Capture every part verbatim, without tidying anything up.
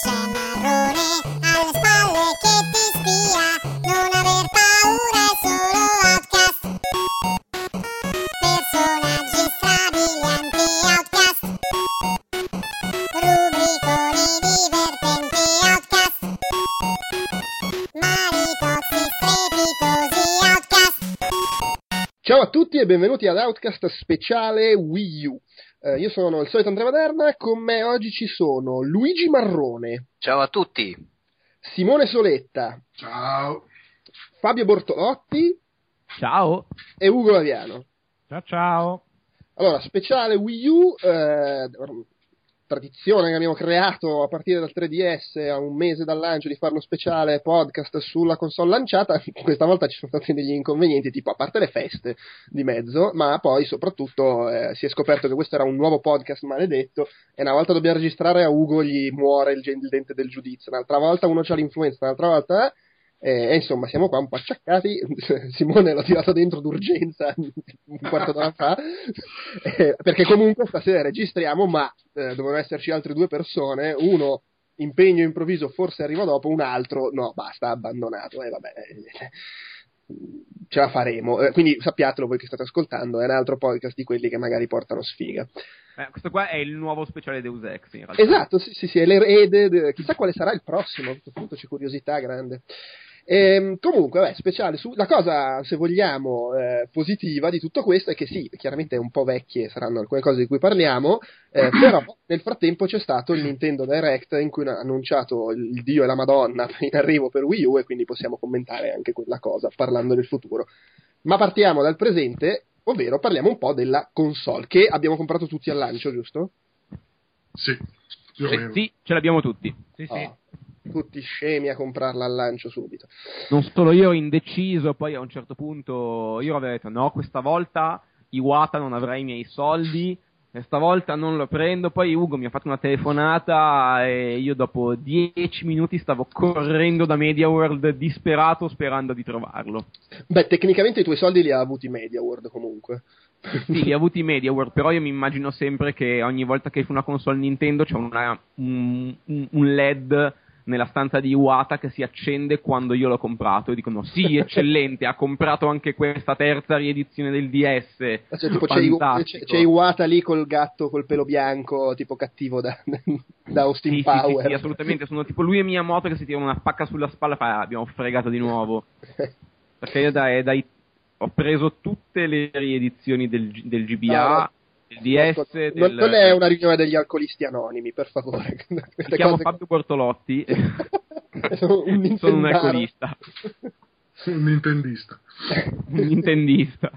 c'è Marrone alle spalle che ti spia, non aver paura, è solo Outcast. Personaggi strabilianti, Outcast. Rubriconi divertenti, Outcast. Maritozzi strepitosi, Outcast. Ciao a tutti e benvenuti ad Outcast speciale Wii U. Eh, io sono il solito Andrea Maderna e con me oggi ci sono Luigi Marrone. Ciao a tutti. Simone Soletta. Ciao. Fabio Bortolotti. Ciao. E Ugo Laviano. Ciao ciao. Allora, speciale Wii U, eh, tradizione che abbiamo creato a partire dal tre D S a un mese dal lancio di fare uno speciale podcast sulla console lanciata. Questa volta ci sono stati degli inconvenienti, tipo a parte le feste di mezzo, ma poi soprattutto eh, si è scoperto che questo era un nuovo podcast maledetto e una volta dobbiamo registrare a Ugo gli muore il, il dente del giudizio, un'altra volta uno c'ha l'influenza, un'altra volta... E eh, insomma siamo qua un po' acciaccati. Simone l'ho tirato dentro d'urgenza un quarto d'ora fa eh, perché comunque stasera registriamo, ma eh, dovevano esserci altre due persone, uno impegno improvviso forse arriva dopo, un altro no, basta, abbandonato e eh, vabbè ce la faremo, eh, quindi sappiatelo voi che state ascoltando, è un altro podcast di quelli che magari portano sfiga. Eh, questo qua è il nuovo speciale Deus Ex in realtà. Esatto, sì sì sì, è l'erede, chissà quale sarà il prossimo, a questo punto c'è curiosità grande. E, comunque, beh, speciale su, la cosa, se vogliamo, eh, positiva di tutto questo è che sì, chiaramente è un po' vecchie saranno alcune cose di cui parliamo, eh, però nel frattempo c'è stato il Nintendo Direct in cui hanno annunciato il Dio e la Madonna in arrivo per Wii U e quindi possiamo commentare anche quella cosa parlando del futuro. Ma partiamo dal presente, ovvero parliamo un po' della console che abbiamo comprato tutti al lancio, giusto? Sì, più o Eh, meno. sì, ce l'abbiamo tutti. Sì, Oh, sì. tutti scemi a comprarla al lancio subito. Non solo io indeciso, poi a un certo punto io avevo detto no, questa volta Iwata non avrà i miei soldi, e stavolta non lo prendo. Poi Ugo mi ha fatto una telefonata e io dopo dieci minuti stavo correndo da MediaWorld disperato sperando di trovarlo. Beh, tecnicamente i tuoi soldi li ha avuti MediaWorld comunque. Sì, li ha avuti MediaWorld, però io mi immagino sempre che ogni volta che esce una console Nintendo c'è una, un, un, un L E D nella stanza di Iwata che si accende quando io l'ho comprato e dicono sì, eccellente, ha comprato anche questa terza riedizione del D S. Cioè, tipo, c'è, c'è, c'è Iwata lì col gatto col pelo bianco tipo cattivo da, da Austin sì, Powers. sì, sì, assolutamente, sono tipo lui e Miyamoto che si tirano una pacca sulla spalla e fa, ah, abbiamo fregato di nuovo. Perché io dai, dai, ho preso tutte le riedizioni del, del G B A, no, no. Il D S non, del... non è una riunione degli alcolisti anonimi, per favore. Mi chiamo cose... Fabio Bortolotti. Sono un, Sono un alcolista. Un nintendista. Un nintendista.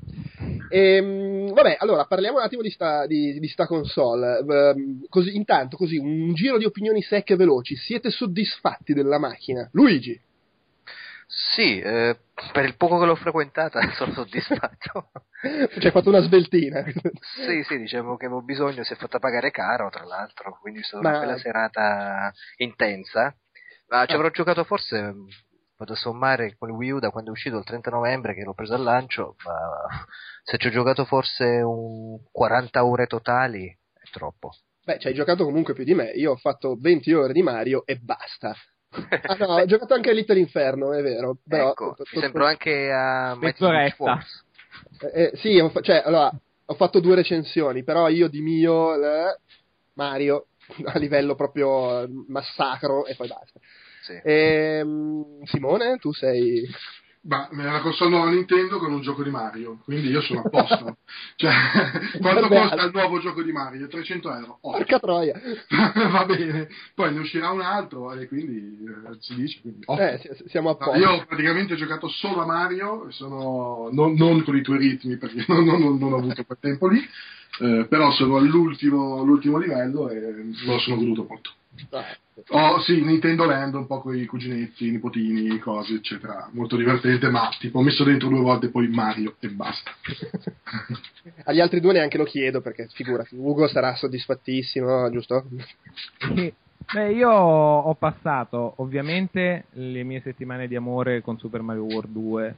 E, vabbè, allora parliamo un attimo di sta, di, di sta console. Um, così, intanto, così, un giro di opinioni secche e veloci. Siete soddisfatti della macchina? Luigi? Sì, eh, per il poco che l'ho frequentata sono soddisfatto. Ci hai fatto una sveltina. Sì, sì, diciamo che avevo bisogno, si è fatta pagare caro tra l'altro, quindi è stata Ma... una bella serata intensa. Ma ci avrò giocato forse, vado a sommare con il Wii U da quando è uscito il trenta novembre che l'ho preso al lancio, ma se ci ho giocato forse un quaranta ore totali è troppo. Beh, ci hai giocato comunque più di me, io ho fatto venti ore di Mario e basta. Ah no, ho giocato anche a Little Inferno, è vero. Però, ecco, to, to, mi sembro anche a Mighty Switch Force. Eh, eh, sì, ho, cioè, allora, ho fatto due recensioni, però io di mio eh, Mario a livello proprio massacro e poi basta. Sì. E, Simone, tu sei... Ma la console nuova Nintendo con un gioco di Mario, quindi io sono a posto. Cioè, quanto Vabbè, costa il nuovo gioco di Mario? trecento euro. Oh. Porca troia. Va bene, poi ne uscirà un altro e quindi eh, si dice. Quindi, eh, siamo a posto. No, io praticamente ho giocato solo a Mario, sono, non, non con i tuoi ritmi perché non, non, non ho avuto quel tempo lì, eh, però sono all'ultimo l'ultimo livello e me lo sono goduto molto. Oh sì, Nintendo Land un po' con i cuginetti, nipotini, cose eccetera, molto divertente, ma tipo ho messo dentro due volte poi Mario e basta. Agli altri due neanche lo chiedo perché figurati, Ugo sarà soddisfattissimo, giusto? Beh, io ho passato ovviamente le mie settimane di amore con Super Mario World due,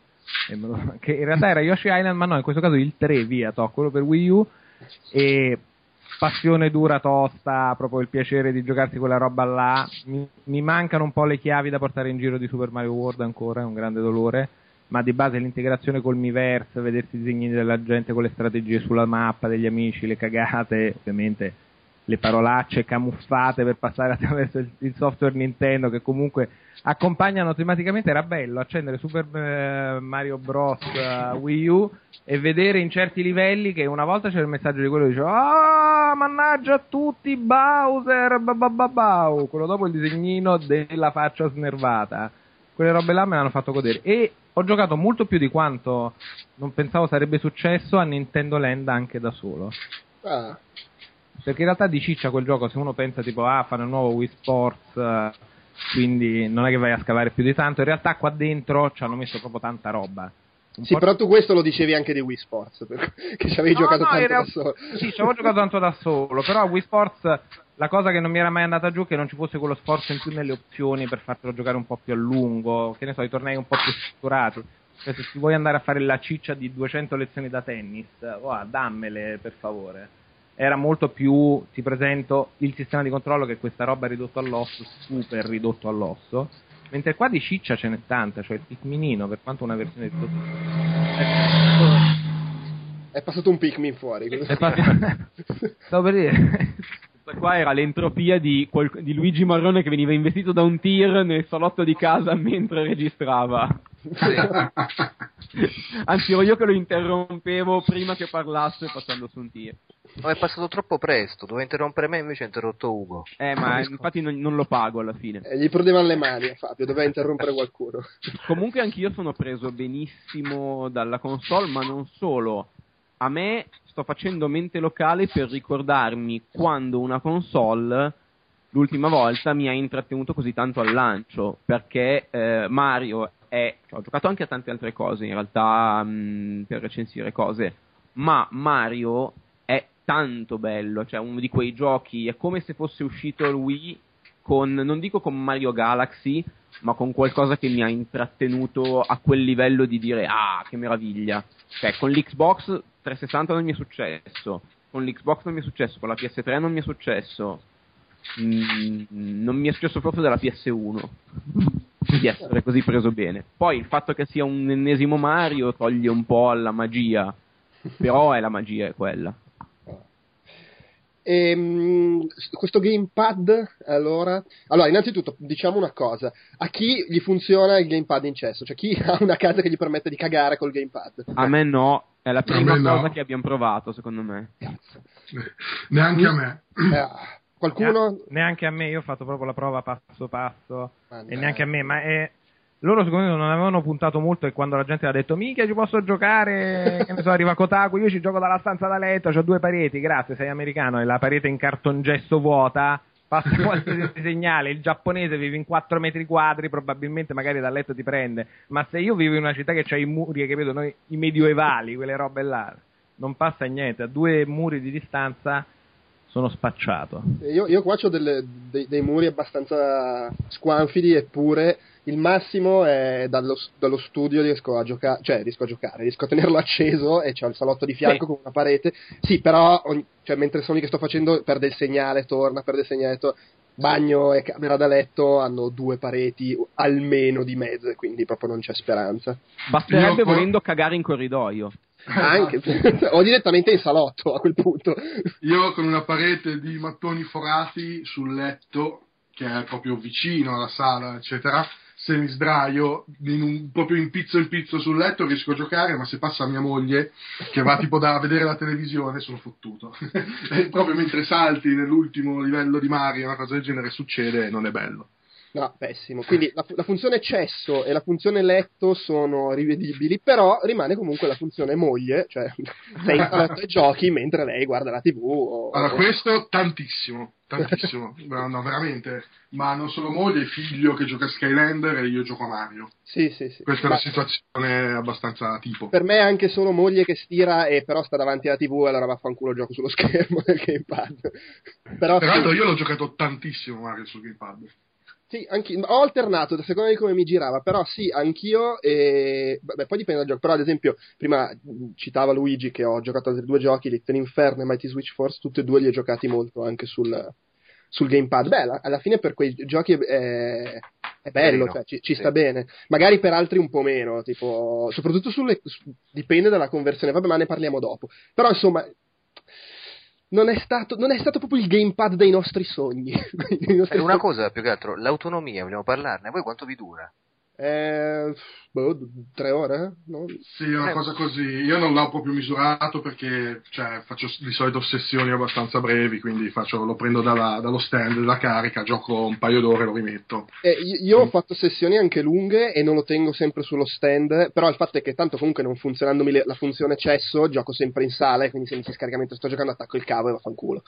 che in realtà era Yoshi Island, ma no, in questo caso il tre, via, to, quello per Wii U, e passione dura tosta, proprio il piacere di giocarsi quella roba là. Mi, mi mancano un po' le chiavi da portare in giro di Super Mario World ancora, è un grande dolore, ma di base l'integrazione col Miiverse, vedersi i disegnini della gente con le strategie sulla mappa, degli amici, le cagate, ovviamente le parolacce camuffate per passare attraverso il, il software Nintendo, che comunque accompagnano tematicamente. Era bello accendere Super eh, Mario Bros. uh, Wii U e vedere in certi livelli che una volta c'era il messaggio di quello che diceva: ah, mannaggia a tutti Bowser, babababau, quello dopo il disegnino della faccia snervata. Quelle robe là me l'hanno fatto godere, e ho giocato molto più di quanto non pensavo sarebbe successo a Nintendo Land anche da solo. Ah. Perché in realtà di ciccia quel gioco, se uno pensa tipo ah fanno il nuovo Wii Sports, uh, quindi non è che vai a scavare più di tanto, in realtà qua dentro ci hanno messo proprio tanta roba. Un sì, po'... però tu questo lo dicevi anche di Wii Sports, che ci avevi no, giocato no, tanto real... da solo. Sì, ci avevo giocato tanto da solo, però a Wii Sports la cosa che non mi era mai andata giù è che non ci fosse quello sforzo in più nelle opzioni per fartelo giocare un po' più a lungo, che ne so, i tornei un po' più strutturati. Cioè, se ti vuoi andare a fare la ciccia di duecento lezioni da tennis, oh, dammele per favore. Era molto più, ti presento il sistema di controllo, che questa roba è ridotto all'osso, super ridotto all'osso, mentre qua di ciccia ce n'è tanta, cioè il Pikminino, per quanto una versione di tutto... È passato un Pikmin fuori. È passato... Stavo per dire... Questa qua era l'entropia di, quel... di Luigi Marrone che veniva investito da un tir nel salotto di casa mentre registrava. Sì. Anzi, ero io che lo interrompevo prima che parlasse passando su un tir. No, è passato troppo presto, doveva interrompere me, invece ha interrotto Ugo. Eh, ma infatti non, non lo pago alla fine. Eh, gli prudevano le mani a Fabio, doveva interrompere qualcuno. Comunque anch'io sono preso benissimo dalla console, ma non solo. A me sto facendo mente locale per ricordarmi quando una console l'ultima volta mi ha intrattenuto così tanto al lancio, perché eh, Mario è... Cioè, ho giocato anche a tante altre cose in realtà mh, per recensire cose, ma Mario è tanto bello, cioè uno di quei giochi, è come se fosse uscito il Wii con, non dico con Mario Galaxy, ma con qualcosa che mi ha intrattenuto a quel livello di dire ah, che meraviglia. Cioè, con l'Xbox trecentosessanta non mi è successo, con l'Xbox non mi è successo, con la P S tre non mi è successo, mm, non mi è successo proprio dalla P S uno di essere così preso bene. Poi il fatto che sia un ennesimo Mario toglie un po' alla magia, però è la magia, è quella. E, mh, questo gamepad, allora allora innanzitutto diciamo una cosa: a chi gli funziona il gamepad in cesso? Cioè, chi ha una casa che gli permette di cagare col gamepad? A me no, è la prima me no. cosa che abbiamo provato, secondo me. Cazzo. Neanche a me. Eh, qualcuno? Neanche a me, io ho fatto proprio la prova passo passo, Mannaggia. e neanche a me, ma è... loro secondo me non avevano puntato molto, e quando la gente ha detto minchia ci posso giocare, che ne so, arriva Kotaku, io ci gioco dalla stanza da letto, c'ho due pareti, grazie, sei americano, e la parete in cartongesso vuota, passa qualsiasi segnale, il giapponese vive in quattro metri quadri, probabilmente magari dal letto ti prende, ma se io vivo in una città che c'ha i muri che vedo noi, i medioevali, quelle robe là, non passa niente, a due muri di distanza sono spacciato. Io, io qua ho delle, dei, dei muri abbastanza squanfidi, eppure il massimo è dallo, dallo studio riesco a giocare, cioè riesco a giocare, riesco a tenerlo acceso e c'ho il salotto di fianco Sì. con una parete. Sì, però ogni, cioè, mentre sono lì che sto facendo perde il segnale, torna, perde il segnale, to- bagno e camera da letto hanno due pareti almeno di mezzo, quindi proprio non c'è speranza. Basterebbe Io qua- volendo cagare in corridoio. Anche o direttamente in salotto a quel punto. Io con una parete di mattoni forati sul letto, che è proprio vicino alla sala, eccetera, se mi sdraio in un, proprio in pizzo in pizzo sul letto riesco a giocare, ma se passa mia moglie che va tipo da vedere la televisione sono fottuto. E proprio mentre salti nell'ultimo livello di Mario una cosa del genere succede e non è bello. No, pessimo. Quindi la, la funzione cesso e la funzione letto sono rivedibili, però rimane comunque la funzione moglie, cioè sei in salotto e giochi mentre lei guarda la tivù. O, Allora, o... questo tantissimo, tantissimo. No, no, veramente. Ma non solo moglie, figlio che gioca a Skylander e io gioco a Mario. Sì, sì, sì. Questa Ma è una situazione abbastanza tipo. per me è anche solo moglie che stira e però sta davanti alla tivù e allora vaffanculo gioco sullo schermo del gamepad. Però Peraltro sì. io l'ho giocato tantissimo Mario sul gamepad. Sì, anche, ho alternato a seconda di come mi girava, però sì, anch'io, e beh, poi dipende dal gioco, però ad esempio prima citava Luigi che ho giocato altri due giochi, Little Inferno e Mighty Switch Force, tutti e due li ho giocati molto anche sul, sul gamepad. Beh, alla, alla fine per quei giochi è, è bello, cioè, ci, ci sì. sta bene, magari per altri un po' meno, tipo, soprattutto sulle, su, dipende dalla conversione, vabbè, ma ne parliamo dopo, però insomma... Non è, stato, non è stato proprio il gamepad dei nostri sogni. Dei nostri Eh, una sogni. cosa più che altro, l'autonomia, vogliamo parlarne? Voi quanto vi dura? Eh, boh, tre ore? No? Sì, è una Eh. cosa così. Io non l'ho proprio misurato perché cioè, faccio di solito sessioni abbastanza brevi, quindi faccio, lo prendo dalla, dallo stand della carica, gioco un paio d'ore e lo rimetto. Eh, io, io ho fatto sessioni anche lunghe e non lo tengo sempre sullo stand, però il fatto è che tanto comunque non funzionandomi le- la funzione cesso, gioco sempre in sala e quindi se inizia il caricamento sto giocando attacco il cavo e vaffanculo.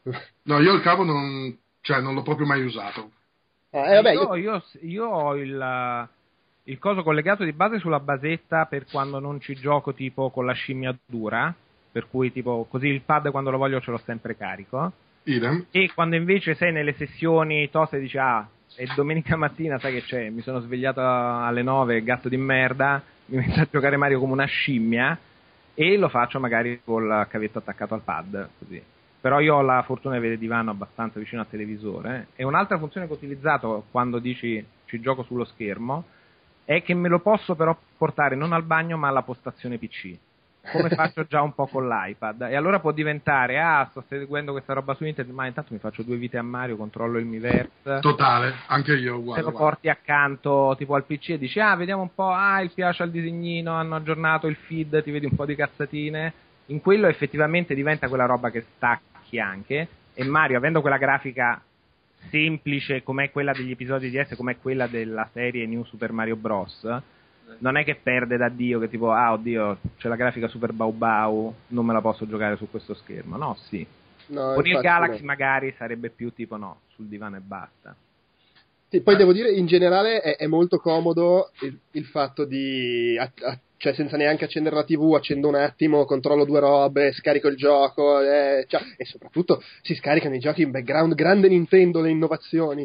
No, io il cavo non, cioè, non l'ho proprio mai usato. Ah, eh, vabbè, io, io- io, io ho il, il coso collegato di base sulla basetta per quando non ci gioco tipo con la scimmia dura, per cui tipo così il pad quando lo voglio ce l'ho sempre carico, Idem. e quando invece sei nelle sessioni toste e dici ah è domenica mattina, sai che c'è, mi sono svegliato alle nove, gatto di merda, mi metto a giocare Mario come una scimmia e lo faccio magari col cavetto attaccato al pad, così. Però io ho la fortuna di avere il divano abbastanza vicino al televisore, e un'altra funzione che ho utilizzato quando dici ci gioco sullo schermo è che me lo posso però portare non al bagno ma alla postazione P C, come faccio già un po' con l'iPad, e allora può diventare ah sto seguendo questa roba su internet ma intanto mi faccio due vite a Mario, controllo il Miiverse, Totale, anche io te uguale. lo uguale. porti accanto tipo al P C e dici ah vediamo un po', ah il piace al disegnino, hanno aggiornato il feed, ti vedi un po' di cazzatine, in quello effettivamente diventa quella roba che stacchi anche, e Mario avendo quella grafica semplice come quella degli episodi di S, come quella della serie New Super Mario Bros, non è che perde da Dio che tipo ah oddio c'è la grafica super bau bau, non me la posso giocare su questo schermo, no sì, no, con il infatti Galaxy no. magari sarebbe più tipo no, sul divano e basta. Sì, poi devo dire, in generale è, è molto comodo il, il fatto di, a- a- cioè senza neanche accendere la tivù, accendo un attimo, controllo due robe, scarico il gioco, eh, cioè, e soprattutto si scaricano i giochi in background, grande Nintendo, le innovazioni.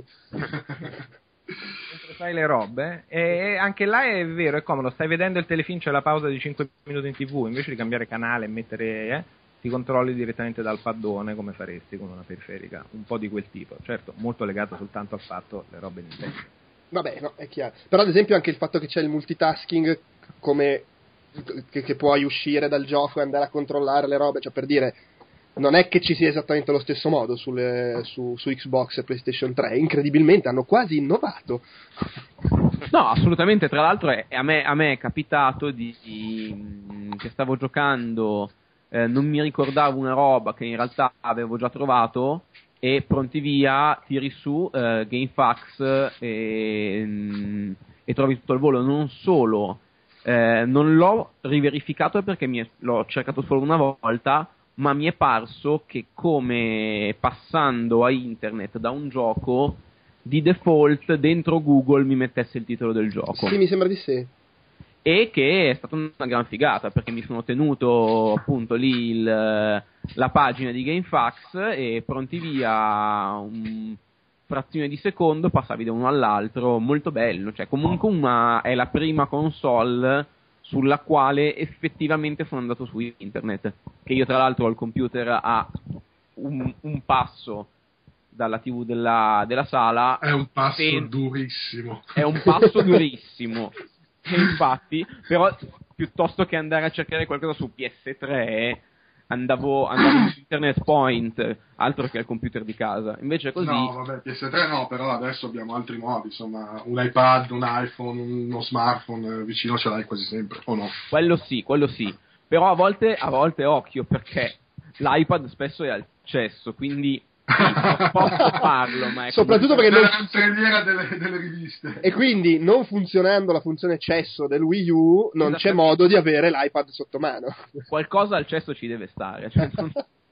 Mentre fai le robe, e anche là è vero, è comodo, stai vedendo il telefilm, c'è la pausa di cinque minuti in tv, invece di cambiare canale e mettere, eh, ti controlli direttamente dal paddone come faresti con una periferica, un po' di quel tipo, certo, molto legato soltanto al fatto le robe Nintendo. Vabbè, no, è chiaro. Però ad esempio anche il fatto che c'è il multitasking, come che, che puoi uscire dal gioco e andare a controllare le robe, cioè per dire, non è che ci sia esattamente allo stesso modo sulle, su, su Xbox e PlayStation tre, incredibilmente hanno quasi innovato. No, assolutamente, tra l'altro è, a, me, a me è capitato di, di che stavo giocando, eh, non mi ricordavo una roba che in realtà avevo già trovato, e pronti via, tiri su eh, GameFAQs e, mm, e trovi tutto al volo. Non solo, eh, non l'ho riverificato perché mi è, l'ho cercato solo una volta, ma mi è parso che come passando a internet da un gioco, di default dentro Google mi mettesse il titolo del gioco. Sì, mi sembra di sì. E che è stata una gran figata, perché mi sono tenuto appunto lì il, la pagina di GameFAQs e pronti via, un frazione di secondo passavi da uno all'altro, molto bello. Cioè comunque una, è la prima console sulla quale effettivamente sono andato su internet, che io tra l'altro ho il computer a un, un passo dalla tivù della, della sala. È un passo Pen- durissimo. È un passo durissimo. E infatti, però, piuttosto che andare a cercare qualcosa su P S tre, andavo, andavo su Internet Point, altro che al computer di casa. Invece così... No, vabbè, P S tre no, però adesso abbiamo altri modi, insomma, un iPad, un iPhone, uno smartphone eh, vicino ce l'hai quasi sempre, o no? Quello sì, quello sì. Però a volte, a volte occhio, perché l'iPad spesso è al cesso, quindi sì, posso farlo, ma è Soprattutto comunque- perché non... Nella cancelliera delle, delle riviste. E quindi, non funzionando la funzione cesso del Wii U, non c'è modo di avere l'iPad sotto mano. qualcosa al cesso ci deve stare. Cioè, non-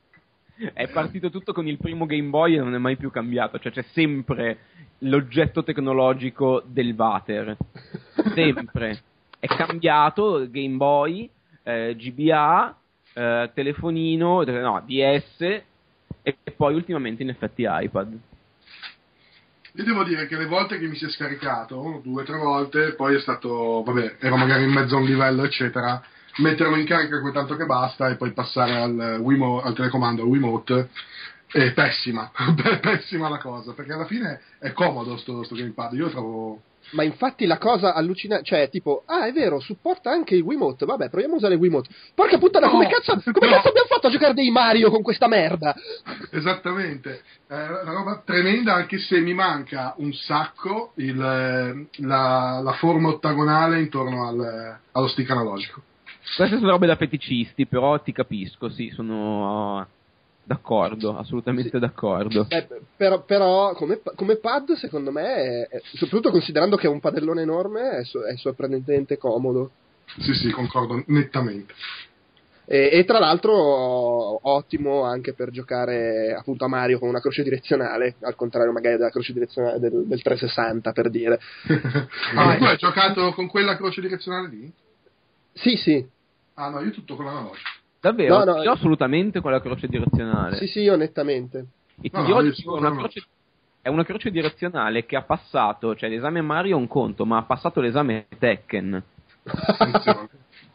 è partito tutto con il primo Game Boy e non è mai più cambiato. Cioè, c'è sempre l'oggetto tecnologico del water. Sempre. È cambiato Game Boy, eh, G B A, eh, telefonino, no, D S e poi ultimamente in effetti iPad. io devo dire che le volte che mi si è scaricato, due o tre volte, poi è stato, vabbè, ero magari in mezzo a un livello, eccetera, metterlo in carica quel tanto che basta e poi passare al, Wiimote, al telecomando, al Wiimote, è pessima, pessima la cosa, perché alla fine è comodo sto, sto gamepad, io lo trovo... Ma infatti la cosa allucinante, cioè tipo, ah è vero, supporta anche il Wiimote, vabbè proviamo a usare il Wiimote. Porca puttana, No, come, cazzo, come no. cazzo abbiamo fatto a giocare dei Mario con questa merda? Esattamente, è una roba tremenda, anche se mi manca un sacco il, la, la forma ottagonale intorno al, allo stick analogico. Queste sono robe da feticisti, però ti capisco, sì, sono uh, d'accordo, assolutamente Sì. d'accordo. Eh, però però come, come pad secondo me, è, è- soprattutto considerando che è un padellone enorme, è, so- è sorprendentemente comodo. Sì, sì, concordo nettamente. E, e tra l'altro ottimo anche per giocare appunto a Mario con una croce direzionale, al contrario magari della croce direzionale del, del trecentosessanta, per dire. Ah, ma tu hai giocato con quella croce direzionale lì? Sì, sì. Ah no, io tutto con l'analogico. Davvero? No, no, io assolutamente con la croce direzionale. Sì, sì, io nettamente. E ti No, dirò no, di io più, sono è una con croce, è una croce direzionale che ha passato, cioè l'esame Mario è un conto, ma ha passato l'esame Tekken. Attenzione.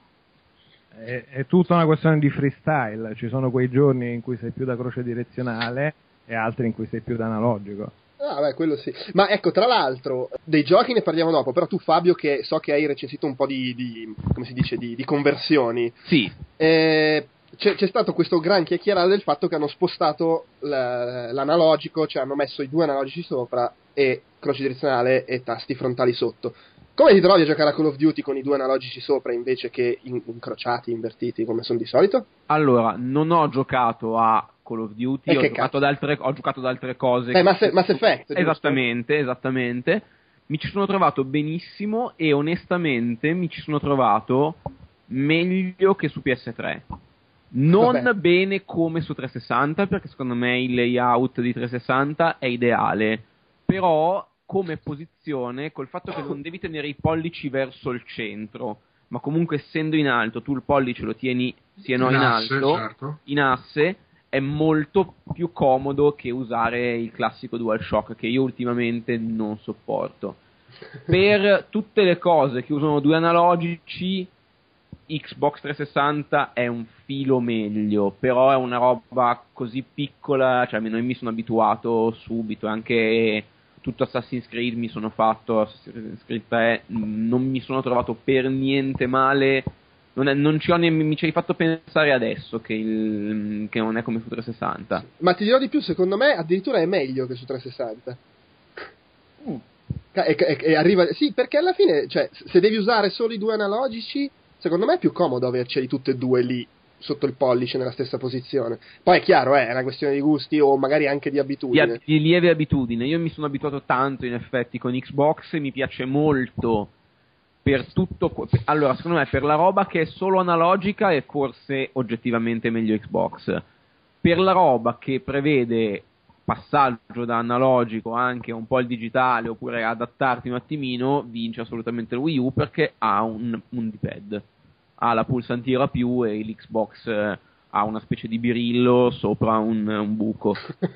È, è tutta una questione di freestyle, ci sono quei giorni in cui sei più da croce direzionale e altri in cui sei più da analogico. Ah, beh, quello sì. Ma ecco, tra l'altro, dei giochi ne parliamo dopo, però tu Fabio, che so che hai recensito un po' di, di come si dice, di, di conversioni, Sì, eh, c'è, c'è stato questo gran chiacchierare del fatto che hanno spostato la- l'analogico, cioè hanno messo i due analogici sopra e croce direzionale e tasti frontali sotto. Come ti trovi a giocare a Call of Duty con i due analogici sopra invece che in- incrociati, invertiti, come sono di solito? allora, non ho giocato a Call of Duty, E ho che giocato, cazzo? ad altre, ho giocato ad altre cose. Eh, Mass, Mass Effect, giusto? Esattamente, esattamente. Mi ci sono trovato benissimo e onestamente mi ci sono trovato meglio che su P S tre. Non Vabbè. bene come su trecentosessanta, perché secondo me il layout di trecentosessanta è ideale, però come posizione, col fatto che non devi tenere i pollici verso il centro, ma comunque essendo in alto tu il pollice lo tieni sì e no in, In asse, alto, certo. in asse, è molto più comodo che usare il classico DualShock che io ultimamente non sopporto. Per tutte le cose che usano due analogici, Xbox trecentosessanta è un filo meglio, però è una roba così piccola, cioè almeno io mi sono abituato subito, anche tutto Assassin's Creed mi sono fatto, Assassin's Creed tre, non mi sono trovato per niente male, non, è, non ci ho ne, mi ci hai fatto pensare adesso che, il, che non è come su trecentosessanta. Ma ti dirò di più, secondo me addirittura è meglio che su trecentosessanta. E, e- e arriva, sì, perché alla fine, cioè, se devi usare solo i due analogici, secondo me è più comodo averceli tutte e due lì sotto il pollice nella stessa posizione. Poi è chiaro, eh, è una questione di gusti o magari anche di Di, abitudine. ab- di lieve abitudine, io mi sono abituato tanto in effetti con Xbox e mi piace molto per tutto que- allora secondo me per la roba che è solo analogica è forse oggettivamente meglio Xbox, per la roba che prevede passaggio da analogico anche un po' al digitale oppure adattarti un attimino, vince assolutamente il Wii U perché ha un, un D-pad, ha la pulsantiera più e l'Xbox eh, ha una specie di birillo sopra un, un buco.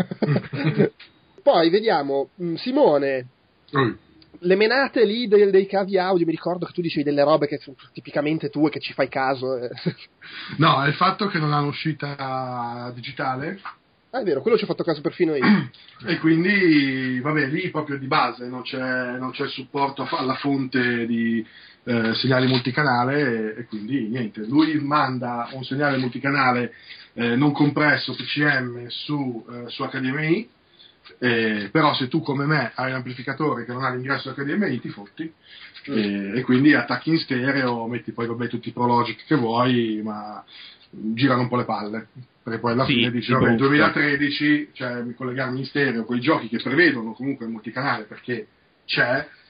Poi vediamo, mh, Simone, Ui. le menate lì dei, dei cavi audio, mi ricordo che tu dicevi delle robe che sono tipicamente tue, che ci fai caso. eh. No, è il fatto che non hanno uscita digitale Ah, è vero, quello ci ho fatto caso perfino io. e quindi, vabbè, lì proprio di base non c'è, non c'è il supporto alla fonte di eh, segnali multicanale e, e quindi niente, lui manda un segnale multicanale eh, non compresso P C M su, eh, su H D M I, eh, però se tu come me hai un amplificatore che non ha l'ingresso H D M I ti fotti e, e quindi attacchi in stereo, metti poi vabbè tutti i Prologic che vuoi, ma girano un po' le palle, perché poi alla Sì, fine dici sì, vabbè, brutto. duemilatredici, cioè mi collegarmi in stereo con i giochi che prevedono comunque il multicanale perché c'è,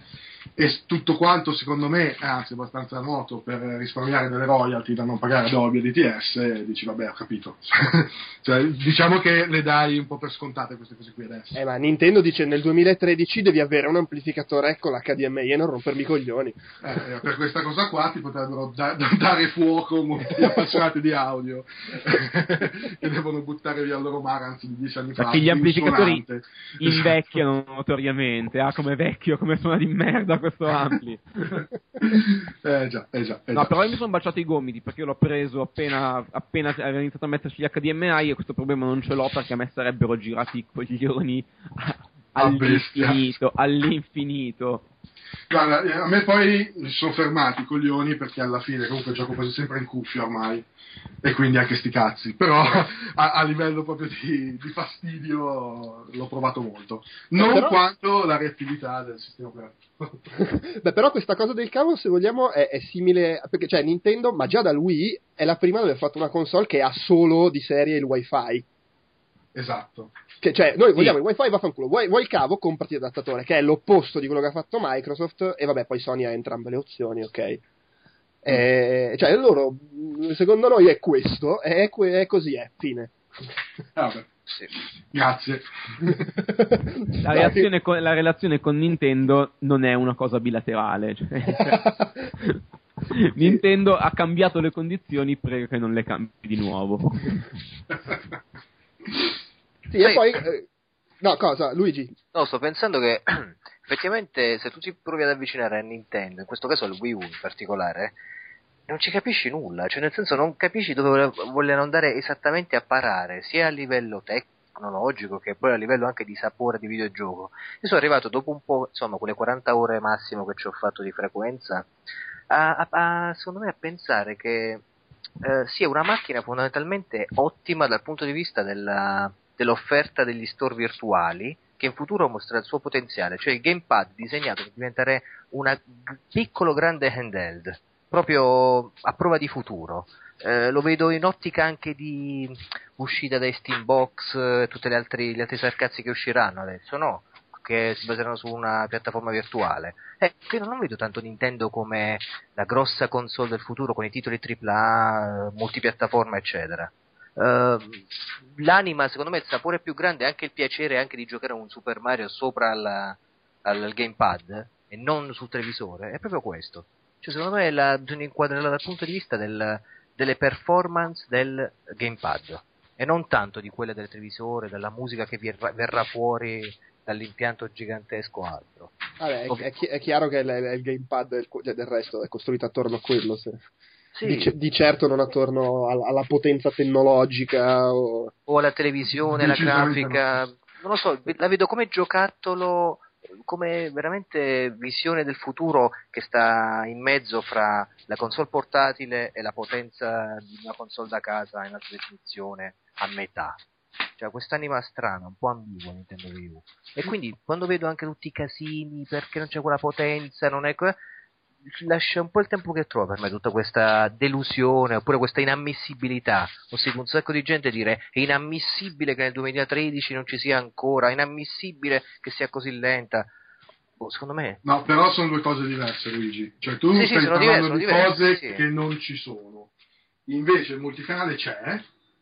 e tutto quanto secondo me è anzi abbastanza noto per risparmiare delle royalty da non pagare Adobe e D T S, e dici vabbè, ho capito. Cioè, diciamo che le dai un po' per scontate queste cose qui adesso. Eh, ma Nintendo dice nel duemilatredici devi avere un amplificatore con l'H D M I e non rompermi i coglioni. Eh, per questa cosa qua ti potrebbero da- da- dare fuoco molti appassionati di audio che devono buttare via il loro Marantz di dieci anni fa. Perché gli amplificatori suonante. invecchiano notoriamente. Ah, come vecchio, come suona di merda questo ampli. eh già, eh già, eh No, già. però io mi sono baciato i gomiti perché io l'ho preso appena, appena aveva iniziato a metterci gli H D M I e questo problema non ce l'ho perché a me sarebbero girati i coglioni Ah, bestia. all'infinito, all'infinito. Guarda, eh, a me poi mi sono fermati i coglioni perché alla fine comunque gioco quasi sempre in cuffia ormai e quindi anche sti cazzi, però a, a livello proprio di, di fastidio l'ho provato molto, non Però- quanto la reattività del sistema operativo. Beh, però questa cosa del cavo, se vogliamo, è, è simile, perché cioè Nintendo, ma già dal Wii, è la prima ad aver fatto una console che ha solo di serie il Wi-Fi. Esatto. Che, cioè, noi vogliamo il Wi-Fi, vaffanculo. Vuoi, vuoi il cavo, comprati l'adattatore, che è l'opposto di quello che ha fatto Microsoft, e vabbè, poi Sony ha entrambe le opzioni, ok. Eh, cioè, loro, secondo noi è questo, è, que- è così, è, fine. Ah, vabbè. Sì. Grazie. La, reazione con, la relazione con Nintendo non è una cosa bilaterale. Cioè, Nintendo ha cambiato le condizioni, prego che non le cambi di nuovo. Sì, e poi... eh, no, cosa, Luigi? No, sto pensando che effettivamente se tu ti provi ad avvicinare a Nintendo, in questo caso al Wii U in particolare, non ci capisci nulla, cioè nel senso non capisci dove vole- vogliono andare esattamente a parare, sia a livello tecnologico che poi a livello anche di sapore di videogioco. Io sono arrivato dopo un po', insomma, quelle quaranta ore massimo che ci ho fatto di frequenza, a, a, a secondo me a pensare che eh, sia una macchina fondamentalmente ottima dal punto di vista della, dell'offerta degli store virtuali, che in futuro mostra il suo potenziale, cioè il gamepad disegnato per diventare un piccolo grande handheld, proprio a prova di futuro. Eh, lo vedo in ottica anche di uscita dai Steambox e tutti gli altri, gli altri sarcazzi che usciranno adesso, no? Che si baseranno su una piattaforma virtuale. Eh, che non vedo tanto Nintendo come la grossa console del futuro con i titoli tripla A, multipiattaforma, eccetera. Uh, l'anima, secondo me, il sapore più grande, anche il piacere anche di giocare a un Super Mario sopra al, al gamepad e non sul televisore, è proprio questo. Cioè, secondo me la, bisogna inquadrarla dal punto di vista del, delle performance del gamepad e non tanto di quelle del televisore, della musica che verrà, verrà fuori dall'impianto gigantesco o altro. Vabbè, è, è, chi- è chiaro che è il, è il gamepad del, cioè, del resto è costruito attorno a quello, se. Sì. Di, ce- di certo non attorno alla, alla potenza tecnologica o... o la televisione, la Decisamente grafica, non lo so, la vedo come giocattolo, come veramente visione del futuro che sta in mezzo fra la console portatile e la potenza di una console da casa in alta definizione a metà. Cioè quest'anima strana, un po' ambigua Nintendo Wii U. E quindi quando vedo anche tutti i casini perché non c'è quella potenza, non è que- lascia un po' il tempo che trova per me tutta questa delusione oppure questa inammissibilità. Ho sentito un sacco di gente dire è inammissibile che nel duemilatredici non ci sia ancora, è inammissibile che sia così lenta. Oh, secondo me No, però sono due cose diverse, Luigi. Cioè tu Sì, sì, stai sono parlando diverse, di sono cose diverse, sì. che non ci sono. Invece il multicanale c'è,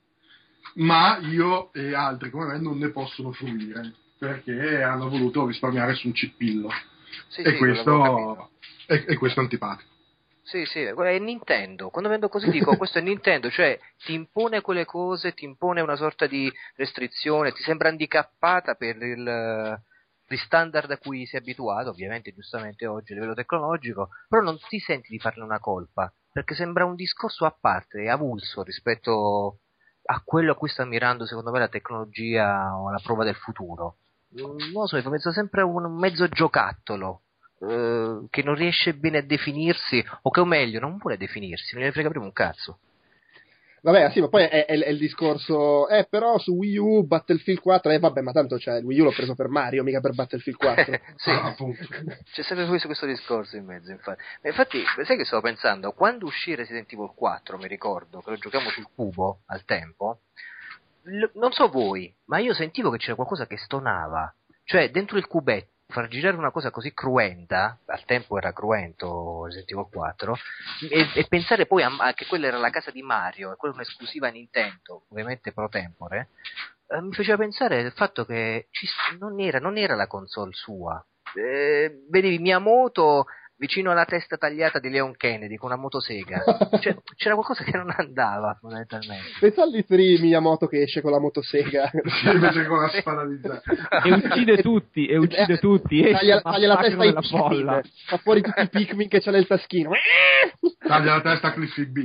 ma io e altri come me non ne possono fruire perché hanno voluto risparmiare su un cippillo. sì, e, sì, questo, e, e questo è antipatico. Sì, sì, è Nintendo. Quando vedo così dico questo è Nintendo, cioè ti impone quelle cose, ti impone una sorta di restrizione, ti sembra handicappata per il gli standard a cui sei abituato, ovviamente giustamente oggi a livello tecnologico, però non ti senti di farne una colpa, perché sembra un discorso a parte, avulso rispetto a quello a cui sta mirando secondo me la tecnologia o la prova del futuro. Non lo so, mi penso sempre a un mezzo giocattolo eh, che non riesce bene a definirsi, o che o meglio non vuole definirsi, non gli frega prima un cazzo. Vabbè, sì, ma poi è, è, è il discorso, eh, però su Wii U Battlefield quattro, eh, vabbè, ma tanto cioè, il Wii U l'ho preso per Mario, mica per Battlefield quattro. Sì, Ah, appunto. c'è sempre questo, questo discorso in mezzo, infatti. Ma infatti, sai che stavo pensando? Quando uscì Resident Evil quattro, mi ricordo, che lo giochiamo sul cubo al tempo, l- non so voi, ma io sentivo che c'era qualcosa che stonava. Cioè, dentro il cubetto far girare una cosa così cruenta, al tempo era cruento Resident Evil quattro, e, e pensare poi a, a che quella era la casa di Mario, e quella è un'esclusiva Nintendo, ovviamente pro tempore, eh, mi faceva pensare al fatto che ci, non, era, non era la console sua. Eh, vedevi Miyamoto vicino alla testa tagliata di Leon Kennedy con una motosega, cioè, c'era qualcosa che non andava fondamentalmente. Pensa all'E tre Miyamoto che esce con la motosega invece con la spada di Zack E uccide tutti, e uccide tutti, e taglia, taglia la testa ai della folla. Pikmin, fa fuori tutti i Pikmin che c'ha nel taschino. taglia la testa a Cliffy B.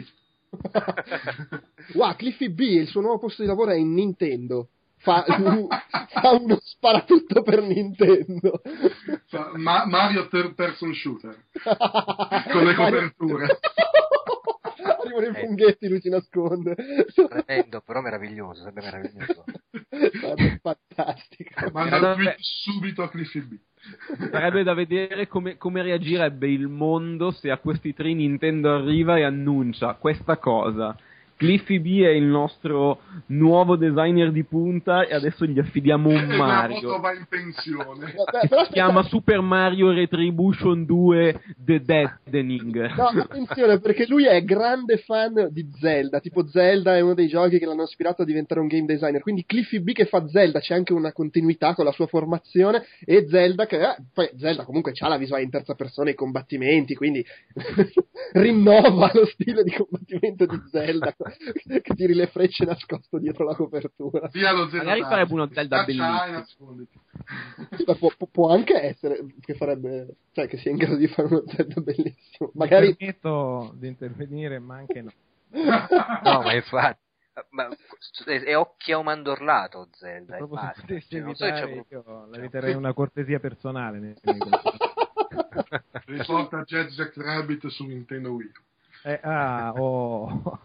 Wow, Cliffy B, il suo nuovo posto di lavoro è in Nintendo. Fa, fa uno sparatutto per Nintendo. Fa Ma- Mario third person shooter con le coperture. Arrivano i funghetti, lui si nasconde. Tremendo, però meraviglioso, sempre meraviglioso. Fantastico. Manda Vabbè. il tweet subito a Cliffy B. Sarebbe da vedere come, come reagirebbe il mondo se a questi tre Nintendo arriva e annuncia questa cosa. Cliffy B è il nostro nuovo designer di punta e adesso gli affidiamo un E Mario. va in pensione. Vabbè, però Si chiama Super Mario Retribution due The Deadening. no, attenzione, perché lui è grande fan di Zelda, tipo Zelda è uno dei giochi che l'hanno ispirato a diventare un game designer, quindi Cliffy B che fa Zelda, c'è anche una continuità con la sua formazione, e Zelda che eh, poi Zelda comunque c'ha la visuale in terza persona, i combattimenti, quindi rinnova lo stile di combattimento di Zelda che tiri le frecce nascosto dietro la copertura. Via lo zero Magari farebbe uno Zelda Caccia, bellissimo. nasconditi. Beh, può, può- può anche essere che farebbe, cioè che sia in grado di fare uno Zelda bellissimo, magari Mi permetto di intervenire, ma anche no. No, ma infatti, ma è, è occhio mandorlato Zelda. Proprio se basta. potessi Cioè, non so se c'è evitare, proprio- io la eviterei una cortesia personale nei miei confronti. Riporta Jet Jack Rabbit su Nintendo Wii. Eh, ah, oh.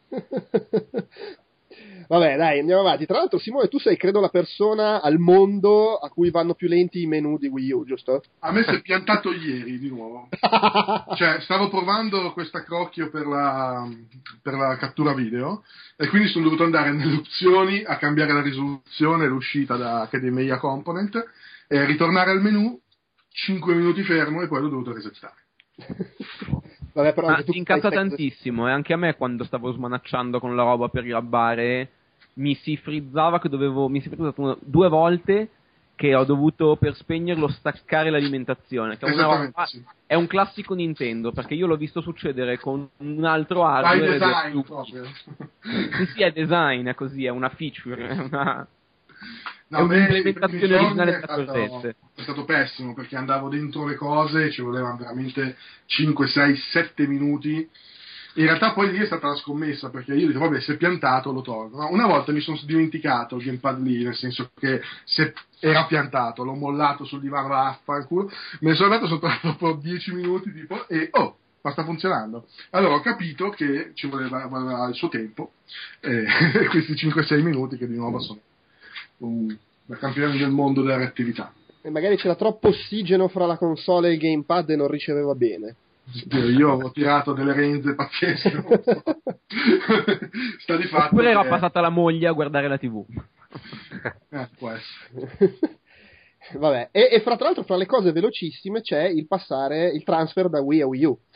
Vabbè, dai, andiamo avanti. Tra l'altro, Simone, tu sei, credo, la persona al mondo a cui vanno più lenti i menu di Wii U, giusto? A me si è piantato ieri di nuovo. Cioè, stavo provando questa crocchio per la, per la cattura video e quindi sono dovuto andare nelle opzioni a cambiare la risoluzione, l'uscita da H D M I a component, e ritornare al menu, cinque minuti fermo e poi l'ho dovuto resettare. Vabbè, però Ma anche tu ti incazza stai- tantissimo, e anche a me quando stavo smanacciando con la roba per riabbare mi si frizzava che dovevo, mi si è frizzato una- due volte che ho dovuto per spegnerlo staccare l'alimentazione, che è una Esattamente, roba, sì. è un classico Nintendo, perché io l'ho visto succedere con un altro By hardware ed è design più- proprio. sì, sì, è design, è così, è una feature, è una... No, È a me un'implementazione i primi giorni originale è della stato, corrente. è stato pessimo perché andavo dentro le cose, ci volevano veramente cinque, sei, sette minuti. In realtà poi lì è stata la scommessa, perché io dico vabbè, se è piantato lo tolgo. No, una volta mi sono dimenticato il gamepad lì, nel senso che se era piantato, l'ho mollato sul divano, vaffanculo, me ne sono andato, sono tornato dopo dieci minuti tipo e oh, ma sta funzionando. Allora ho capito che ci voleva, voleva il suo tempo, e questi cinque sei minuti che di nuovo sono un, da campione del mondo della reattività. E magari c'era troppo ossigeno fra la console e il gamepad e non riceveva bene. Io ho tirato delle renze pazzesche. non so. Sta di fatto Oppure era che- passata la moglie a guardare la tivù. eh, può essere. Vabbè, e, e fra l'altro fra le cose velocissime c'è il passare, il transfer da Wii a Wii U.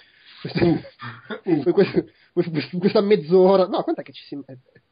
Uh. Questa, questa- questa mezz'ora, no, quant'è che ci si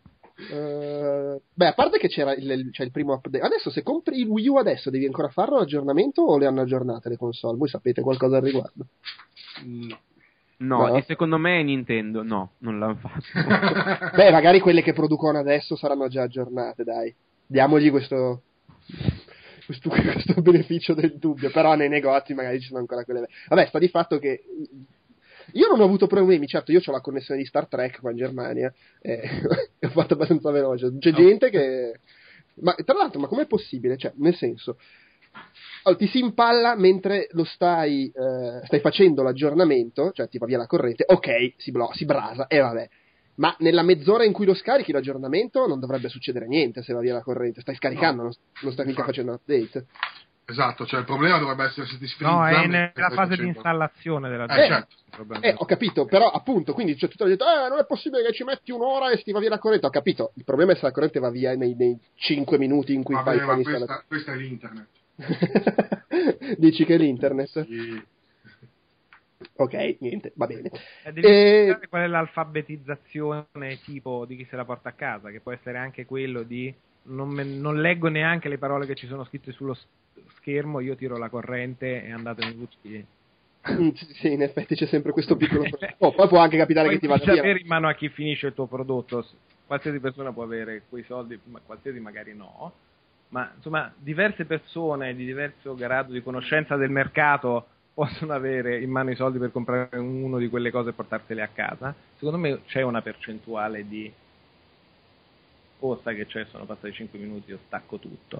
Uh, beh, a parte che c'era il, il- c'è il primo update. Adesso, se compri il Wii U adesso, devi ancora farlo l'aggiornamento o le hanno aggiornate le console? Voi sapete qualcosa al riguardo? No. No, No. e secondo me Nintendo, no, non l'hanno fatto. Beh, magari quelle che producono adesso saranno già aggiornate, dai. Diamogli questo, questo, questo beneficio del dubbio. Però nei negozi magari ci sono ancora quelle. Vabbè, sta di fatto che io non ho avuto problemi. Certo, io ho la connessione di Star Trek qua in Germania e ho fatto abbastanza veloce. C'è gente che... Ma tra l'altro, ma com'è possibile? Cioè, nel senso... Allora, ti si impalla mentre lo stai eh, stai facendo l'aggiornamento, cioè ti va via la corrente, ok, si, blo- si brasa, e vabbè. Ma nella mezz'ora in cui lo scarichi l'aggiornamento non dovrebbe succedere niente se va via la corrente, stai scaricando, non, non stai mica Infatti. facendo update. Esatto, cioè il problema dovrebbe essere se ti sfrizza. No, è mentre nella stai fase di facendo. installazione della Eh, certo. Eh, ho capito, però appunto, quindi c'è tutta la gente, eh, non è possibile che ci metti un'ora e ti va via la corrente, ho capito, il problema è se la corrente va via nei, nei cinque minuti in cui Va fai bene, ma l'installazione. questa, questa è l'internet. Dici che è l'internet? Sì. Ok, niente, va bene. Eh, devi E- spiegare qual è l'alfabetizzazione tipo di chi se la porta a casa, che può essere anche quello di non, me- non leggo neanche le parole che ci sono scritte sullo s- schermo, io tiro la corrente e andatemi tutti. Mm, sì, sì, in effetti c'è sempre questo piccolo problema. Oh, poi può anche capitare Poi che ti vada puoi via. sapere in mano a chi finisce il tuo prodotto. S- Qualsiasi persona può avere quei soldi, ma qualsiasi magari no. Ma insomma, diverse persone di diverso grado di conoscenza del mercato possono avere in mano i soldi per comprare uno di quelle cose e portarsele a casa. Secondo me c'è una percentuale di oh, sai che c'è, sono passati cinque minuti, io stacco tutto.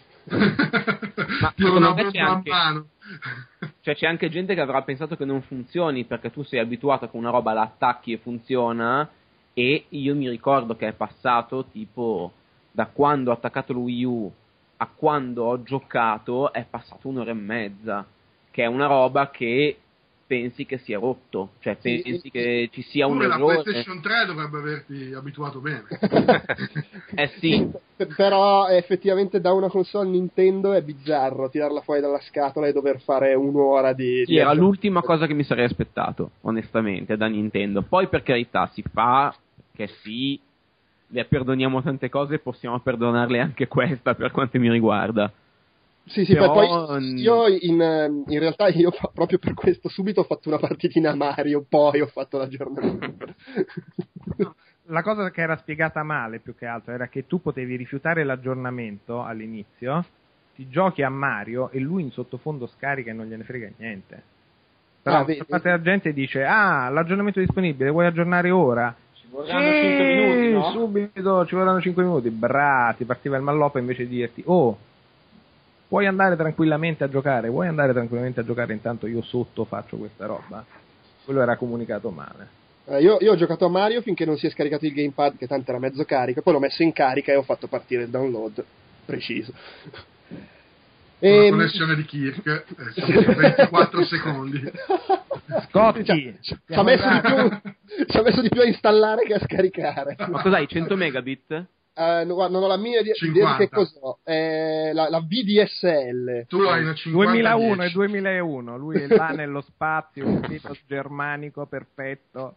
Ma Io secondo una me c'è bomba a anche- mano. Cioè c'è anche gente che avrà pensato che non funzioni perché tu sei abituato che una roba la attacchi e funziona, e io mi ricordo che è passato tipo da quando ho attaccato il Wii U a quando ho giocato è passato un'ora e mezza, che è una roba che pensi che sia rotto, cioè Sì, pensi sì, che ci sia un Pure la errore. PlayStation tre dovrebbe averti abituato bene. Eh sì, P- Però effettivamente da una console Nintendo è bizzarro tirarla fuori dalla scatola e dover fare un'ora di... sì, di era aggiornamento. l'ultima cosa che mi sarei aspettato, onestamente, da Nintendo. Poi per carità si fa, che sì, le perdoniamo tante cose, possiamo perdonarle anche questa per quanto mi riguarda. Sì, sì, Però, poi mm, io in, ehm, in realtà io fa- proprio per questo subito ho fatto una partitina a Mario, poi ho fatto l'aggiornamento. La cosa che era spiegata male più che altro era che tu potevi rifiutare l'aggiornamento all'inizio, ti giochi a Mario e lui in sottofondo scarica e non gliene frega niente. Però Ah, per vedi? parte della gente dice ah, l'aggiornamento è disponibile, vuoi aggiornare ora? Ci vorranno cinque minuti, no? Subito, ci vorranno cinque minuti. Bra, ti partiva il malloppo invece di dirti oh, puoi andare tranquillamente a giocare, vuoi andare tranquillamente a giocare intanto io sotto faccio questa roba. Quello era comunicato male. Eh, io, io ho giocato a Mario finché non si è scaricato il gamepad, che tanto era mezzo carico, poi l'ho messo in carica e ho fatto partire il download preciso. Con la Ehm, connessione di Kirk, eh, siamo a ventiquattro secondi. Scotti, Ci ci ha messo di più, ci ha messo di più a installare che a scaricare. ma cos'hai, cento megabit? Eh, no, guarda, non ho la mia idea idea di cinquanta. che cos'ho. Eh, la, la V D S L. Tu hai una cinquanta duemilauno e dieci. duemilauno, lui è là nello spazio, un sito germanico perfetto,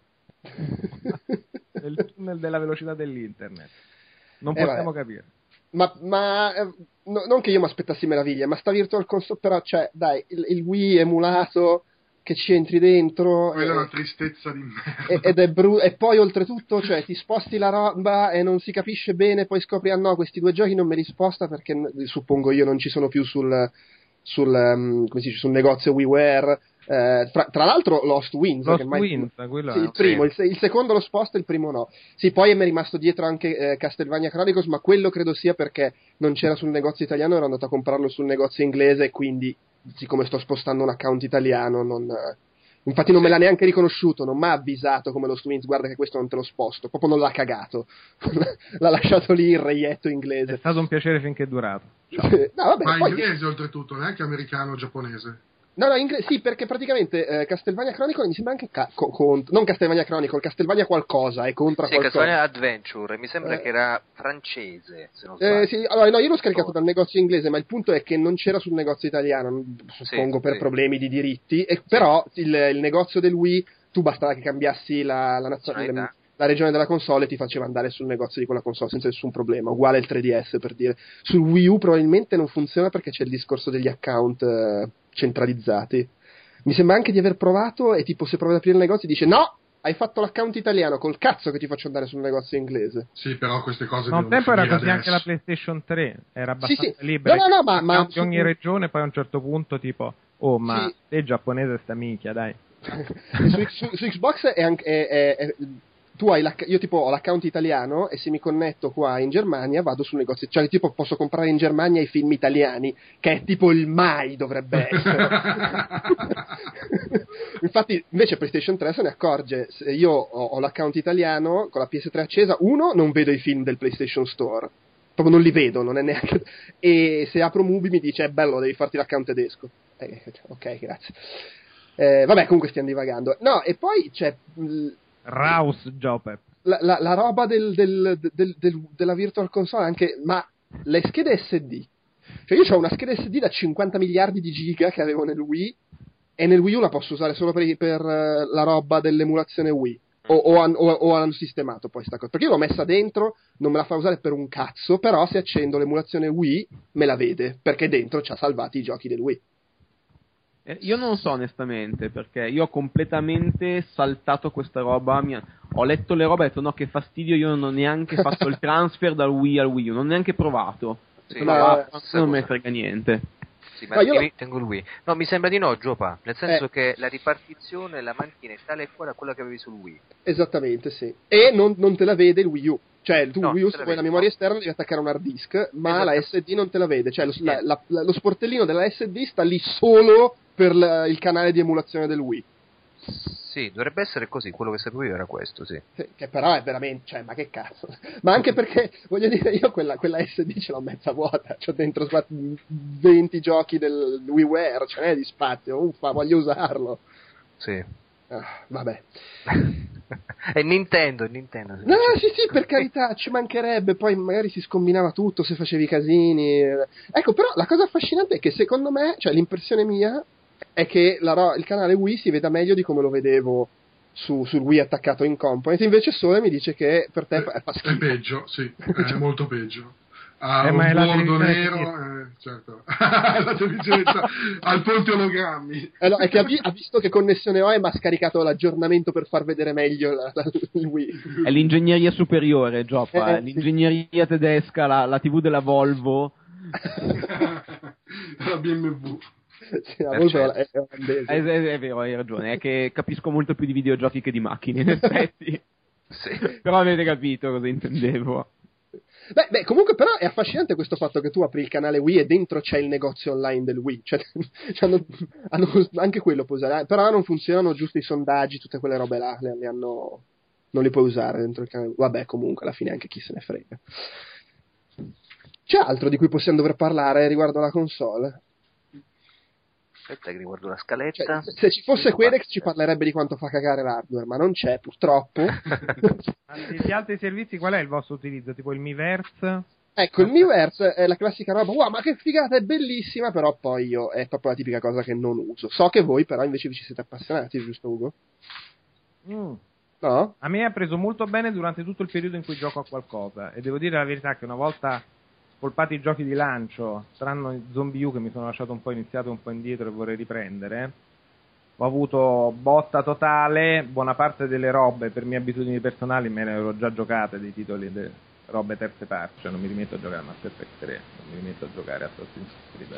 nel tunnel della velocità dell'internet. Non Eh, possiamo vabbè. capire. Ma, ma eh, no- non che io mi aspettassi meraviglie, ma sta Virtual Console, però, cioè, dai, il, il Wii emulato, che ci entri dentro, Quella è eh, una tristezza di merda. e- ed è bru- e poi oltretutto, cioè, ti sposti la roba e non si capisce bene, poi scopri, ah no, questi due giochi non me li sposta perché, n- suppongo io, non ci sono più sul, sul, um, come si dice, sul negozio WiiWare. Eh, tra, tra l'altro Lost Winds, Lost che mai- Winds, quello sì, è- il primo, sì. il, se- il secondo lo sposta, il primo no. Sì, poi mi è rimasto dietro anche eh, Castlevania Chronicles, ma quello credo sia perché non c'era sul negozio italiano, ero andato a comprarlo sul negozio inglese e quindi, siccome sto spostando un account italiano, non, eh, infatti non me l'ha neanche riconosciuto, non mi ha avvisato come Lost Winds, guarda che questo non te lo sposto, proprio non l'ha cagato, l'ha lasciato lì il reietto È inglese. stato un piacere finché è durato. No, vabbè, Ma poi- inglese oltretutto, neanche americano o giapponese. No, no, ingle- sì, perché praticamente eh, Castlevania Chronicle mi sembra anche ca- co- cont- non Castlevania Chronicle, Castlevania qualcosa, è contro Sì, qualcosa. Castlevania Adventure, mi sembra Eh. che era francese, se non Eh, sbaglio. sì, allora no, io l'ho scaricato Oh. dal negozio inglese, ma il punto è che non c'era sul negozio italiano, suppongo Sì, per sì. problemi di diritti, e però il, il negozio del Wii, tu bastava che cambiassi la, la, nazio- Nazionalità. la regione della console e ti faceva andare sul negozio di quella console senza nessun problema, uguale il tre D S per dire. Sul Wii U probabilmente non funziona perché c'è il discorso degli account eh, centralizzati. Mi sembra anche di aver provato e tipo se provi ad aprire il negozio dice no, hai fatto l'account italiano, col cazzo che ti faccio andare sul negozio inglese. Sì, però queste cose Ma un devono tempo era finire così anche la adesso. PlayStation tre, era Sì, abbastanza sì. libera. No, no, no, ma- ma- di ogni regione poi a un certo punto tipo oh ma Sì. te giapponese sta minchia dai. su, su- su Xbox è anche è- è- è- tu hai l'acc- io tipo ho l'account italiano e se mi connetto qua in Germania vado sul negozio, cioè tipo posso comprare in Germania i film italiani, che è tipo il mai dovrebbe essere. Infatti invece PlayStation tre se ne accorge, se io ho, ho l'account italiano con la P S tre accesa, uno non vedo i film del PlayStation Store, proprio non li vedo, non è neanche, e se apro Mubi mi dice è bello, devi farti l'account tedesco. Eh, ok, grazie. Eh, vabbè, comunque stiamo divagando. No, e poi c'è mh, Raus Jopep. la, la, la roba del, del, del, del- della Virtual Console anche, ma le schede S D Cioè io ho una scheda S D da cinquanta miliardi di giga che avevo nel Wii, e nel Wii U la posso usare solo per, per uh, la roba dell'emulazione Wii. O, o, han, o, o hanno sistemato poi sta cosa, perché io l'ho messa dentro, non me la fa usare per un cazzo, però se accendo l'emulazione Wii me la vede, perché dentro c'ha salvati i giochi del Wii. Eh, io non so onestamente, perché io ho completamente saltato questa roba, mi ha... ho letto le robe e ho detto no, che fastidio, io non ho neanche fatto il transfer dal Wii al Wii U, non ho neanche provato. Sì, no, ma... non me ne frega niente. Sì, ma Ma io... io tengo il Wii. No, mi sembra di no, Giopa, nel senso eh. che la ripartizione, la macchina è tale e quale a quella che avevi sul Wii. Esattamente, sì. E non, non te la vede il Wii U. Cioè, tu no, Wii U, se vuoi la memoria esterna, devi attaccare un hard disk, ma la S D non te la vede. Cioè, lo, la, la, lo sportellino della S D sta lì solo per la, il canale di emulazione del Wii. Sì, dovrebbe essere così, quello che sapevo io era questo, sì. Che però è veramente, cioè, ma che cazzo. Ma anche perché, voglio dire, io quella, quella S D ce l'ho mezza vuota, c'ho dentro venti giochi del WiiWare, ce n'è di spazio, uffa, voglio usarlo. Sì. Ah, vabbè. È Nintendo, Nintendo. No, sì, sì, per carità, ci mancherebbe, poi magari si scombinava tutto se facevi casini. Ecco, però la cosa affascinante è che secondo me, cioè l'impressione mia è che la, il canale Wii si veda meglio di come lo vedevo su, sul Wii attaccato in component, invece Sole mi dice che per te è, è, è peggio, sì, è molto peggio. Ha eh, un bordo nero, eh, certo. La televisione ha il ponte ologrammi. Eh no, è che ha, vi, ha visto che connessione ho e mi ha scaricato l'aggiornamento per far vedere meglio la, la, il Wii. È l'ingegneria superiore, Gioppa, eh, l'ingegneria sì. tedesca, la, la tivù della Volvo. La B M W. Sì, la Volvo è, è, è, è, è vero, hai ragione, è che capisco molto più di videogiochi che di macchine, in effetti. Sì. Però avete capito cosa intendevo. Beh, beh, comunque però è affascinante questo fatto che tu apri il canale Wii e dentro c'è il negozio online del Wii, cioè, cioè hanno, hanno, anche quello puoi usare, però non funzionano giusto i sondaggi, tutte quelle robe là, le, le hanno, non li puoi usare dentro il canale Wii. Vabbè, comunque alla fine anche chi se ne frega. C'è altro di cui possiamo dover parlare riguardo alla console? Aspetta che riguardo la scaletta. Cioè, se ci fosse Quedex ci parlerebbe di quanto fa cagare l'hardware, ma non c'è purtroppo. Gli altri servizi qual è il vostro utilizzo? Tipo il Miiverse? Ecco, il Miiverse è la classica roba, wow, ma che figata, è bellissima, però poi io è proprio la tipica cosa che non uso. So che voi però invece vi ci siete appassionati, giusto Ugo? Mm. No? A me ha preso molto bene durante tutto il periodo in cui gioco a qualcosa, e devo dire la verità che una volta spolpati i giochi di lancio, tranne Zombie U che mi sono lasciato un po' iniziato un po' indietro e vorrei riprendere, ho avuto botta totale. Buona parte delle robe per mie abitudini personali me ne ero già giocate, dei titoli, de, robe terze parti, cioè non mi rimetto a giocare a Mass Effect tre, non mi rimetto a giocare a Assassin's Creed.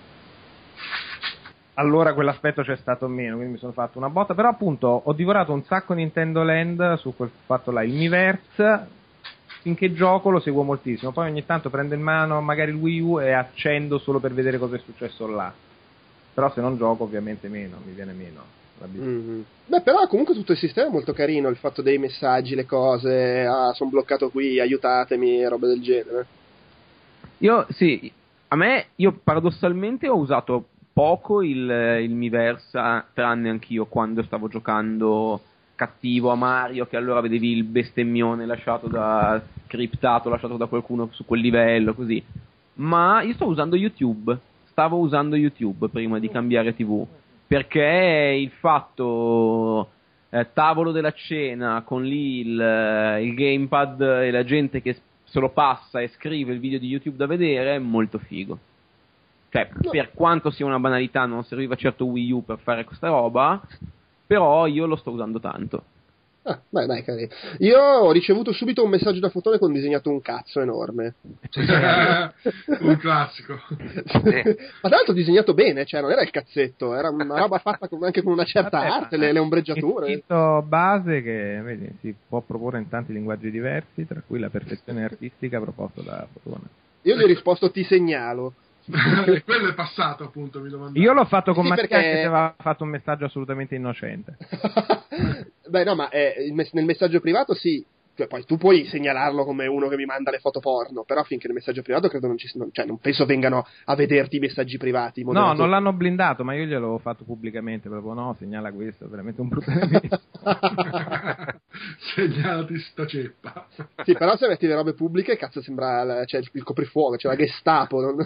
Allora quell'aspetto c'è stato meno, quindi mi sono fatto una botta, però appunto ho divorato un sacco Nintendo Land su quel fatto là. Il Miiverse, finché gioco lo seguo moltissimo, poi ogni tanto prendo in mano magari il Wii U e accendo solo per vedere cosa è successo là, però se non gioco ovviamente meno, mi viene meno. Mm-hmm. Beh, però comunque tutto il sistema è molto carino, il fatto dei messaggi, le cose, ah sono bloccato qui, aiutatemi, robe del genere. Io sì, a me, io paradossalmente ho usato poco il, il Miiverse, tranne anch'io quando stavo giocando cattivo a Mario, che allora vedevi il bestemmione lasciato da criptato, lasciato da qualcuno su quel livello, così. Ma io sto usando YouTube, stavo usando YouTube prima di cambiare tivù, perché il fatto eh, tavolo della cena con lì il, il gamepad e la gente che se lo passa e scrive il video di YouTube da vedere è molto figo. Cioè, no. Per quanto sia una banalità, non serviva certo Wii U per fare questa roba, però io lo sto usando tanto. Ah, beh, dai, carino. Io ho ricevuto subito un messaggio da Fotone con disegnato un cazzo enorme. Un classico. Ma tra l'altro disegnato bene, cioè non era il cazzetto, era una roba fatta con, anche con una certa Vabbè, arte, le, le ombreggiature. È scritto base che vedi, si può proporre in tanti linguaggi diversi, tra cui la perfezione artistica proposta da Fotone. Io gli ho risposto ti segnalo. Quello è passato, appunto, mi domandavo. Io l'ho fatto con sì, Mattia perché... che aveva fatto un messaggio assolutamente innocente. Beh no, ma eh, nel messaggio privato sì, cioè, poi tu puoi segnalarlo come uno che mi manda le foto porno, però finché nel messaggio privato credo non ci non, cioè non penso vengano a vederti i messaggi privati. No, non l'hanno blindato, ma io gliel'ho fatto pubblicamente, proprio no, segnala questo, è veramente un brutto nemico. segnalati sta ceppa. Sì, però se metti le robe pubbliche, cazzo, sembra la- cioè, il coprifuoco, cioè la Gestapo. Non,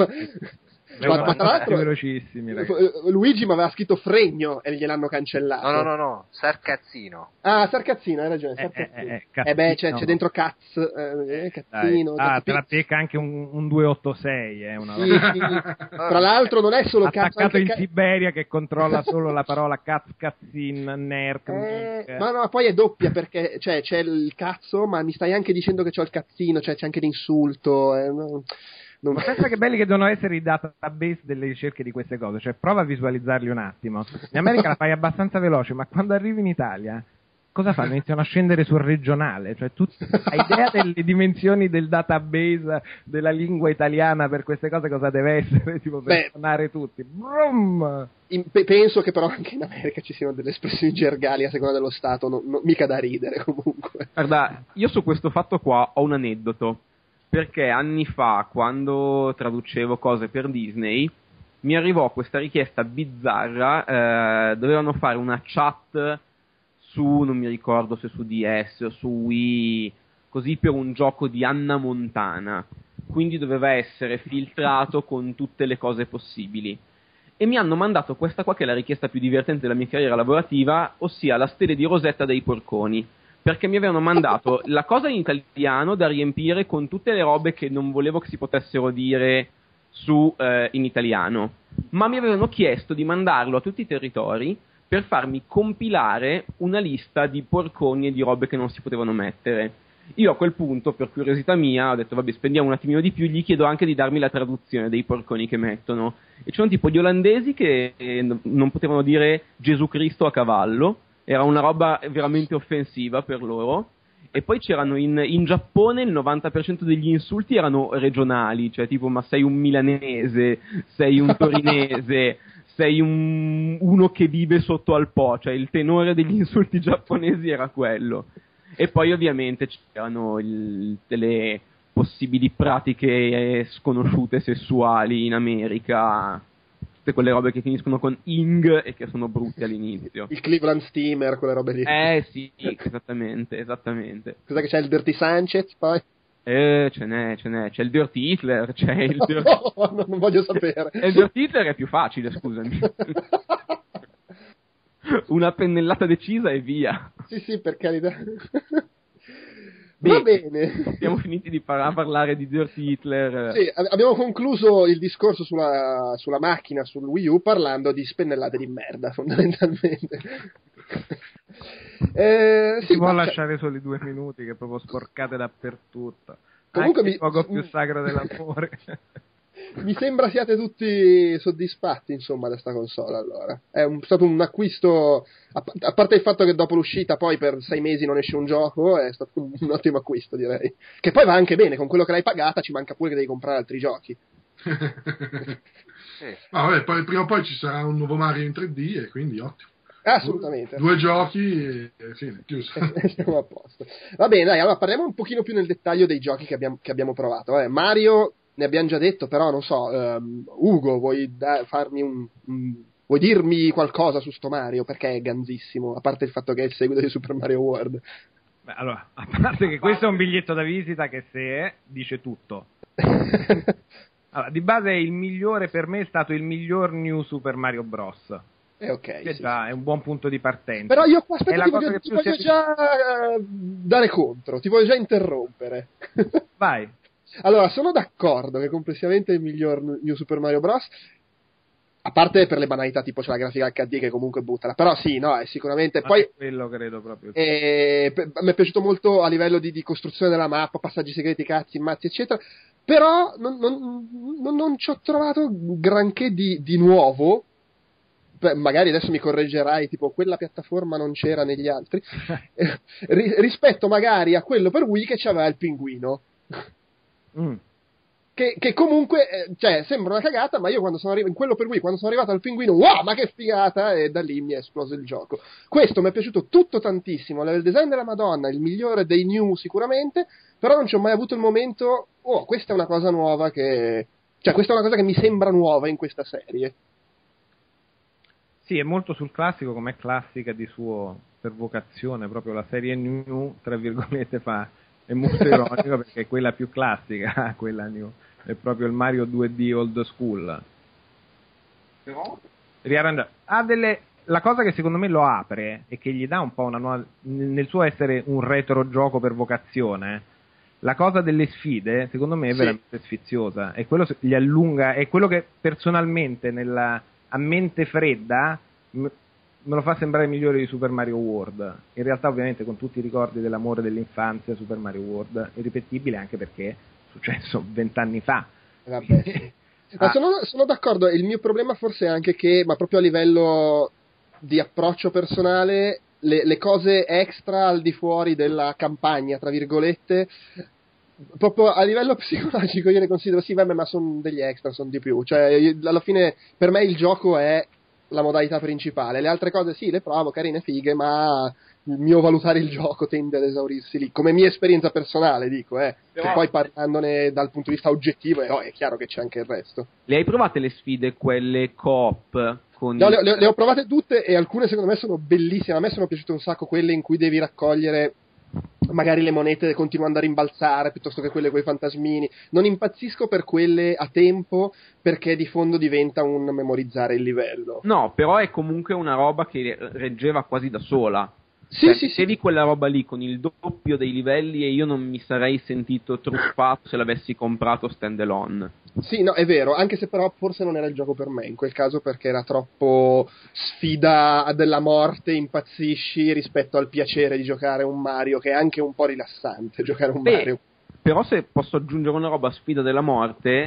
Beh, ma, ma ma tra l'altro velocissimi, ragazzi. Luigi mi aveva scritto Fregno e gliel'hanno cancellato. No, no, no, no, Sarcazzino. Ah, Sarcazzino, hai ragione. Eh, Sarcazzino. eh, Eh, eh, beh, c'è, cazzino. c'è dentro Caz, eh, Dai. Cazzino. Ah, te la Cazzo, becca anche un, un duecentoottantasei, eh, una sì, roba. sì. Tra l'altro non è solo Caz, Attaccato anche in Ca- Siberia che controlla solo la parola caz, cazzin, nerk. Eh, nerk. ma no, poi è doppia perché cioè, c'è il cazzo, ma mi stai anche dicendo che c'ho il cazzino, cioè c'è anche l'insulto. Eh, no, non... Ma pensa che belli che devono essere i database delle ricerche di queste cose, cioè prova a visualizzarli un attimo. In America la fai abbastanza veloce, ma quando arrivi in Italia, cosa fanno? Iniziano a scendere sul regionale, cioè tu hai idea delle dimensioni del database della lingua italiana per queste cose, cosa deve essere, tipo per Beh. suonare tutti. Brum! In- pe- penso che però anche in America ci siano delle espressioni gergali a seconda dello stato, non- non- mica da ridere comunque. Guarda, io su questo fatto qua ho un aneddoto, perché anni fa, quando traducevo cose per Disney, mi arrivò questa richiesta bizzarra, eh, dovevano fare una chat su, non mi ricordo se su D S o su Wii, così per un gioco di Anna Montana, quindi doveva essere filtrato con tutte le cose possibili. E mi hanno mandato questa qua che è la richiesta più divertente della mia carriera lavorativa, ossia la stele di Rosetta dei porconi, perché mi avevano mandato la cosa in italiano da riempire con tutte le robe che non volevo che si potessero dire su eh, in italiano, ma mi avevano chiesto di mandarlo a tutti i territori per farmi compilare una lista di porconi e di robe che non si potevano mettere. Io a quel punto, per curiosità mia, ho detto vabbè, spendiamo un attimino di più, gli chiedo anche di darmi la traduzione dei porconi che mettono. E c'erano tipo gli olandesi che eh, non potevano dire Gesù Cristo a cavallo, era una roba veramente offensiva per loro. E poi c'erano in, in Giappone il novanta per cento degli insulti erano regionali, cioè tipo ma sei un milanese, sei un torinese, sei un, uno che vive sotto al Po, cioè il tenore degli insulti giapponesi era quello. E poi ovviamente c'erano il, delle possibili pratiche sconosciute sessuali in America, tutte quelle robe che finiscono con ing e che sono brutte all'inizio. Il Cleveland Steamer, quelle robe lì. Eh sì, esattamente, esattamente. Cos'è che c'è il Dirty Sanchez poi? Eh, ce n'è, ce n'è, c'è il Dirty Hitler, c'è il Dirty... No, no, non voglio sapere. E il Dirty Hitler è più facile, scusami. Una pennellata decisa e via. Sì, sì, per carità. Va bene. Siamo finiti di par- parlare di Dirty Hitler. Sì, ab- abbiamo concluso il discorso sulla, sulla macchina, sul Wii U, parlando di spennellate di merda, fondamentalmente. eh, Si sì, può ma- lasciare soli due minuti che proprio sporcate dappertutto. Comunque Anche mi- il poco più sacro dell'amore. Mi sembra siate tutti soddisfatti, insomma, da sta console, allora. È un- stato un acquisto, a, pa- a parte il fatto che dopo l'uscita poi per sei mesi non esce un gioco, è stato un, un ottimo acquisto, direi. Che poi va anche bene, con quello che l'hai pagata ci manca pure che devi comprare altri giochi. Sì. Ma vabbè, poi prima o poi ci sarà un nuovo Mario in tre D e quindi ottimo. Assolutamente. Due giochi e, e fine, chiuso. Siamo a posto. Va bene, dai, allora parliamo un pochino più nel dettaglio dei giochi che abbiamo, che abbiamo provato. Eh, Mario ne abbiamo già detto, però non so, ehm, Ugo, vuoi da- farmi un, un- vuoi dirmi qualcosa su sto Mario? Perché è ganzissimo, a parte il fatto che è il seguito di Super Mario World. Beh, allora, a parte che questo è un biglietto da visita che se è, dice tutto. Allora, di base è il migliore, per me è stato il miglior New Super Mario Bros. Eh, ok. Che sì, già sì. è un buon punto di partenza. Però io qua È aspetta, la ti cosa voglio, che ti più voglio si- già eh, dare contro, ti voglio già interrompere. Vai. Allora, sono d'accordo che complessivamente è il miglior New Super Mario Bros. A parte per le banalità, tipo c'è la grafica acca di che comunque buttala, però sì, no, è sicuramente. Ma Poi è quello credo proprio. eh, pe- mi è piaciuto molto a livello di, di costruzione della mappa, passaggi segreti, cazzi, mazzi, eccetera. Però non, non, non, non ci ho trovato granché di, di nuovo. Beh, magari adesso mi correggerai, tipo quella piattaforma non c'era negli altri. Eh, ri- rispetto magari a quello per Wii che c'aveva il pinguino. Mm. Che, che comunque, eh, cioè, sembra una cagata, ma io quando sono arrivato, in quello per Wii, quando sono arrivato al pinguino, wow, ma che figata, e da lì mi è esploso il gioco. Questo mi è piaciuto tutto tantissimo, il design della Madonna, il migliore dei new sicuramente, però non ci ho mai avuto il momento, oh, questa è una cosa nuova che, cioè, questa è una cosa che mi sembra nuova in questa serie. Sì, è molto sul classico, come è classica di suo per vocazione, proprio la serie new, tra virgolette, fa, è molto ironico perché è quella più classica, quella new, è proprio il Mario due D old school. Però riarrangiato. Ha delle... La cosa che secondo me lo apre e che gli dà un po' una nuova, nel suo essere un retro gioco per vocazione, la cosa delle sfide secondo me è Sì. veramente sfiziosa, e quello gli allunga, è quello che personalmente nella, a mente fredda m- me lo fa sembrare migliore di Super Mario World. In realtà ovviamente con tutti i ricordi dell'amore dell'infanzia Super Mario World è irripetibile, anche perché è successo vent'anni fa. Vabbè, sì. Ma Ah. sono, sono d'accordo, il mio problema forse è anche che, ma proprio a livello di approccio personale, le, le cose extra al di fuori della campagna, tra virgolette, proprio a livello psicologico io ne considero, sì, vabbè, ma sono degli extra, sono di più. Cioè, io- alla fine, per me il gioco è la modalità principale. Le altre cose sì, le provo, carine, fighe, ma il mio valutare il gioco tende ad esaurirsi lì, come mia esperienza personale, dico, eh. Però- Che poi parlandone dal punto di vista oggettivo, eh, oh, è chiaro che c'è anche il resto. Le hai provate le sfide, quelle coop? Con No, le, le- le ho provate tutte e alcune secondo me sono bellissime. A me sono piaciute un sacco quelle in cui devi raccogliere magari le monete continuando a rimbalzare piuttosto che quelle con i fantasmini. Non impazzisco per quelle a tempo perché di fondo diventa un memorizzare il livello. No, però è comunque una roba che reggeva quasi da sola. Sì, Cioè, sì, sì. mettevi quella roba lì con il doppio dei livelli e io non mi sarei sentito truffato se l'avessi comprato stand alone. Sì, no, è vero, anche se però forse non era il gioco per me in quel caso, perché era troppo sfida della morte, impazzisci rispetto al piacere di giocare un Mario, che è anche un po' rilassante giocare un Beh, Mario. però se posso aggiungere una roba a sfida della morte,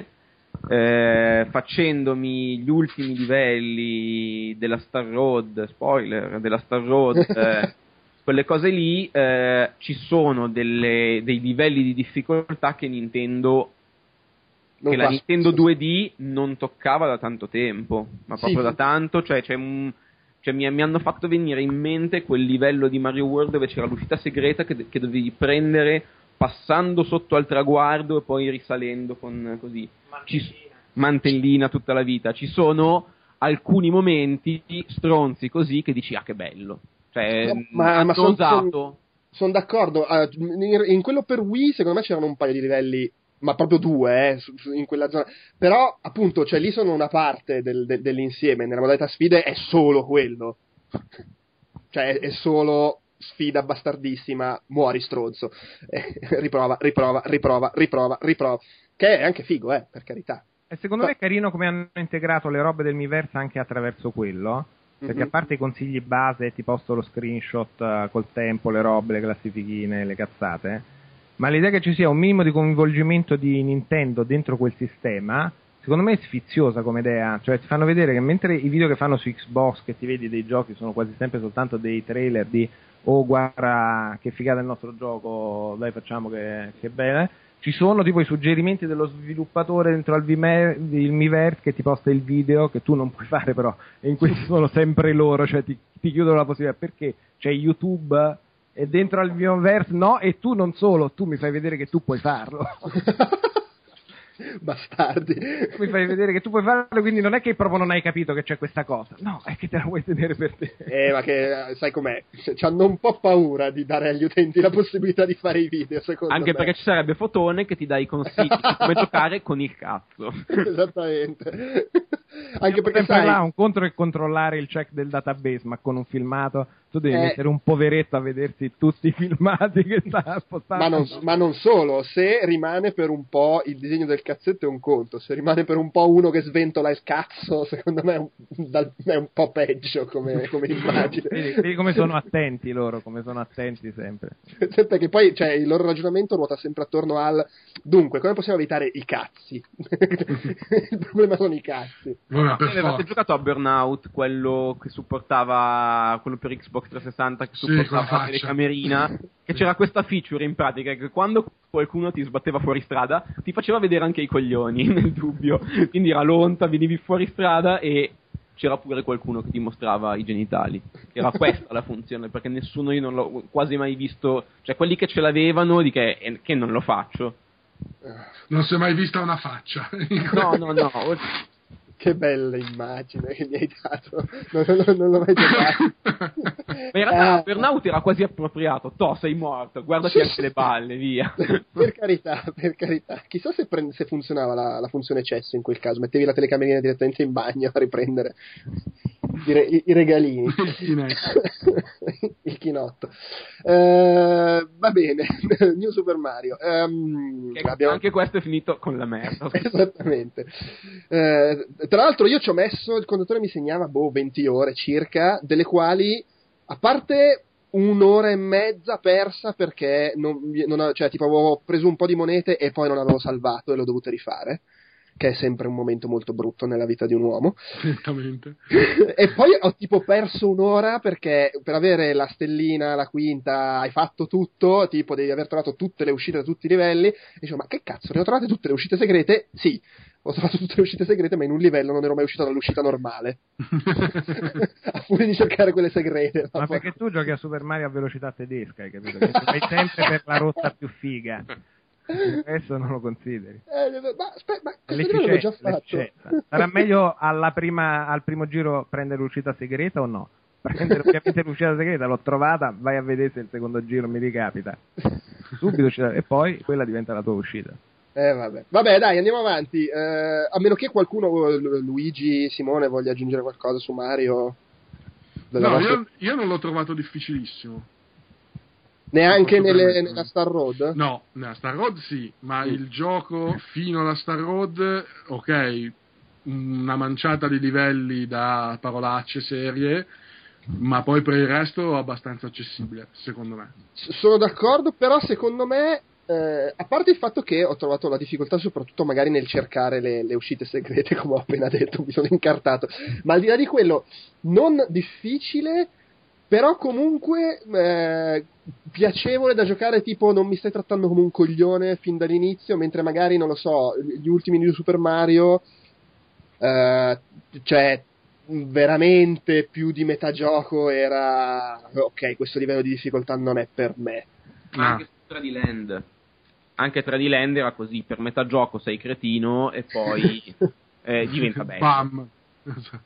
eh, facendomi gli ultimi livelli della Star Road, spoiler, della Star Road, eh, quelle cose lì, eh, ci sono delle, dei livelli di difficoltà che Nintendo Non che la fa- Nintendo due D non toccava da tanto tempo, ma Sì, proprio sì. da tanto, cioè, c'è un, cioè mi, mi hanno fatto venire in mente quel livello di Mario World dove c'era l'uscita segreta che, che dovevi prendere passando sotto al traguardo e poi risalendo con così Ci- mantellina tutta la vita. Ci sono alcuni momenti stronzi così che dici ah che bello, cioè No, ma- hanno ma son- osato. Sono d'accordo, ah, in, in quello per Wii secondo me c'erano un paio di livelli, ma proprio due, eh, su- su- in quella zona. Però, appunto, cioè lì sono una parte del- del- dell'insieme, nella modalità sfide è solo quello. Cioè, è, è solo sfida bastardissima, muori stronzo. Eh, riprova, riprova, riprova, riprova, riprova. Che è anche figo, eh, per carità. E secondo me è carino come hanno integrato le robe del Miiverse anche attraverso quello, perché Mhm. a parte i consigli base ti posto lo screenshot eh, col tempo, le robe, le classifichine, le cazzate, ma l'idea che ci sia un minimo di coinvolgimento di Nintendo dentro quel sistema secondo me è sfiziosa come idea. Cioè ti fanno vedere che mentre i video che fanno su Xbox, che ti vedi dei giochi, sono quasi sempre soltanto dei trailer di oh guarda che figata il nostro gioco, dai facciamo che, che bene, ci sono tipo i suggerimenti dello sviluppatore dentro al Vime- il Miiverse che ti posta il video, che tu non puoi fare però, e in questi sono sempre loro, cioè ti, ti chiudono la possibilità, perché c'è YouTube e dentro al Miiverse no, e tu non solo, tu mi fai vedere che tu puoi farlo. Bastardi. Mi fai vedere che tu puoi farlo, quindi non è che proprio non hai capito che c'è questa cosa, no, è che te la vuoi tenere per te. Eh, ma che, eh, sai com'è? Cioè, hanno un po' paura di dare agli utenti la possibilità di fare i video, secondo Anche me. perché ci sarebbe Fotone che ti dà i consigli di come giocare con il cazzo. Esattamente. Anche perché sempre sai, là un contro è controllare il check del database, ma con un filmato tu devi Eh. mettere un poveretto a vedersi tutti i filmati che sta postando. ma non, ma non solo, se rimane per un po' il disegno del cazzetto è un conto, se rimane per un po' uno che sventola il cazzo, secondo me è un, dal- è un po' peggio come, come immagine. Vedi, vedi come sono attenti loro, come sono attenti sempre. Perché poi cioè, il loro ragionamento ruota sempre attorno al dunque, come possiamo evitare i cazzi? Il problema sono i cazzi. Vabbè, per Avevate forza. giocato a Burnout, quello che supportava, quello per Xbox trecentosessanta che Sì, con la supportava la faccia. telecamerina, che c'era questa feature in pratica che quando qualcuno ti sbatteva fuori strada ti faceva vedere anche i coglioni nel dubbio, quindi era lonta, venivi fuori strada e c'era pure qualcuno che ti mostrava i genitali. Era questa la funzione, perché nessuno, io non l'ho quasi mai visto, cioè quelli che ce l'avevano di che, eh, che non lo faccio. Non si è mai vista una faccia. No, no, no. Che bella immagine che mi hai dato, non, non, non l'ho mai giocato. Ma in realtà Ah. Burnout era quasi appropriato. To, sei morto, guardati anche le balle, via. Per carità, per carità. Chissà se, prende, se funzionava la, la funzione cesso in quel caso. Mettevi la telecamerina direttamente in bagno a riprendere i, re- i- i regalini. Il chinetto. Il chinotto. Eh, va bene, New Super Mario. Ehm, Che abbiamo- Anche questo è finito con la merda. Esattamente. Eh, tra l'altro io ci ho messo, il conduttore mi segnava boh, venti ore circa, delle quali, a parte un'ora e mezza persa perché non, non, cioè, tipo, avevo preso un po' di monete e poi non avevo salvato e l'ho dovuto rifare, che è sempre un momento molto brutto nella vita di un uomo. Direttamente. E poi ho tipo perso un'ora perché per avere la stellina, la quinta, hai fatto tutto, tipo devi aver trovato tutte le uscite da tutti i livelli, e dicevo, ma che cazzo, ne ho trovate tutte le uscite segrete? Sì, ho trovato tutte le uscite segrete, ma in un livello non ero mai uscito dall'uscita normale. A furia di cercare quelle segrete. Ma perché tu giochi a Super Mario a velocità tedesca, hai capito? Che vai sempre per la rotta più figa. Adesso non lo consideri. Eh, ma aspetta, ma questo livello l'ho già L'efficienza, fatto. l'efficienza. Sarà meglio alla prima, al primo giro prendere l'uscita segreta o no? Prendere ovviamente l'uscita segreta, l'ho trovata, vai a vedere se il secondo giro mi ricapita. Subito uscita, e poi quella diventa la tua uscita. Eh, vabbè. Vabbè, dai, andiamo avanti. Eh, a meno che qualcuno, Lu- Luigi, Simone, voglia aggiungere qualcosa su Mario. Della No, vostra- io, io non l'ho trovato difficilissimo. Neanche Posso nelle, permettermi. nella Star Road? No, nella Star Road sì, ma Mm. il gioco fino alla Star Road, ok, una manciata di livelli da parolacce serie, ma poi per il resto abbastanza accessibile, secondo me. S- Sono d'accordo, però secondo me, eh, a parte il fatto che ho trovato la difficoltà soprattutto magari nel cercare le, le uscite segrete, come ho appena detto, mi sono incartato, ma al di là di quello, non difficile, però comunque eh, piacevole da giocare, tipo non mi stai trattando come un coglione fin dall'inizio, mentre magari, non lo so, gli ultimi New Super Mario, eh, cioè veramente più di metà gioco era ok, questo livello di difficoltà non è per me. Ma Ah. anche su tre D Land. Anche tre D Land era così, per metà gioco sei cretino e poi eh, diventa bello. Bam! Esatto.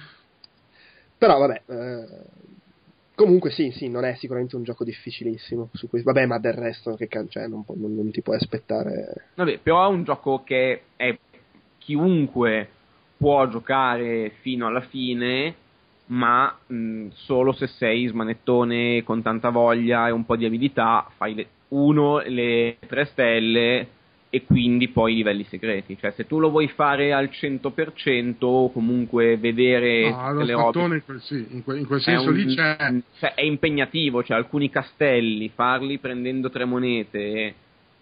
Però vabbè, eh, comunque sì, sì, non è sicuramente un gioco difficilissimo su cui, vabbè, ma del resto che can- cioè, non, pu- non- non ti puoi aspettare. Vabbè, però è un gioco che è chiunque può giocare fino alla fine, ma mh, solo se sei smanettone con tanta voglia e un po' di abilità, fai le, uno le tre stelle e quindi poi i livelli segreti. Cioè, se tu lo vuoi fare al cento per cento o comunque vedere No, tutte lo le robe, fattone, in quel- sì, in quel, in quel è, senso un- lì c'è... cioè, è impegnativo, cioè alcuni castelli, farli prendendo tre monete,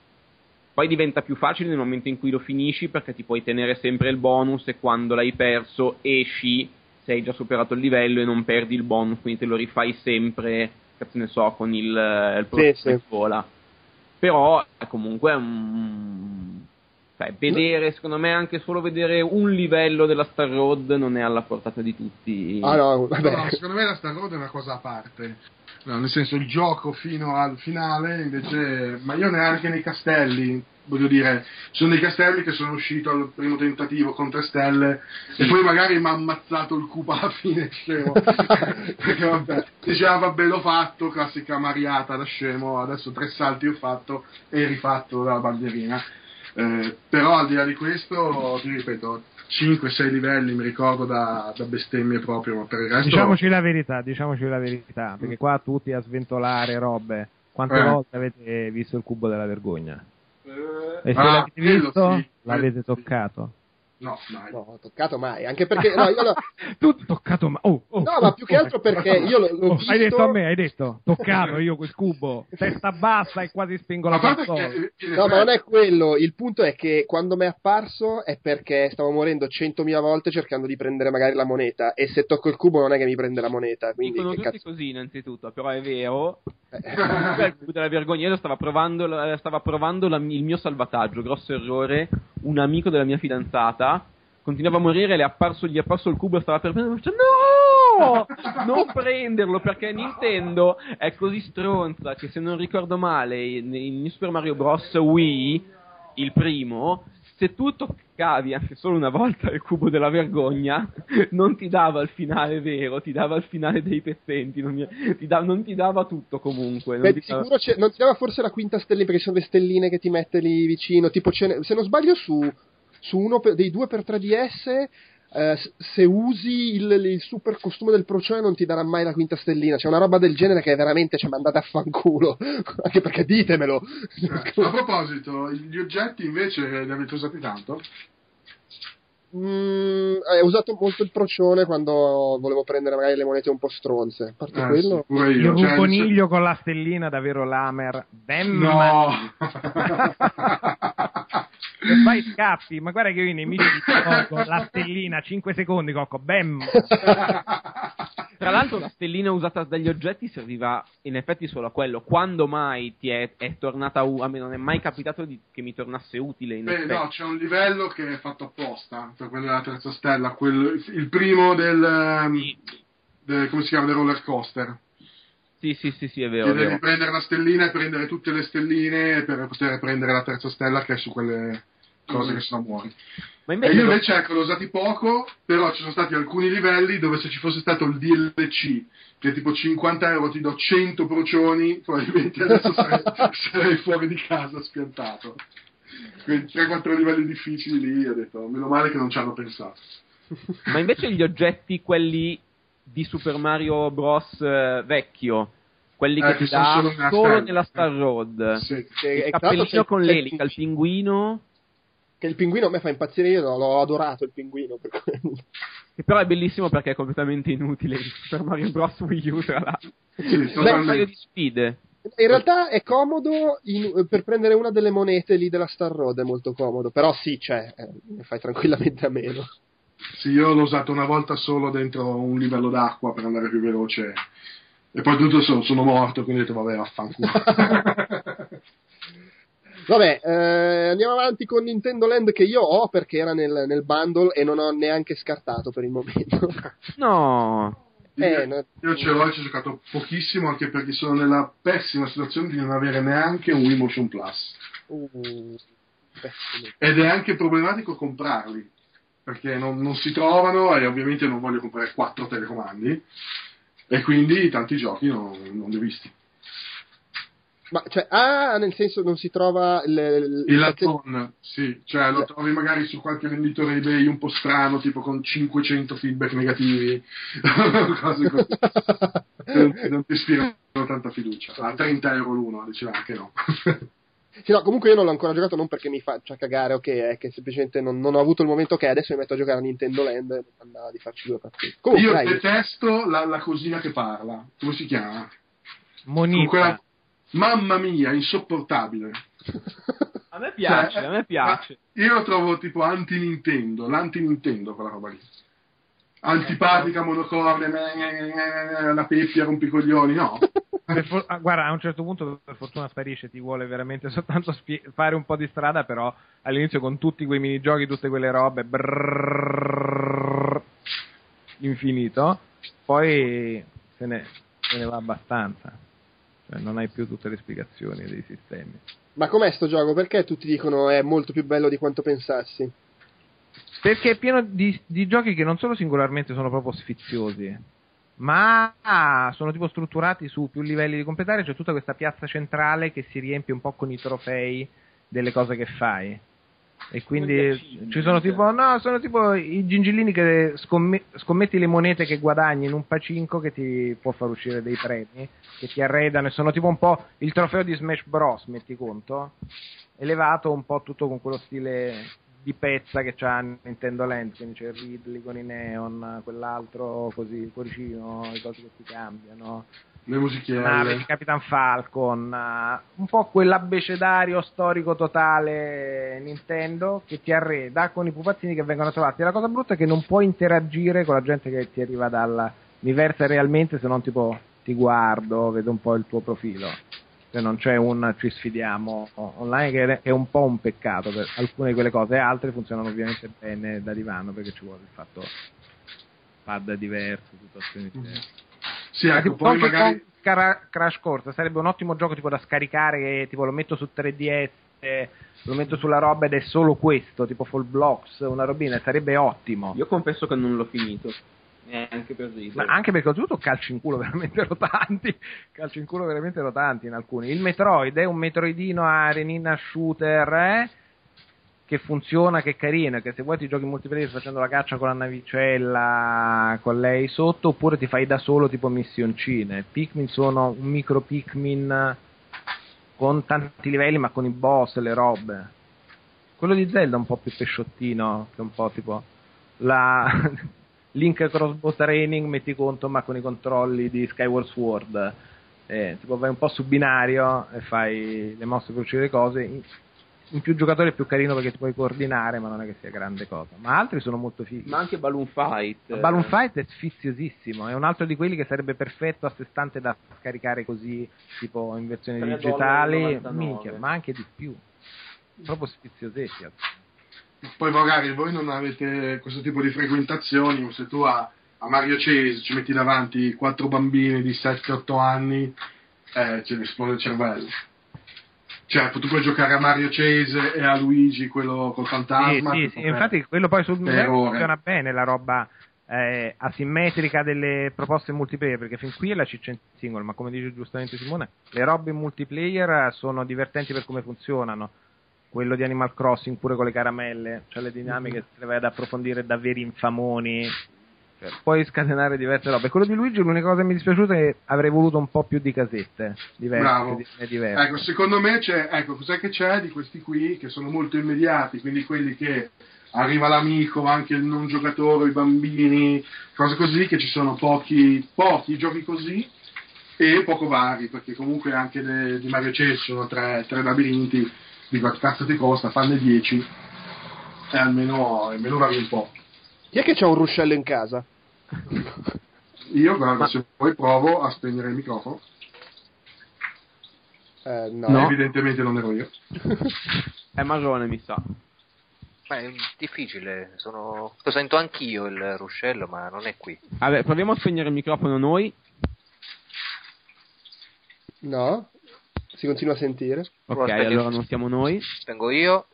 poi diventa più facile nel momento in cui lo finisci perché ti puoi tenere sempre il bonus e quando l'hai perso esci se hai già superato il livello e non perdi il bonus, quindi te lo rifai sempre, cazzo ne so, con il, il prodotto sì. in vola. Però è comunque un... cioè, vedere, secondo me anche solo vedere un livello della Star Road non è alla portata di tutti. Ah no, vabbè. No, secondo me la Star Road è una cosa a parte. No, nel senso, il gioco fino al finale, invece, ma io neanche nei castelli, voglio dire, ci sono dei castelli che sono uscito al primo tentativo con tre stelle e poi magari mi ha ammazzato il cupo alla fine, scemo. Perché vabbè, diceva vabbè l'ho fatto, classica mariata da scemo, adesso tre salti ho fatto e rifatto la bandierina. Eh, però al di là di questo, ti ripeto, cinque sei livelli mi ricordo da, da bestemmie proprio, ma per il resto Diciamoci la verità, diciamoci la verità, perché qua tutti a sventolare robe. Quante Eh. volte avete visto il cubo della vergogna? E se Ah, l'avete quello visto, sì, l'avete quello sì. toccato? no, dai. No, ho toccato mai, anche perché no, io lo- Tu toccato ma oh, oh, No, oh, ma più che oh, altro perché io l'ho- l'ho oh, visto- Hai detto a me, hai detto toccato io quel cubo, testa bassa e quasi spingo la A parte console. che, in No, ma non è effetti, quello, il punto è che quando mi è apparso è perché stavo morendo centomila volte cercando di prendere magari la moneta e se tocco il cubo non è che mi prende la moneta, quindi Dicono che tutti cazzo. così innanzitutto, però è vero. Eh. Comunque il cubo della vergogna, io stava provando, la- stava provando la- il mio salvataggio, grosso errore, un amico della mia fidanzata continuava a morire, le è apparso, gli è apparso il cubo e stava per prendere, cioè, no! Non prenderlo perché Nintendo è così stronza che se non ricordo male in, in Super Mario Bros. Wii, il primo, se tu toccavi anche solo una volta il cubo della vergogna, non ti dava il finale vero, ti dava il finale dei pezzenti, non, mi, ti da, non ti dava tutto comunque. Non Beh, ti sicuro dava... c'è, non ti dava forse la quinta stellina, perché ci sono le stelline che ti mette lì vicino, tipo ce ne, se non sbaglio su, su uno per, dei due per tre D S, eh, se usi il, il super costume del procione non ti darà mai la quinta stellina. C'è una roba del genere che è veramente, cioè, mandate a fanculo, anche perché ditemelo. Eh, a proposito, gli oggetti invece li avete usati tanto? Mm, ho usato molto il procione quando volevo prendere magari le monete un po' stronze. A parte Eh, quello, sì, pure Il io. Cioè, ruboniglio con la stellina davvero lamer. Bam! no! E fai scappi, ma guarda che io i nemici di Cocco, la stellina, cinque secondi, Cocco, bam! Tra l'altro la stellina usata dagli oggetti serviva in effetti solo a quello. Quando mai ti è, è tornata u- a me non è mai capitato di, che mi tornasse utile in Beh, effetti. no, c'è un livello che è fatto apposta per quello della terza stella, quello, il primo del, um, del come si chiama, del roller coaster. Sì, sì, sì, sì, è vero. Che È devi vero. prendere la stellina e prendere tutte le stelline per poter prendere la terza stella, che è su quelle cose Mm. che sono muori. Ma E invece, io invece ecco, l'ho usati poco, però ci sono stati alcuni livelli dove se ci fosse stato il D L C, che è tipo cinquanta euro ti do cento procioni, probabilmente adesso sarei, sarei fuori di casa spiantato. Quei tre quattro livelli difficili lì, ho detto, meno male che non ci hanno pensato. ma invece gli oggetti, quelli di Super Mario Bros. eh, vecchio, quelli Eh, che che ti sono dà solo nella solo stella. nella Star Road, Sì. che, il e tra l'altro cappellino c'è- con c'è l'elica, il, il pinguino, che il pinguino a me fa impazzire, io no, l'ho adorato il pinguino per quello. che però è bellissimo perché è completamente inutile in Super Mario Bros. Wii U, tra l'altro. Sì, C'è un totalmente. paio di sfide. In realtà è comodo in- per prendere una delle monete lì della Star Road, è molto comodo, però sì, cioè, eh, ne fai tranquillamente a meno. Sì, io l'ho usato una volta solo dentro un livello d'acqua per andare più veloce. E poi tutto sono, sono morto, quindi ho detto vabbè, vaffanculo. Vabbè, eh, andiamo avanti con Nintendo Land, che io ho perché era nel, nel bundle e non ho neanche scartato per il momento. No, Eh, no- Io ce l'ho e ci ho giocato pochissimo, anche perché sono nella pessima situazione di non avere neanche un Wii Motion Plus. Uh, pessimo. Ed è anche problematico comprarli, perché non, non si trovano e ovviamente non voglio comprare quattro telecomandi, e quindi tanti giochi non, non li ho visti. Ma cioè, ah, nel senso non si trova il, il, Il pezzetto- Laton, sì, cioè lo trovi magari su qualche venditore eBay un po' strano, tipo con cinquecento feedback negativi, cose così. non, non ti ispirano tanta fiducia. A trenta euro l'uno, diceva anche no. Sì, no, comunque io non l'ho ancora giocato, non perché mi faccia cagare, ok, è che semplicemente non, non ho avuto il momento che adesso mi metto a giocare a Nintendo Land e andava di farci due partite. Comunque, Io dai, detesto la, la cosina che parla, come si chiama? Con Monita. quella- Mamma mia, insopportabile. a me piace, Cioè, a me piace. ma Io lo trovo tipo anti-Nintendo, l'anti-Nintendo quella roba lì. Antipatica, monocorne, la peppia, rompicoglioni, no. Per for- ah, guarda, a un certo punto per fortuna sparisce, ti vuole veramente soltanto spie- fare un po' di strada, però all'inizio con tutti quei minigiochi, tutte quelle robe, brrrr, infinito, poi se ne, se ne va abbastanza, cioè non hai più tutte le spiegazioni dei sistemi. ma com'è sto gioco? Perché tutti dicono è molto più bello di quanto pensassi? Perché è pieno di, di giochi che non solo singolarmente sono proprio sfiziosi, ma sono tipo strutturati su più livelli di completare. C'è tutta questa piazza centrale che si riempie un po' con i trofei delle cose che fai. E quindi Ghiaccini, ci sono cioè. tipo, no, sono tipo i gingillini che scomme- scommetti le monete che guadagni in un pacinco che ti può far uscire dei premi, che ti arredano, e sono tipo un po' il trofeo di Smash Bros, metti conto, elevato un po' tutto con quello stile di pezza che c'ha Nintendo Land, quindi c'è il Ridley con i neon, quell'altro così, il cuoricino, le cose che si cambiano, Le nave di musichiere. Capitan Falcon, uh, un po' quell'abbecedario storico totale Nintendo che ti arreda con i pupazzini che vengono trovati. La cosa brutta è che non puoi interagire con la gente che ti arriva dall'universo realmente, se non tipo ti guardo, vedo un po' il tuo profilo. Cioè non c'è un ci sfidiamo online, che è un po' un peccato per alcune di quelle cose, e altre funzionano ovviamente bene da divano perché ci vuole il fatto pad diverso, situazioni diverse. Sì, Ma ecco, tipo poi Donkey magari... Kong Cara- Crash Course sarebbe un ottimo gioco tipo da scaricare, che tipo lo metto su tre D S lo metto sulla roba ed è solo questo, tipo Fall Blocks, una robina, sarebbe ottimo. Io confesso che non l'ho finito, neanche per ridere. Ma anche perché oltretutto calci in culo veramente rotanti, calci in culo veramente rotanti in alcuni. Il Metroid è un metroidino a arenina shooter, eh? Che funziona, che è carino, che se vuoi ti giochi in multiplayer facendo la caccia con la navicella con lei sotto, oppure ti fai da solo tipo missioncine. Pikmin sono un micro Pikmin con tanti livelli ma con i boss e le robe. Quello di Zelda è un po' più pesciottino, che è un po' tipo la Link Crossbow Training, metti conto, ma con i controlli di Skyward Sword. Eh, tipo vai un po' su binario e fai le mosse per uccidere le cose. In più giocatori è più carino perché ti puoi coordinare, ma non è che sia grande cosa. Ma altri sono molto fighi. Ma anche Balloon Fight. Balloon Fight è sfiziosissimo, è un altro di quelli che sarebbe perfetto a sé stante da scaricare così, tipo in versioni digitali, minchia, ma anche di più. Proprio sfiziosissimo. Poi magari voi non avete questo tipo di frequentazioni, se tu a, a Mario Chase ci metti davanti quattro bambini di sette otto anni, eh, ce ne esplode il cervello. Cioè, tu puoi giocare a Mario Chase e a Luigi, quello col fantasma. Sì, sì, sì. Infatti quello poi sul funziona bene, la roba eh, asimmetrica delle proposte multiplayer, perché fin qui è la ciccia in single, ma come dice giustamente Simone, le robe in multiplayer sono divertenti per come funzionano. Quello di Animal Crossing pure con le caramelle, cioè le dinamiche, mm-hmm. se le vai ad approfondire davvero infamoni, cioè, puoi scatenare diverse robe. Quello di Luigi l'unica cosa che mi è dispiaciuta è che avrei voluto un po' più di casette diverse. Bravo. Di, diverse. Ecco, secondo me c'è, ecco, cos'è che c'è di questi qui che sono molto immediati, quindi quelli che arriva l'amico, anche il non giocatore, i bambini, cose così, che ci sono pochi, pochi giochi così e poco vari, perché comunque anche le, di Mario Chase sono tre, tre labirinti, di quanto cazzo ti costa, fanne dieci e almeno, almeno vari un po'. Chi è che c'ha un ruscello in casa? Io, guarda, ma... se poi provo a spegnere il microfono. Eh, no. no. Evidentemente non ero io. È marrone, mi sa. Ma è difficile, sono... lo sento anch'io il ruscello, ma non è qui. Vabbè, proviamo a spegnere il microfono noi. No? Si continua a sentire? Ok, allora non siamo noi. Spengo io.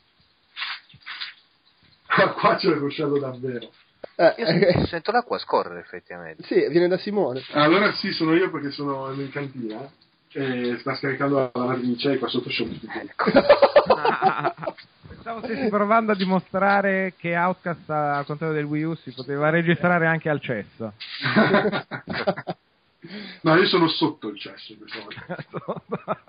Ma qua c'è il ruscello davvero. Eh, Io sento, sento l'acqua scorrere effettivamente. Sì, viene da Simone. Allora sì, sono io perché sono in cantina e sta scaricando la lavatrice e qua sotto c'è un Ecco. Pensavo stessi provando a dimostrare che Outcast, al contrario del Wii U, si poteva registrare anche al cesso. No, io sono sotto il cesso in questo momento.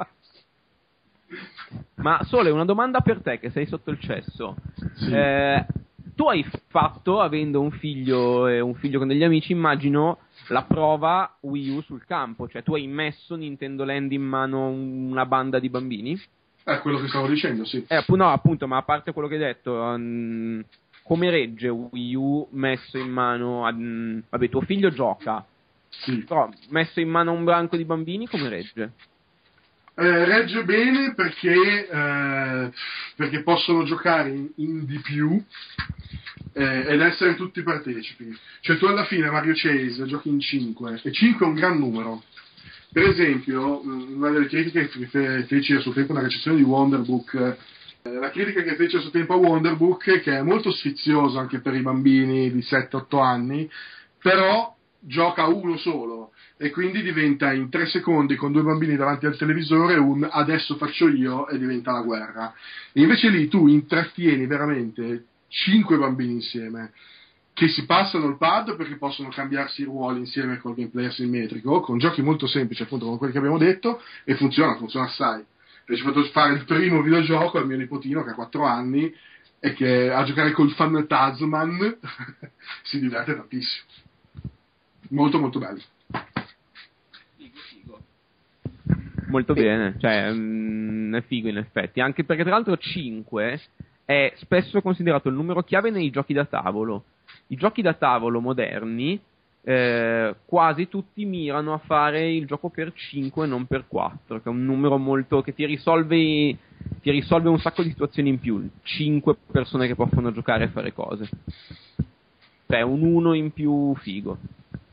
Ma Sole, una domanda per te che sei sotto il cesso. Sì. Eh, tu hai fatto, avendo un figlio e un figlio con degli amici, immagino la prova Wii U sul campo, cioè tu hai messo Nintendo Land in mano una banda di bambini? È quello che stavo dicendo, sì. Eh, no, appunto, ma a parte quello che hai detto, um, come regge Wii U messo in mano a, um, vabbè, tuo figlio gioca, Sì. però messo in mano a un branco di bambini come regge? Eh, regge bene perché, eh, perché possono giocare in, in di più eh, ed essere tutti partecipi. Cioè tu alla fine Mario Chase giochi in cinque e cinque è un gran numero. Per esempio, una delle critiche che feci a suo tempo una recensione di Wonderbook, eh, la critica che feci a suo tempo a Wonderbook, che è molto sfizioso anche per i bambini di sette otto anni, però gioca uno solo e quindi diventa in tre secondi con due bambini davanti al televisore un adesso faccio io e diventa la guerra. E invece lì tu intrattieni veramente cinque bambini insieme che si passano il pad perché possono cambiarsi i ruoli insieme col gameplay asimmetrico, con giochi molto semplici appunto come quelli che abbiamo detto, e funziona, funziona assai. E ci ho fatto fare il primo videogioco al mio nipotino che ha quattro anni e che a giocare col Fantasman si diverte tantissimo. Molto molto bello. Figo, figo. Molto bene, cioè mh, è figo in effetti, anche perché tra l'altro cinque è spesso considerato il numero chiave nei giochi da tavolo. I giochi da tavolo moderni eh, quasi tutti mirano a fare il gioco per cinque e non per quattro, che è un numero molto che ti risolve ti risolve un sacco di situazioni in più, cinque persone che possono giocare e fare cose. Cioè un uno in più figo.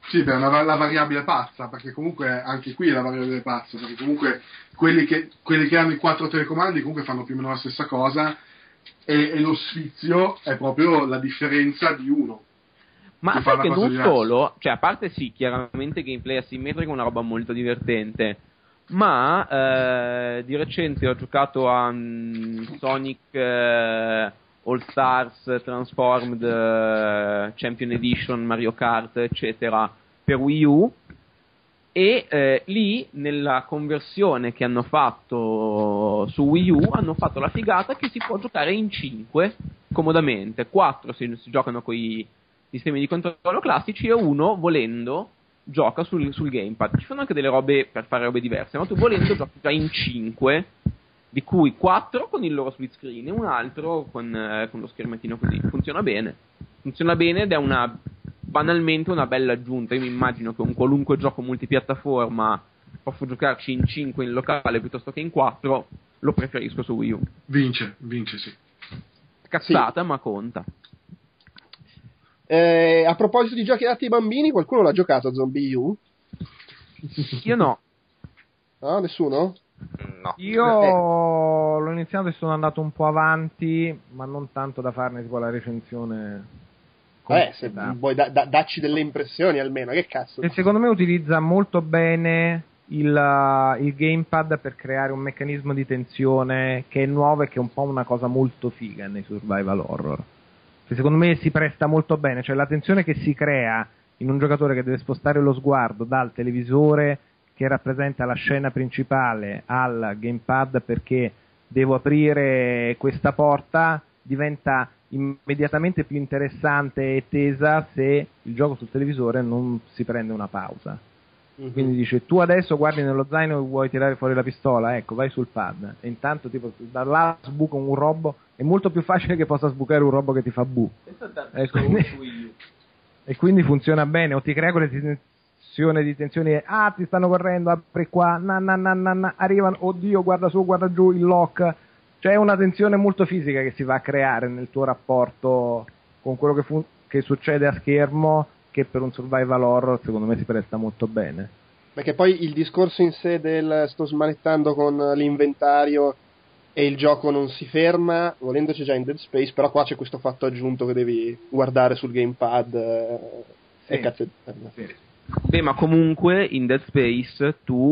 Sì, beh, la, la variabile pazza, perché comunque anche qui è la variabile pazza, perché comunque quelli che, quelli che hanno i quattro telecomandi comunque fanno più o meno la stessa cosa e, e lo sfizio è proprio la differenza di uno. Ma sai che non solo, cioè a parte sì, chiaramente gameplay asimmetrico è una roba molto divertente, ma eh, di recente ho giocato a um, Sonic eh, All Stars Transformed eh, Champion Edition, Mario Kart eccetera per Wii U e eh, lì nella conversione che hanno fatto su Wii U hanno fatto la figata che si può giocare in cinque comodamente, quattro si, si giocano con i sistemi di controllo classici e uno volendo gioca sul, sul gamepad. Ci sono anche delle robe per fare robe diverse, ma tu volendo giochi già in cinque, di cui quattro con il loro split screen e un altro con, eh, con lo schermettino così. Funziona bene. Funziona bene ed è una banalmente una bella aggiunta. Io mi immagino che un qualunque gioco multipiattaforma posso giocarci in cinque in locale piuttosto che in quattro, lo preferisco su Wii U. Vince, vince sì. Cazzata, sì. Ma conta. Eh, a proposito di giochi adatti ai bambini, qualcuno l'ha giocato a Zombie U? Io no. No, nessuno? No. Io eh. l'ho iniziato e sono andato un po' avanti, ma non tanto da farne tipo la recensione. Eh, se vuoi da, da, dacci delle impressioni almeno, che cazzo. E secondo me utilizza molto bene il, uh, il gamepad per creare un meccanismo di tensione che è nuovo e che è un po' una cosa molto figa nei survival horror. Che secondo me si presta molto bene, cioè la tensione che si crea in un giocatore che deve spostare lo sguardo dal televisore che rappresenta la scena principale al gamepad perché devo aprire questa porta diventa immediatamente più interessante e tesa se il gioco sul televisore non si prende una pausa. Mm-hmm. Quindi dice tu adesso guardi nello zaino e vuoi tirare fuori la pistola, ecco vai sul pad e intanto tipo da là sbuca un robot, è molto più facile che possa sbucare un robot che ti fa bu e quindi, e quindi funziona bene, o ti crea quelle tensione di tensione, ah ti stanno correndo, apri qua, na na na na, na arrivano, oddio guarda su guarda giù il lock. C'è una tensione molto fisica che si va a creare nel tuo rapporto con quello che, fu- che succede a schermo, che per un survival horror secondo me si presta molto bene. Perché poi il discorso in sé del sto smanettando con l'inventario e il gioco non si ferma, volendo c'è già in Dead Space, però qua c'è questo fatto aggiunto che devi guardare sul gamepad eh, sì. e cazzo. Sì. Beh, ma comunque in Dead Space tu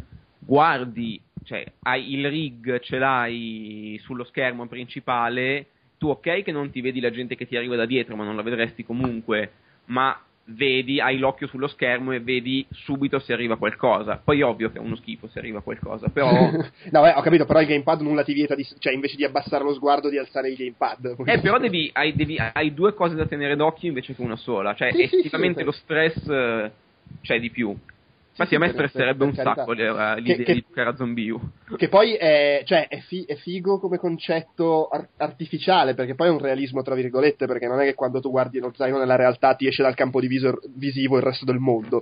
guardi, cioè hai il rig, ce l'hai sullo schermo principale, tu ok che non ti vedi la gente che ti arriva da dietro, ma non la vedresti comunque, ma vedi, hai l'occhio sullo schermo e vedi subito se arriva qualcosa. Poi ovvio che è uno schifo se arriva qualcosa, però no, eh, ho capito, però il gamepad nulla ti vieta di, cioè invece di abbassare lo sguardo di alzare il gamepad. Eh, però devi hai, devi hai due cose da tenere d'occhio invece che una sola, cioè sì, effettivamente sì, sì, lo stress eh, c'è di più. Infatti sì, a me stresserebbe un sacco l'idea che, che, di giocare a Zombie U. Che poi è, cioè, è, fi, è figo come concetto ar- artificiale, perché poi è un realismo tra virgolette, perché non è che quando tu guardi lo zaino nella realtà ti esce dal campo di viso, visivo il resto del mondo.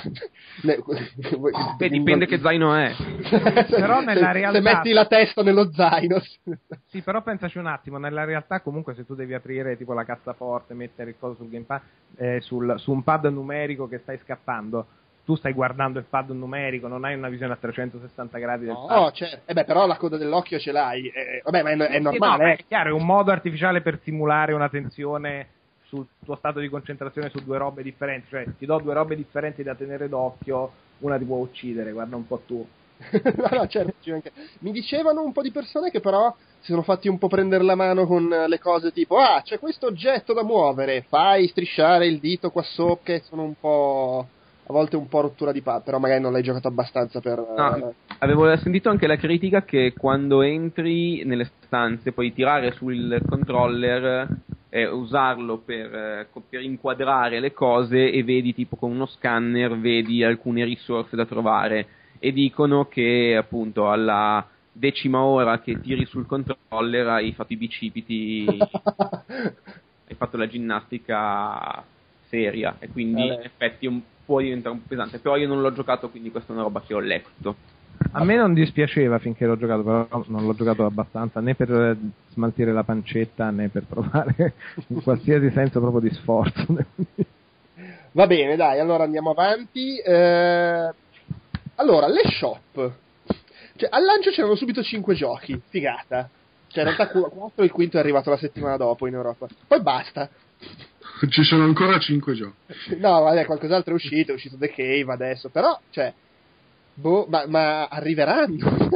Beh, dipende che zaino è. Però nella se, realtà... se metti la testa nello zaino... Sì, però pensaci un attimo, nella realtà comunque se tu devi aprire tipo la cassaforte, mettere il coso sul gamepad, eh, sul, su un pad numerico che stai scappando, tu stai guardando il pad numerico, non hai una visione a trecentosessanta gradi del no, pad. No, certo. Eh beh, però la coda dell'occhio ce l'hai. Eh, vabbè, ma è, è sì, normale. No, eh. è chiaro, è un modo artificiale per simulare una tensione sul tuo stato di concentrazione su due robe differenti. Cioè, ti do due robe differenti da tenere d'occhio, una ti può uccidere, guarda un po' tu. no, no, certo. Mi dicevano un po' di persone che però si sono fatti un po' prendere la mano con le cose tipo, ah, c'è questo oggetto da muovere, fai strisciare il dito qua sopra, che sono un po'... a volte un po' rottura di palle, però magari non l'hai giocato abbastanza per... No, avevo sentito anche la critica che quando entri nelle stanze puoi tirare sul controller e eh, usarlo per, eh, per inquadrare le cose e vedi tipo con uno scanner vedi alcune risorse da trovare e dicono che appunto alla decima ora che tiri sul controller hai fatto i bicipiti hai fatto la ginnastica seria e quindi in effetti un può diventare un po' pesante, però io non l'ho giocato, quindi questa è una roba che ho letto. A me non dispiaceva finché l'ho giocato, però non l'ho giocato abbastanza né per smaltire la pancetta né per provare in qualsiasi senso proprio di sforzo. Va bene, dai, allora andiamo avanti. Eh, allora, le shop. Cioè, al lancio c'erano subito cinque giochi, figata. Cioè, in realtà quattro, il quinto è arrivato la settimana dopo in Europa. Poi basta. Ci sono ancora cinque giochi. No, vabbè, qualcos'altro è uscito, è uscito The Cave adesso, però, cioè, boh, ma, ma arriveranno.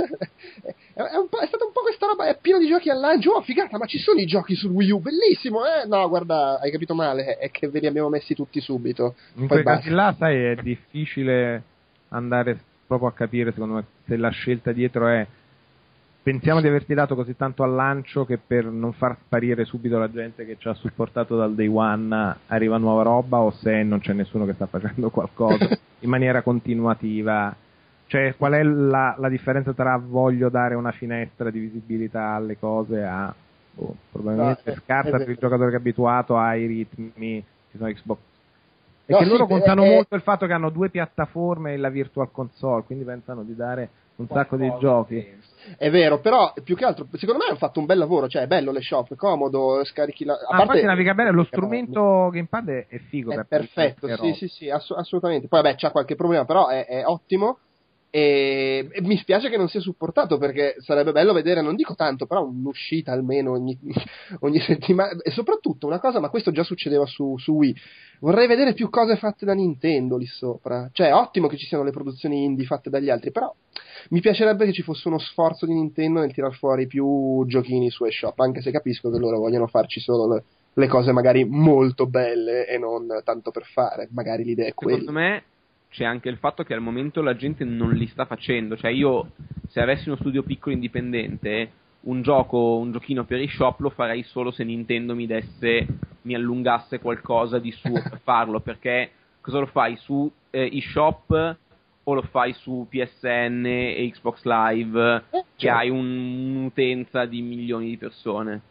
è, un po', è stata un po' questa roba, è pieno di giochi al lancio, oh figata, ma ci sono i giochi sul Wii U, bellissimo, eh? No, guarda, hai capito male, è che ve li abbiamo messi tutti subito. In Poi quei casi là, sai, è difficile andare proprio a capire, secondo me, se la scelta dietro è pensiamo di averti dato così tanto al lancio che per non far sparire subito la gente che ci ha supportato dal day one arriva nuova roba, o se non c'è nessuno che sta facendo qualcosa in maniera continuativa. Cioè, qual è la, la differenza tra voglio dare una finestra di visibilità alle cose a boh, probabilmente no, è, scarsa è per il giocatore che è abituato ai ritmi che sono Xbox. E no, che sì, loro contano è, molto il fatto che hanno due piattaforme e la Virtual Console, quindi pensano di dare un sacco di giochi. È vero, però più che altro secondo me hanno fatto un bel lavoro, cioè è bello le shop, è comodo, scarichi la... A ah, parte naviga bene, lo strumento gamepad è, è figo, è per perfetto, sì, sì, sì, ass- assolutamente. Poi vabbè, c'ha qualche problema, però è, è ottimo. E, e mi spiace che non sia supportato, perché sarebbe bello vedere, non dico tanto, però un'uscita almeno ogni, ogni settimana. E soprattutto una cosa, ma questo già succedeva su, su Wii, vorrei vedere più cose fatte da Nintendo lì sopra. Cioè, ottimo che ci siano le produzioni indie fatte dagli altri, però mi piacerebbe che ci fosse uno sforzo di Nintendo nel tirar fuori più giochini su eShop, anche se capisco che loro vogliono farci solo le, le cose magari molto belle e non tanto per fare. Magari l'idea è quella. Secondo me c'è anche il fatto che al momento la gente non li sta facendo. Cioè, io, se avessi uno studio piccolo indipendente, un gioco, un giochino per eShop lo farei solo se Nintendo mi desse, mi allungasse qualcosa di suo per farlo, perché cosa lo fai su eh, eShop o lo fai su P S N e Xbox Live, eh, che certo. hai un, un'utenza di milioni di persone?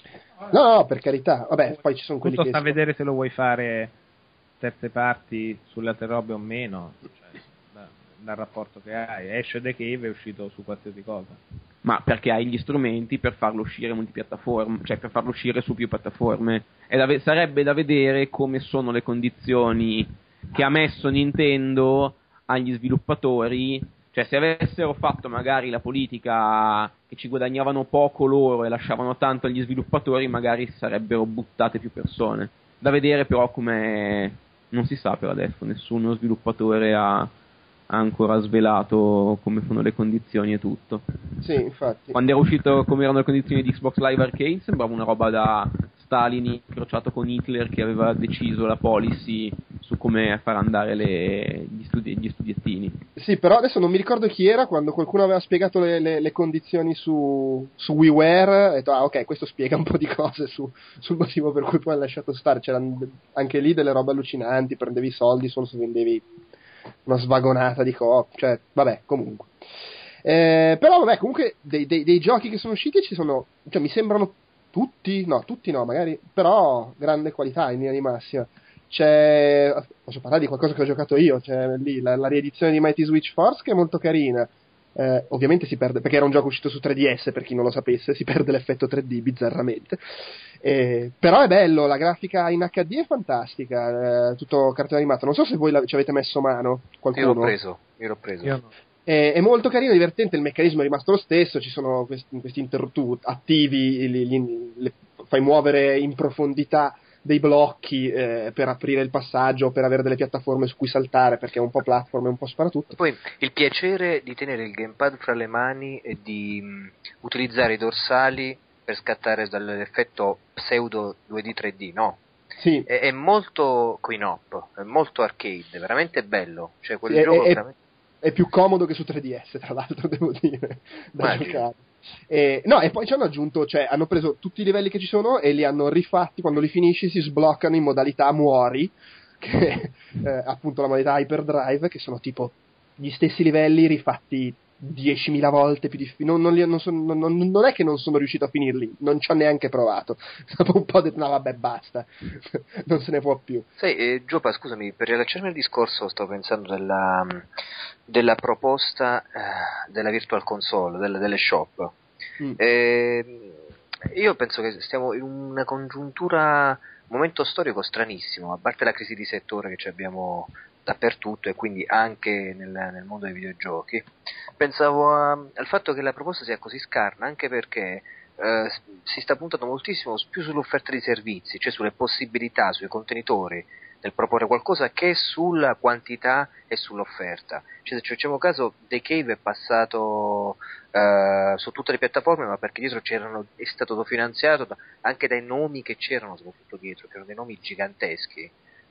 No, no, per carità. Vabbè, poi ci sono quelli tutto che... sta a vedere se lo vuoi fare terze parti sulle altre robe o meno, cioè, da, dal rapporto che hai. Esce The Cave, è uscito su qualsiasi cosa, ma perché hai gli strumenti per farlo uscire multipiattaforma, cioè per farlo uscire su più piattaforme. E da ve- sarebbe da vedere come sono le condizioni che ha messo Nintendo agli sviluppatori. Cioè, se avessero fatto magari la politica che ci guadagnavano poco loro e lasciavano tanto agli sviluppatori, magari sarebbero buttate più persone. Da vedere però come... non si sa per adesso, nessuno sviluppatore ha, ha ancora svelato come sono le condizioni e tutto. Sì, infatti. Quando era uscito come erano le condizioni di Xbox Live Arcade sembrava una roba da Stalin incrociato con Hitler che aveva deciso la policy su come far andare le, gli, studi- gli studiettini. Sì, però adesso non mi ricordo chi era, quando qualcuno aveva spiegato le, le, le condizioni su, su WiiWare, ho detto, ah ok, questo spiega un po' di cose su, sul motivo per cui poi hanno lasciato stare. C'erano anche lì delle robe allucinanti, prendevi soldi solo se vendevi una svagonata di coop, cioè, vabbè, comunque. Eh, però vabbè, comunque dei, dei, dei giochi che sono usciti ci sono, cioè mi sembrano tutti, no, tutti no, magari, però grande qualità in linea di massima. C'è, posso parlare di qualcosa che ho giocato io, c'è lì la, la riedizione di Mighty Switch Force che è molto carina. Eh, ovviamente si perde, perché era un gioco uscito su tre D S, per chi non lo sapesse, si perde l'effetto tre D bizzarramente. Eh, però è bello, la grafica in H D è fantastica, eh, tutto cartone animato. Non so se voi la, ci avete messo mano, qualcuno. Io l'ho preso, io l'ho preso. Io no. È, è molto carino, divertente, il meccanismo è rimasto lo stesso, ci sono questi, questi interrupt attivi, li, li, li, fai muovere in profondità dei blocchi eh, per aprire il passaggio, per avere delle piattaforme su cui saltare, perché è un po' platform e un po' sparatutto. Poi il piacere di tenere il gamepad fra le mani e di mh, utilizzare i dorsali per scattare dall'effetto pseudo due D tre D, no? Sì. È, è molto coin-op, è molto arcade, veramente bello. Cioè quel Sì, gioco è, veramente... è più comodo che su tre D S, tra l'altro, devo dire, da Immagino. giocare. E, no, e poi ci hanno aggiunto, cioè hanno preso tutti i livelli che ci sono e li hanno rifatti, quando li finisci si sbloccano in modalità muori, che è eh, appunto la modalità hyperdrive, che sono tipo gli stessi livelli rifatti diecimila volte più difficili. Non, non, li- non, son- non- non- non è che non sono riuscito a finirli, non ci ho neanche provato. Dopo un po' ho detto no vabbè basta, non se ne può più. Sai, eh, Giopa, scusami, per riallacciarmi al discorso sto pensando della, della proposta eh, della Virtual Console, delle, delle shop. Mm. Eh, io penso che stiamo in una congiuntura momento storico stranissimo, a parte la crisi di settore che ci abbiamo dappertutto e quindi anche nel, nel mondo dei videogiochi. Pensavo a, al fatto che la proposta sia così scarna anche perché eh, si sta puntando moltissimo più sull'offerta di servizi, cioè sulle possibilità, sui contenitori nel proporre qualcosa che sulla quantità e sull'offerta. Cioè, se ci facciamo caso, The Cave è passato eh, su tutte le piattaforme, ma perché dietro c'erano, è stato finanziato da, anche dai nomi che c'erano soprattutto dietro, che erano dei nomi giganteschi.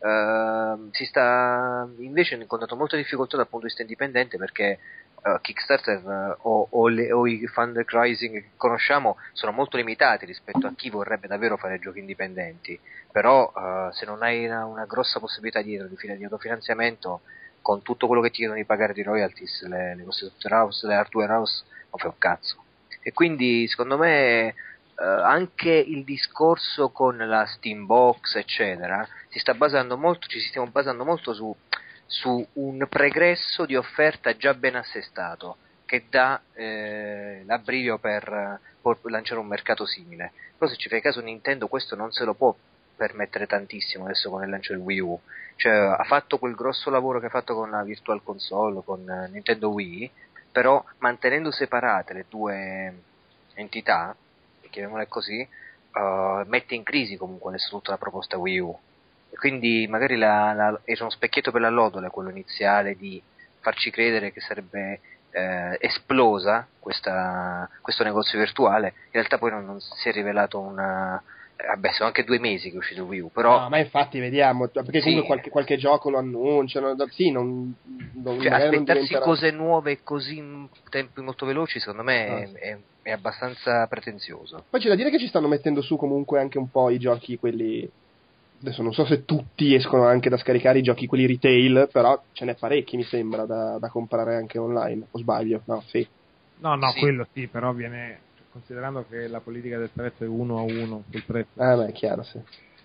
Uh, si sta invece incontrato molte difficoltà dal punto di vista indipendente perché uh, Kickstarter uh, o, o, le, o i fundraising che conosciamo sono molto limitati rispetto a chi vorrebbe davvero fare giochi indipendenti, però uh, se non hai una, una grossa possibilità dietro di, di autofinanziamento, con tutto quello che ti chiedono di pagare di royalties, le, le cose software house, le hardware house, non fai un cazzo. E quindi secondo me Uh, anche il discorso con la Steambox eccetera si sta basando molto, ci stiamo basando molto su, su un pregresso di offerta già ben assestato che dà eh, l'abbrivio per, per lanciare un mercato simile. Però se ci fai caso Nintendo questo non se lo può permettere tantissimo adesso con il lancio del Wii U, cioè ha fatto quel grosso lavoro che ha fatto con la Virtual Console, con uh, Nintendo Wii, però mantenendo separate le due entità, chiamiamole così, uh, mette in crisi comunque adesso tutta la proposta Wii U. E quindi magari la, la, era uno specchietto per l'allodole quello iniziale di farci credere che sarebbe eh, esplosa questa, questo negozio virtuale. In realtà poi non, non si è rivelato una... Eh, vabbè, sono anche due mesi che è uscito Wii U, però... No, ma infatti vediamo, perché comunque sì, qualche, qualche gioco lo annunciano, sì, non... non cioè, non aspettarsi diventerà... cose nuove così in tempi molto veloci, secondo me ah, è, sì. è, è abbastanza pretenzioso. Poi c'è da dire che ci stanno mettendo su comunque anche un po' i giochi, quelli... Adesso non so se tutti escono anche da scaricare i giochi, quelli retail, però ce n'è parecchi, mi sembra, da, da comprare anche online, o sbaglio? No, sì. No, no, sì. quello sì, però viene... considerando che la politica del prezzo è uno a uno sul prezzo, ah beh, è chiaro, sì.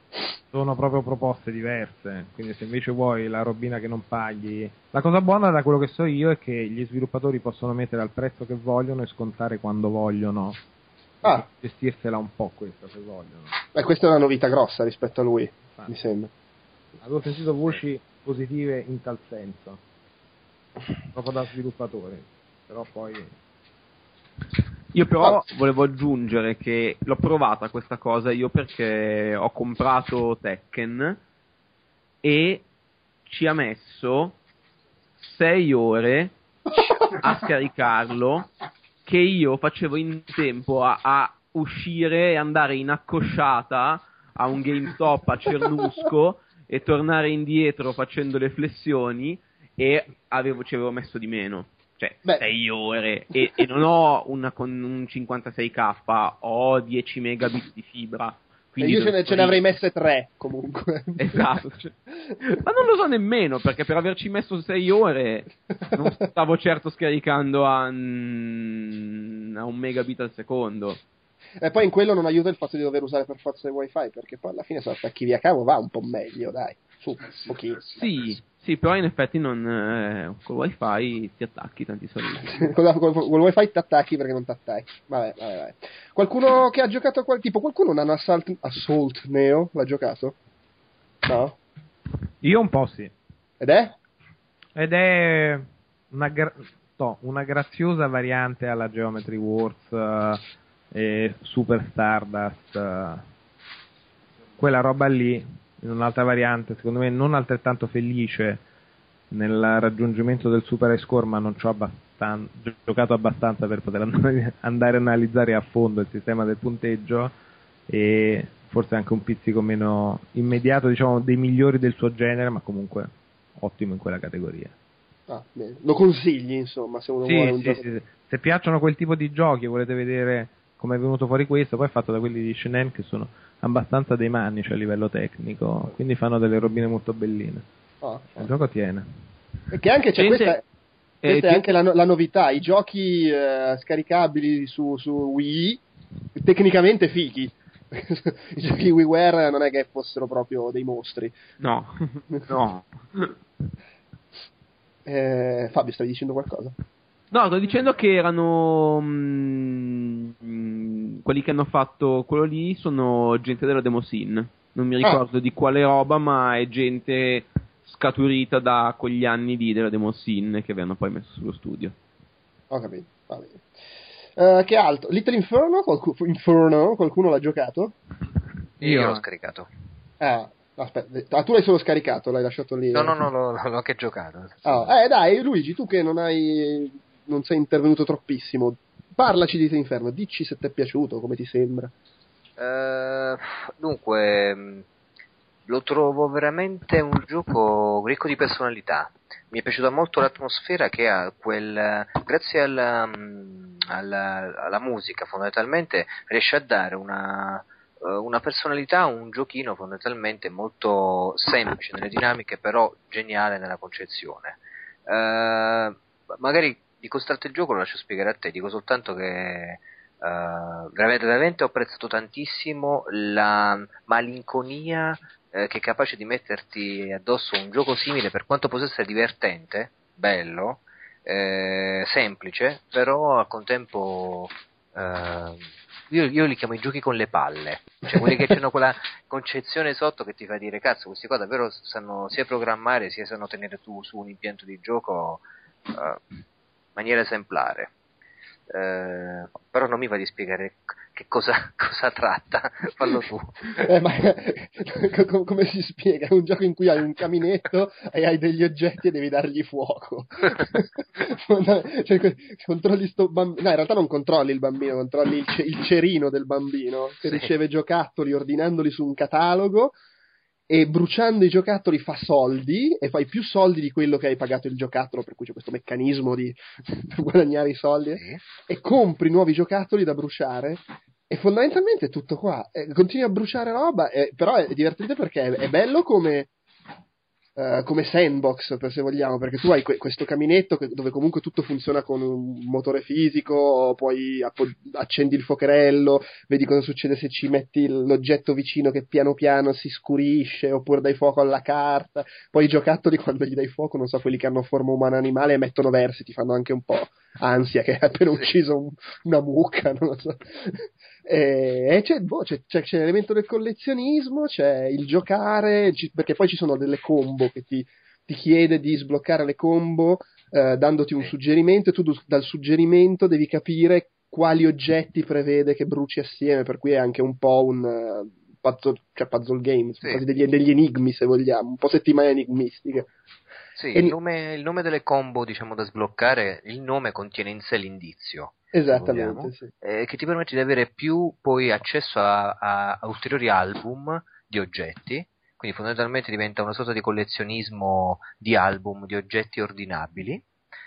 sono proprio proposte diverse, quindi se invece vuoi la robina che non paghi, la cosa buona da quello che so io è che gli sviluppatori possono mettere al prezzo che vogliono e scontare quando vogliono, ah. gestirsela un po' questa se vogliono. Beh, questa è una novità grossa rispetto a lui, ah. mi sembra. Avevo sentito voci positive in tal senso, proprio da sviluppatori, però poi... Io però volevo aggiungere che l'ho provata questa cosa io perché ho comprato Tekken e ci ha messo sei ore a scaricarlo, che io facevo in tempo a, a uscire e andare in accosciata a un GameStop a Cernusco e tornare indietro facendo le flessioni, e avevo, ci avevo messo di meno. Cioè, Beh. sei ore e, e non ho una con un cinquantasei K, ho dieci megabit di fibra. Quindi io ce ne, ce ne avrei messe tre comunque. Esatto. Cioè, ma non lo so nemmeno, perché per averci messo sei ore non stavo certo scaricando a, a un megabit al secondo. E poi in quello non aiuta il fatto di dover usare per forza il wifi, perché poi alla fine se attacchi via cavo va un po' meglio, dai. Su, un pochino. Sì, sì, però in effetti non eh, col wifi ti attacchi tanti saluti. con, con, con il wifi ti attacchi perché non ti attacchi. Vabbè, vabbè, vabbè. Qualcuno che ha giocato a quel tipo, qualcuno non ha Assault, Assault Neo? L'ha giocato? No? Io un po' sì. Ed è? Ed è una, gra- no, una graziosa variante alla Geometry Wars uh, e Super Stardust. Uh, quella roba lì, in un'altra variante, secondo me non altrettanto felice nel raggiungimento del super high score, ma non ci ho abbastan- giocato abbastanza per poter andare, andare a analizzare a fondo il sistema del punteggio, e forse anche un pizzico meno immediato, diciamo, dei migliori del suo genere, ma comunque ottimo in quella categoria. Ah, bene. Lo consigli, insomma, se uno sì, vuole un sì, gioco... sì, sì. Se piacciono quel tipo di giochi e volete vedere come è venuto fuori questo, poi è fatto da quelli di Shenen che sono abbastanza dei manici a livello tecnico, quindi fanno delle robine molto belline. Oh, il oh. gioco tiene. E che anche c'è Gente, questa, eh, questa ti... è anche la, la novità, i giochi eh, scaricabili su, su Wii tecnicamente fighi. I giochi WiiWare non è che fossero proprio dei mostri. No, no. eh, Fabio, stavi dicendo qualcosa? No, sto dicendo che erano mh, mh, quelli che hanno fatto quello lì sono gente della Demoscene. non mi ricordo ah. di quale roba, ma è gente scaturita da quegli anni lì della Demo Sin che avevano poi messo sullo studio. Ho capito, va bene. Uh, che altro? Little Inferno? Qualcuno, Inferno? Qualcuno l'ha giocato? Io l'ho scaricato. Ah, aspetta, ah, tu l'hai solo scaricato, l'hai lasciato lì? No, no, no, l'ho, l'ho anche giocato. Oh, eh dai, Luigi, tu che non hai non sei intervenuto troppissimo, parlaci di Little Inferno, dici se ti è piaciuto, come ti sembra. Uh, dunque, lo trovo veramente un gioco ricco di personalità. Mi è piaciuta molto l'atmosfera che ha, quel, grazie alla, alla, alla musica fondamentalmente riesce a dare una, una personalità a un giochino fondamentalmente molto semplice nelle dinamiche, però geniale nella concezione. Uh, magari dico stato il gioco, lo lascio spiegare a te, dico soltanto che uh, veramente, veramente ho apprezzato tantissimo la malinconia eh, che è capace di metterti addosso un gioco simile, per quanto possa essere divertente, bello, eh, semplice, però al contempo eh, io, io li chiamo i giochi con le palle, cioè quelli che hanno quella concezione sotto che ti fa dire cazzo, questi qua davvero sanno sia programmare sia sanno tenere tu su un impianto di gioco uh, in maniera esemplare. Eh, però non mi va di spiegare che cosa, cosa tratta, fallo tu. Eh, ma come si spiega? È un gioco in cui hai un caminetto e hai degli oggetti e devi dargli fuoco. Cioè, controlli sto bambino. No, in realtà non controlli il bambino, controlli il, ce- il cerino del bambino che sì. riceve giocattoli ordinandoli su un catalogo. E bruciando i giocattoli fa soldi, e fai più soldi di quello che hai pagato il giocattolo, per cui c'è questo meccanismo di guadagnare i soldi, sì. e compri nuovi giocattoli da bruciare, e fondamentalmente è tutto qua. Eh, continui a bruciare roba, eh, però è divertente perché è, è bello come, uh, come sandbox, per se vogliamo, perché tu hai que- questo caminetto che, dove comunque tutto funziona con un motore fisico, poi appo- accendi il fuocherello, vedi cosa succede se ci metti l'oggetto vicino che piano piano si scurisce, oppure dai fuoco alla carta, poi i giocattoli quando gli dai fuoco, non so, quelli che hanno forma umana animale emettono versi, ti fanno anche un po' ansia che hai appena ucciso un, una mucca, non lo so. E, e c'è, boh, c'è, c'è, c'è l'elemento del collezionismo, c'è il giocare, ci, perché poi ci sono delle combo che ti, ti chiede di sbloccare le combo eh, dandoti un suggerimento, e tu dal suggerimento devi capire quali oggetti prevede che bruci assieme, per cui è anche un po' un uh, puzzle, cioè puzzle game, sì. quasi degli, degli enigmi se vogliamo, un po' settimane enigmistiche. Sì, il nome, il nome delle combo, diciamo, da sbloccare, il nome contiene in sé l'indizio. Esattamente, vogliamo, sì. eh, che ti permette di avere più poi accesso a, a, a ulteriori album di oggetti, quindi fondamentalmente diventa una sorta di collezionismo di album, di oggetti ordinabili.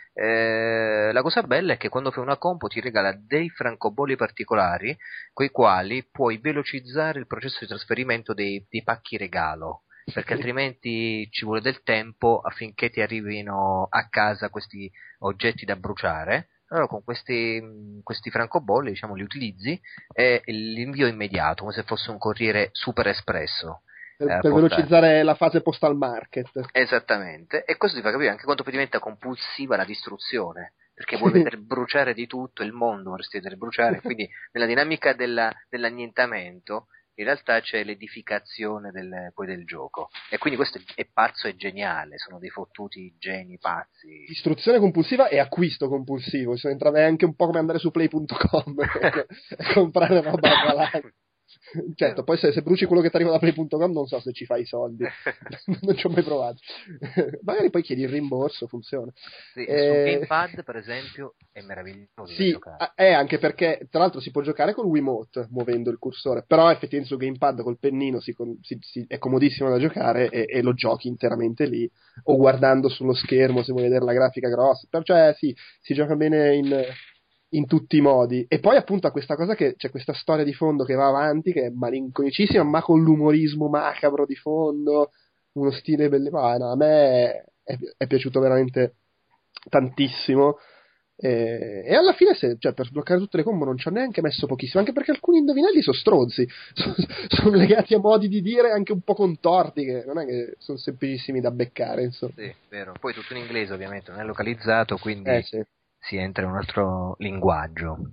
Eh, la cosa bella è che quando fai una combo ti regala dei francobolli particolari, coi quali puoi velocizzare il processo di trasferimento dei, dei pacchi regalo, perché altrimenti ci vuole del tempo affinché ti arrivino a casa questi oggetti da bruciare. Allora con questi, questi francobolli, diciamo, li utilizzi e l'invio immediato, come se fosse un corriere super espresso. Per, eh, per velocizzare la fase postal market. Esattamente, e questo ti fa capire anche quanto poi diventa compulsiva la distruzione, perché vuoi vedere bruciare di tutto, il mondo vorresti vedere bruciare, quindi nella dinamica della, dell'annientamento in realtà c'è l'edificazione del, poi del gioco, e quindi questo è, è pazzo e geniale, sono dei fottuti geni pazzi. Distruzione compulsiva e acquisto compulsivo, entra anche un po' come andare su play punto com e comprare roba a certo, poi se, se bruci quello che ti arriva da play punto com non so se ci fai i soldi, non ci ho mai provato. Magari poi chiedi il rimborso, funziona. Sì, eh... su Gamepad per esempio è meraviglioso sì, da giocare. È anche perché tra l'altro si può giocare con Wiimote muovendo il cursore, però effettivamente su Gamepad col pennino si, si, si, è comodissimo da giocare e, e lo giochi interamente lì, o guardando sullo schermo se vuoi vedere la grafica grossa, cioè sì, si gioca bene in in tutti i modi. E poi appunto a questa cosa che c'è questa storia di fondo che va avanti, che è malinconicissima, ma con l'umorismo macabro di fondo, uno stile bellissimo. Ah, no, a me è, è piaciuto veramente tantissimo. E, e alla fine se, cioè, per sbloccare tutte le combo non ci ho neanche messo pochissimo, anche perché alcuni indovinelli sono stronzi, sono, sono legati a modi di dire anche un po' contorti, che non è che sono semplicissimi da beccare, insomma. Sì, vero. Poi tutto in inglese ovviamente, non è localizzato, quindi eh, sì. si entra in un altro linguaggio.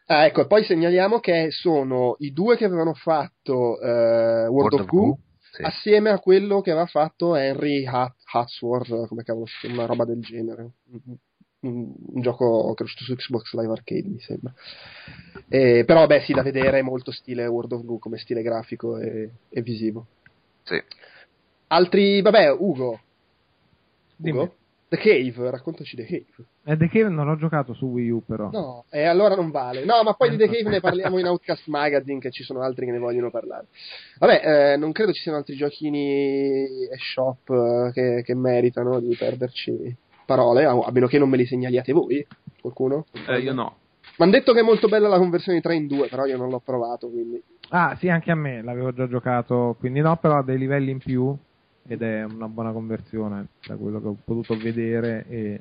Ah, ecco, e poi segnaliamo che sono i due che avevano fatto eh, World, World of of Goo, Goo, sì. assieme a quello che aveva fatto Henry Hat- Hatsworth, come cavolo si chiama, una roba del genere. Un, un, un gioco che è uscito su Xbox Live Arcade, mi sembra. Eh, però, beh, sì, da vedere è molto stile World of Goo, come stile grafico e, e visivo. Sì. Altri, vabbè, Ugo. Dimmi. Ugo? The Cave, raccontaci The Cave. Eh, The Cave non l'ho giocato su Wii U, però. No, e allora non vale. No, ma poi di The Cave ne parliamo in Outcast Magazine, che ci sono altri che ne vogliono parlare. Vabbè, eh, non credo ci siano altri giochini e shop eh, che, che meritano di perderci parole, a, a meno che non me li segnaliate voi. Qualcuno? Eh, io no. Mi hanno detto che è molto bella la conversione di tre in due, però io non l'ho provato, quindi... Ah, sì, anche a me, l'avevo già giocato, quindi no, però ha dei livelli in più, ed è una buona conversione, da quello che ho potuto vedere e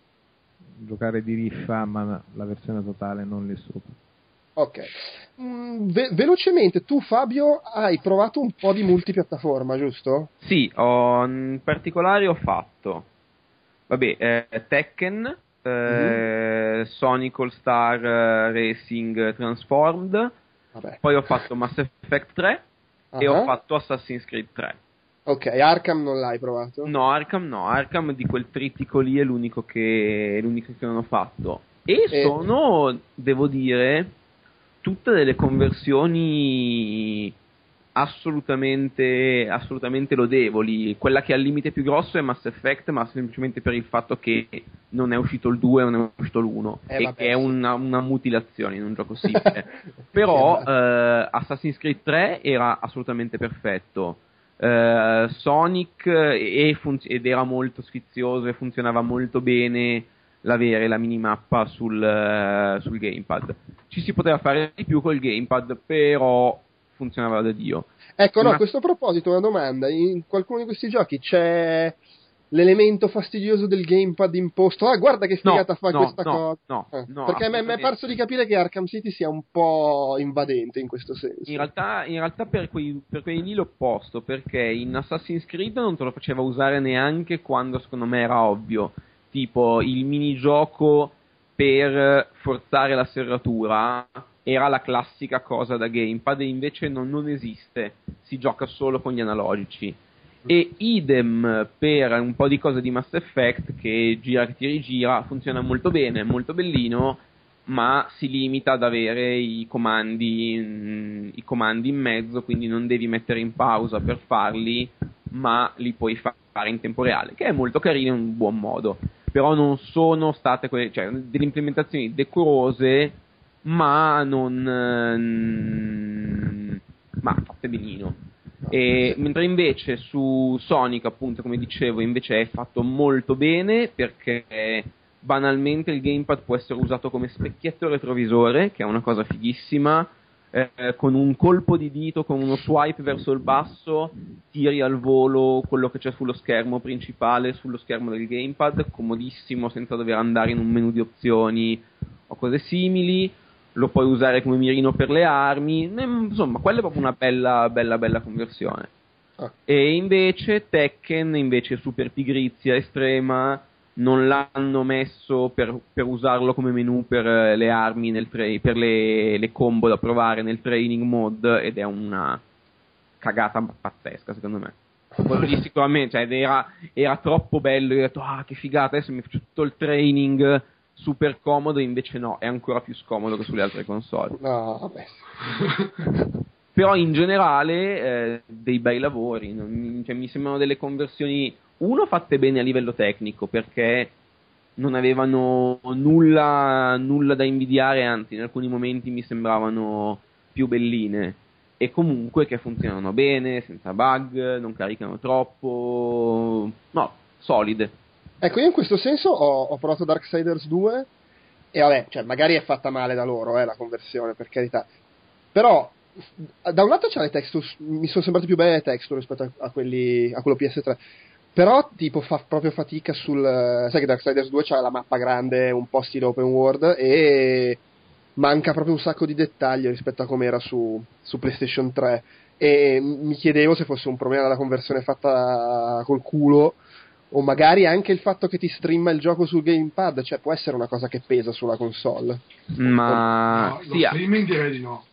giocare di riffa, ma la versione totale non lì sopra. Ok. Mm, ve- velocemente, tu Fabio hai provato un po' di multipiattaforma, giusto? Sì, ho, in particolare ho fatto, vabbè, eh, Tekken, eh, Mm-hmm. Sonic All Star eh, Racing Transformed, Vabbè. poi ho fatto Mass Effect tre e Ah. ho fatto Assassin's Creed tre. Ok, Arkham non l'hai provato? No, Arkham no, Arkham di quel trittico lì è l'unico che, è l'unico che non ho fatto. E E- sono, devo dire, tutte delle conversioni assolutamente, assolutamente lodevoli. Quella che ha il limite più grosso è Mass Effect, ma semplicemente per il fatto che non è uscito il due, non è uscito l'uno, Eh, e vabbè, che è sì. una, una mutilazione in un gioco simile. Però Sì, eh, Assassin's Creed tre era assolutamente perfetto. Eh, Sonic e funz- ed era molto sfizioso e funzionava molto bene l'avere la minimappa sul, eh, sul gamepad. Ci si poteva fare di più col gamepad, però funzionava da Dio. Ecco, no, Ma- a questo proposito una domanda. In qualcuno di questi giochi c'è l'elemento fastidioso del gamepad imposto? Ah, guarda che figata No, fa no, questa no, cosa. no, Ah, no, perché a me mi è assolutamente. parso di capire che Arkham City sia un po' invadente in questo senso. In realtà, in realtà per, quei, per quelli lì l'opposto, perché in Assassin's Creed non te lo faceva usare neanche quando secondo me era ovvio. Tipo il minigioco per forzare la serratura era la classica cosa da gamepad, e invece non, non esiste, si gioca solo con gli analogici. E idem per un po' di cose di Mass Effect, che gira che ti rigira, funziona molto bene, è molto bellino, ma si limita ad avere i comandi, mh, i comandi in mezzo, quindi non devi mettere in pausa per farli, ma li puoi fare in tempo reale, che è molto carino in un buon modo. Però non sono state quelle, cioè, delle implementazioni decorose, ma non ehm, ma fatte benino. E, mentre invece su Sonic, appunto, come dicevo, invece è fatto molto bene, perché banalmente il gamepad può essere usato come specchietto retrovisore, che è una cosa fighissima. Eh, con un colpo di dito, con uno swipe verso il basso, tiri al volo quello che c'è sullo schermo principale, sullo schermo del gamepad, comodissimo, senza dover andare in un menu di opzioni o cose simili. Lo puoi usare come mirino per le armi, insomma, quella è proprio una bella, bella, bella conversione. Ah. E invece Tekken, invece super pigrizia estrema, non l'hanno messo per, per usarlo come menu per eh, le armi, nel tra- per le, le combo da provare nel training mode, ed è una cagata pazzesca secondo me. Quello lì sicuramente, cioè, era, era troppo bello, io ho detto ah che figata, adesso mi faccio tutto il training super comodo, invece no, è ancora più scomodo che sulle altre console. No, vabbè. Però in generale eh, dei bei lavori, non- cioè, mi sembrano delle conversioni, uno, fatte bene a livello tecnico, perché non avevano nulla, nulla da invidiare, anzi in alcuni momenti mi sembravano più belline, e comunque che funzionano bene, senza bug, non caricano troppo, no, solide. Ecco, io in questo senso ho, ho provato Darksiders due e vabbè, cioè magari è fatta male da loro, eh, la conversione, per carità. Però da un lato c'ha le texture, mi sono sembrate più belle le texture rispetto a, a quelli a quello P S tre. Però tipo fa proprio fatica sul, sai che Darksiders due c'ha la mappa grande, un po' stile open world, e manca proprio un sacco di dettagli rispetto a come era su, su PlayStation tre, e mi chiedevo se fosse un problema della conversione fatta col culo o magari anche il fatto che ti streama il gioco sul gamepad, cioè può essere una cosa che pesa sulla console. Ma No, sì, lo streaming direi di no.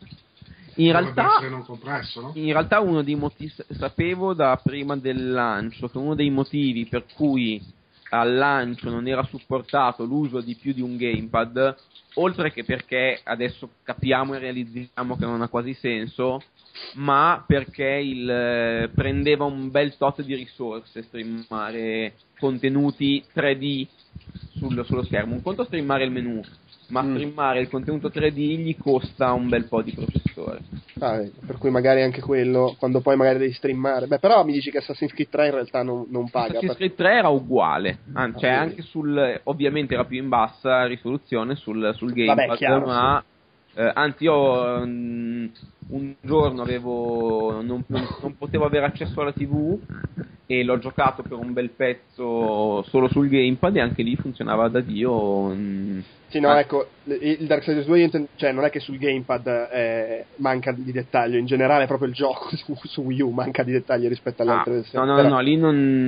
in Dovrebbe realtà, essere non compresso, no? in realtà uno dei motivi, sapevo da prima del lancio che uno dei motivi per cui al lancio non era supportato l'uso di più di un gamepad, oltre che perché adesso capiamo e realizziamo che non ha quasi senso, ma perché il eh, prendeva un bel tot di risorse streamare contenuti tre D sul, sullo schermo. Un conto streamare il menu, ma Mm. streamare il contenuto tre D gli costa un bel po' di processore. Ah, eh, per cui magari anche quello, quando poi magari devi streamare. Beh, però mi dici che Assassin's Creed tre in realtà non, non paga. Assassin's per- Creed tre era uguale, anzi, cioè Ah, anche sul, ovviamente era più in bassa risoluzione sul, sul gamepad, Vabbè, chiaro, ma eh, anzi io mm, un giorno avevo non, non, non potevo avere accesso alla tivù e l'ho giocato per un bel pezzo solo sul gamepad e anche lì funzionava da Dio. mm. Sì, no, Ah, ecco, il Darksiders due, io inten- cioè non è che sul gamepad eh, manca di dettaglio, in generale proprio il gioco su, su Wii U manca di dettaglio rispetto alle ah, altre no, versioni. no, però- no, no, lì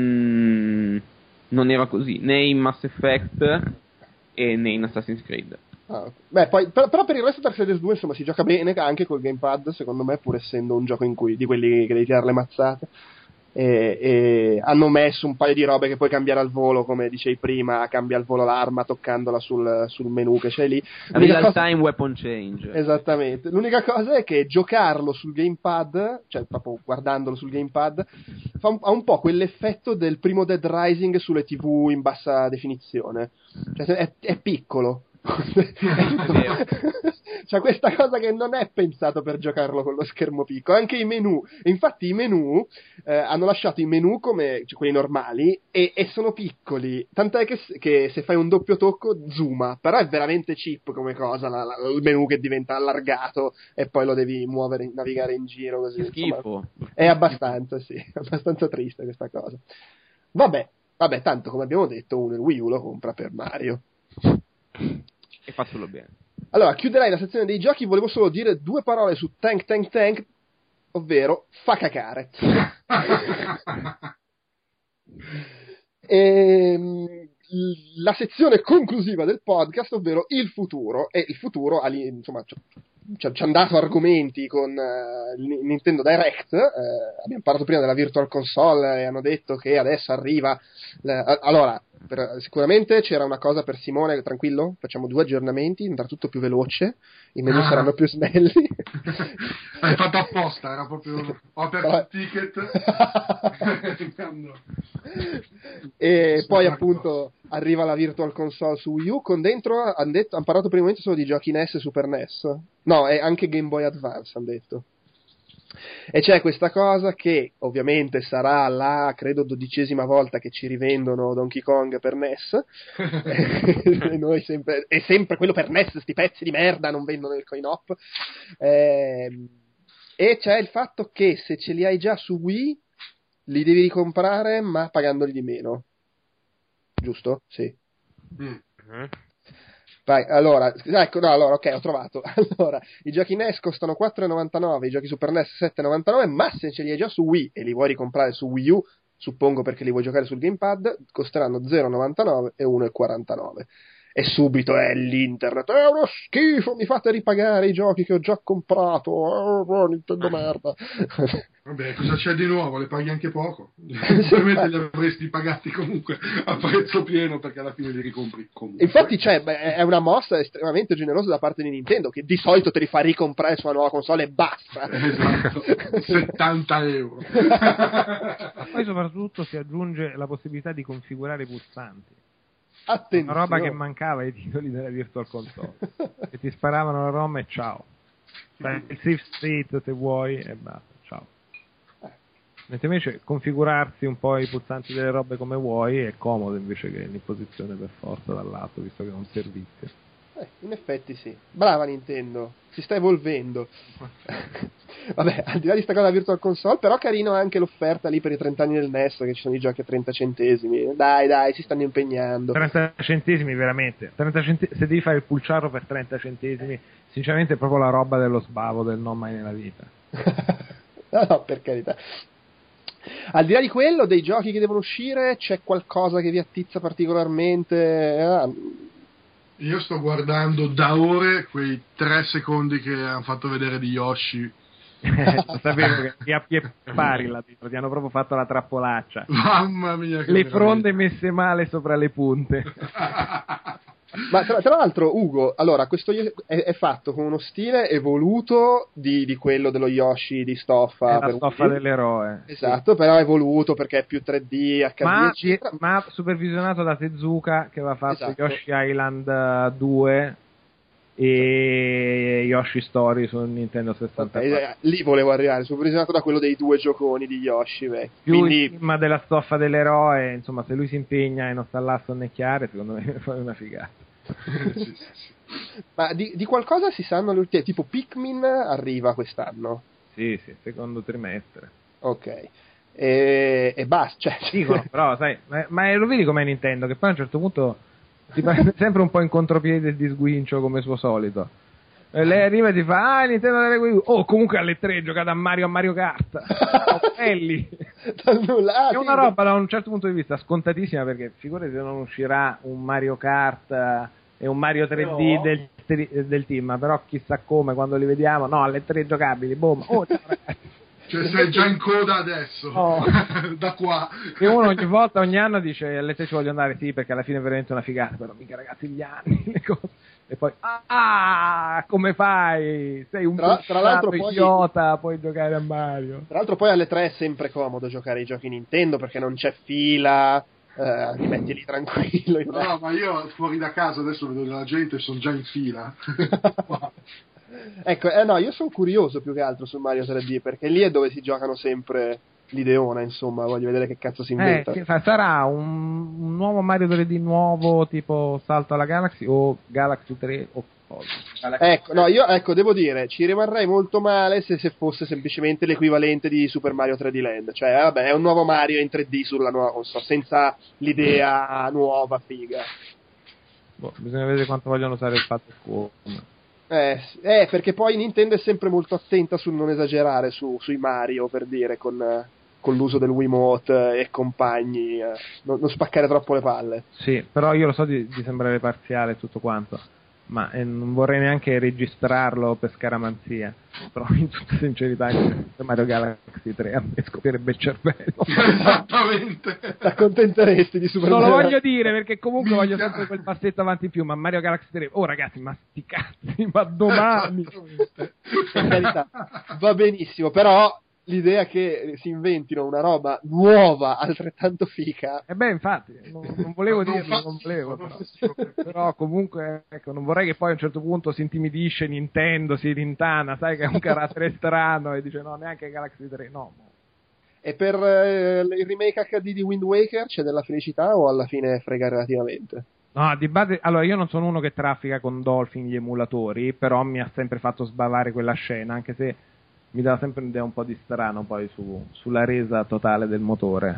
non, non era così, né in Mass Effect e né in Assassin's Creed. Ah, ok. Beh, poi, però, però per il resto Darksiders due insomma si gioca bene anche col gamepad, secondo me, pur essendo un gioco in cui di quelli che devi tirare le mazzate. E, e hanno messo un paio di robe che puoi cambiare al volo, come dicevi prima, cambia al volo l'arma toccandola sul, sul menu che c'è lì. L'unica Real cosa- time weapon change. Esattamente, l'unica cosa è che giocarlo sul gamepad, cioè proprio guardandolo sul gamepad, fa un, ha un po' quell'effetto del primo Dead Rising sulle tivù in bassa definizione, cioè è, è piccolo. vero. C'è questa cosa che non è pensato per giocarlo con lo schermo piccolo, anche i menu, e infatti i menu eh, hanno lasciato i menu come cioè, quelli normali e, e sono piccoli, tant'è che, s- che se fai un doppio tocco zooma, però è veramente cheap come cosa, la- la- il menu che diventa allargato e poi lo devi muovere, navigare in giro così. Che insomma. schifo. È abbastanza, sì, è abbastanza triste questa cosa. Vabbè, vabbè, tanto come abbiamo detto uno il Wii U lo compra per Mario. E fa solo bene. Allora, chiuderei la sezione dei giochi, volevo solo dire due parole su Tank Tank Tank, ovvero fa cacare. Ehm, la sezione conclusiva del podcast, ovvero il futuro, e il futuro, ali- insomma, ci ci- ci hanno dato argomenti con eh, il Nintendo Direct, eh, abbiamo parlato prima della Virtual Console e hanno detto che adesso arriva, la- allora, per- sicuramente c'era una cosa per Simone, tranquillo, facciamo due aggiornamenti, andrà tutto più veloce, i menu Ah. saranno più snelli. Hai fatto apposta, era proprio ho aperto il ticket. Quando- E Sì, poi ecco. appunto arriva la Virtual Console su Wii U con dentro hanno detto, hanno parlato per il momento solo di giochi N E S e Super N E S, no, e anche Game Boy Advance hanno detto. E c'è questa cosa che ovviamente sarà la, credo, dodicesima volta che ci rivendono Donkey Kong per N E S. E noi sempre, è sempre quello per N E S, sti pezzi di merda non vendono il coin op. Ehm, e c'è il fatto che se ce li hai già su Wii li devi ricomprare ma pagandoli di meno, giusto? Sì. Mm. Mhm. Vai, allora, ecco, no, allora, ok, ho trovato. Allora, i giochi N E S costano quattro e novantanove, i giochi Super N E S sette e novantanove, ma se ce li hai già su Wii e li vuoi ricomprare su Wii U, suppongo perché li vuoi giocare sul gamepad, costeranno zero e novantanove e uno e quarantanove. E subito è l'internet, è uno schifo, mi fate ripagare i giochi che ho già comprato, oh, oh, Nintendo merda. Vabbè, cosa c'è di nuovo? Le paghi anche poco. Probabilmente li avresti pagati comunque a prezzo pieno perché alla fine li ricompri comunque. Infatti, cioè, beh, è una mossa estremamente generosa da parte di Nintendo, che di solito te li fa ricomprare sulla nuova console e basta. Esatto, settanta euro. Poi soprattutto si aggiunge la possibilità di configurare i pulsanti. Attenzione. Una roba che mancava ai titoli della Virtual Console. Che ti sparavano la ROM e ciao. Fai il save state se vuoi e basta, ciao. Mentre invece configurarsi un po' i pulsanti delle robe come vuoi è comodo invece che in posizione per forza dal lato, visto che è un servizio. Eh, in effetti sì. Brava Nintendo, si sta evolvendo. Vabbè, al di là di sta cosa della Virtual Console, però carino anche l'offerta lì per i trenta anni del N E S, che ci sono i giochi a trenta centesimi. Dai, dai, si stanno impegnando. trenta centesimi veramente. trenta centi- se devi fare il pulciarro per trenta centesimi, sinceramente è proprio la roba dello sbavo del non mai nella vita. No, no, per carità. Al di là di quello, dei giochi che devono uscire, c'è qualcosa che vi attizza particolarmente? Ah, Io sto guardando da ore quei tre secondi che hanno fatto vedere di Yoshi. Lo sapevo che ti a pie pari là dentro, ti hanno proprio fatto la trappolaccia. Mamma mia, che Le meraviglia. fronde messe male sopra le punte. Ma tra, tra l'altro, Ugo, allora, questo Yoshi è, è fatto con uno stile evoluto di, di quello dello Yoshi di stoffa. È la per stoffa Wii. dell'eroe. Esatto, sì. Però è evoluto perché è più tre D, acca di, Ma, eccetera. ma supervisionato da Tezuka, che aveva fatto Esatto. Yoshi Island due e Yoshi Story su Nintendo sessantaquattro. Okay, lì volevo arrivare, supervisionato da quello dei due gioconi di Yoshi vecchi. Più Quindi... il tema della stoffa dell'eroe, insomma, se lui si impegna e non sta là a sonnecchiare, secondo me fa una figata. Sì, sì, sì. Ma di, di qualcosa si sanno le ultime, tipo Pikmin arriva quest'anno. Sì, sì, secondo trimestre. Ok. E, e basta, cioè... Dicono, però, sai, ma, ma lo vedi com'è Nintendo, che poi a un certo punto ti prende sempre un po' in contropiede e di sguincio come suo solito. E lei arriva e ti fa, ah, Nintendo delle Wii U. Oh, comunque alle tre giocate a Mario a Mario Kart. Oh, belli. Dal nulla. Ah, È sì, una roba da un certo punto di vista scontatissima, perché figurati se non uscirà un Mario Kart eh, e un Mario tre D No. del, del team, però chissà come quando li vediamo, no, alle tre giocabili, boom. Oh, ciao, ragazzi. Cioè sei già in coda adesso. Oh. Da qua. E uno ogni volta, ogni anno dice alle tre ci voglio andare, sì, perché alla fine è veramente una figata, però mica ragazzi gli anni, le cose. E poi, ah, come fai? Sei un Tra- tra l'altro poi- idiota, puoi giocare a Mario. Tra l'altro poi alle tre è sempre comodo giocare i giochi Nintendo perché non c'è fila, eh, ti metti lì tranquillo. in No, ma io fuori da casa adesso vedo della gente e sono già in fila. Ecco, eh, no, io sono curioso più che altro su Mario tre D perché lì è dove si giocano sempre l'ideona, insomma, voglio vedere che cazzo si Eh, inventa. che fa- sarà un, un nuovo Mario tre D nuovo, tipo Salto alla Galaxy o Galaxy tre o cosa. Ecco, no, io ecco, devo dire, ci rimarrei molto male se, se fosse semplicemente l'equivalente di Super Mario tre D Land, cioè, vabbè, è un nuovo Mario in tre D sulla nuova console, senza l'idea nuova, figa. Boh, bisogna vedere quanto vogliono usare il fatto scuola. Eh, s- eh, perché poi Nintendo è sempre molto attenta sul non esagerare su, sui Mario, per dire, con, eh, con l'uso del Wiimote e compagni, eh, non, non spaccare troppo le palle. Sì, però io lo so di, di sembrare parziale e tutto quanto, ma eh, non vorrei neanche registrarlo per scaramanzia, però in tutta sincerità Mario Galaxy tre a me scoprierebbe il cervello. Esattamente. Ti accontenteresti di Super Non lo Mario? voglio dire perché comunque Minchia. voglio sempre quel passetto avanti in più, ma Mario Galaxy tre, oh ragazzi, ma sti cazzi, ma domani. Esattamente. Per carità, va benissimo, però l'idea che si inventino una roba nuova, altrettanto fica, E beh, infatti, non, non volevo Non dirlo, fa non schifo, volevo, non però. fa schifo. Però comunque, ecco, non vorrei che poi a un certo punto si intimidisce Nintendo, si rintana, sai che è un carattere strano e dice no, neanche Galaxy tre, no. e per eh, il remake acca di di Wind Waker c'è della felicità o alla fine frega relativamente? No, di base, allora io non sono uno che traffica con Dolphin gli emulatori, però mi ha sempre fatto sbavare quella scena, anche se mi dava sempre un'idea un po' di strano poi su, sulla resa totale del motore.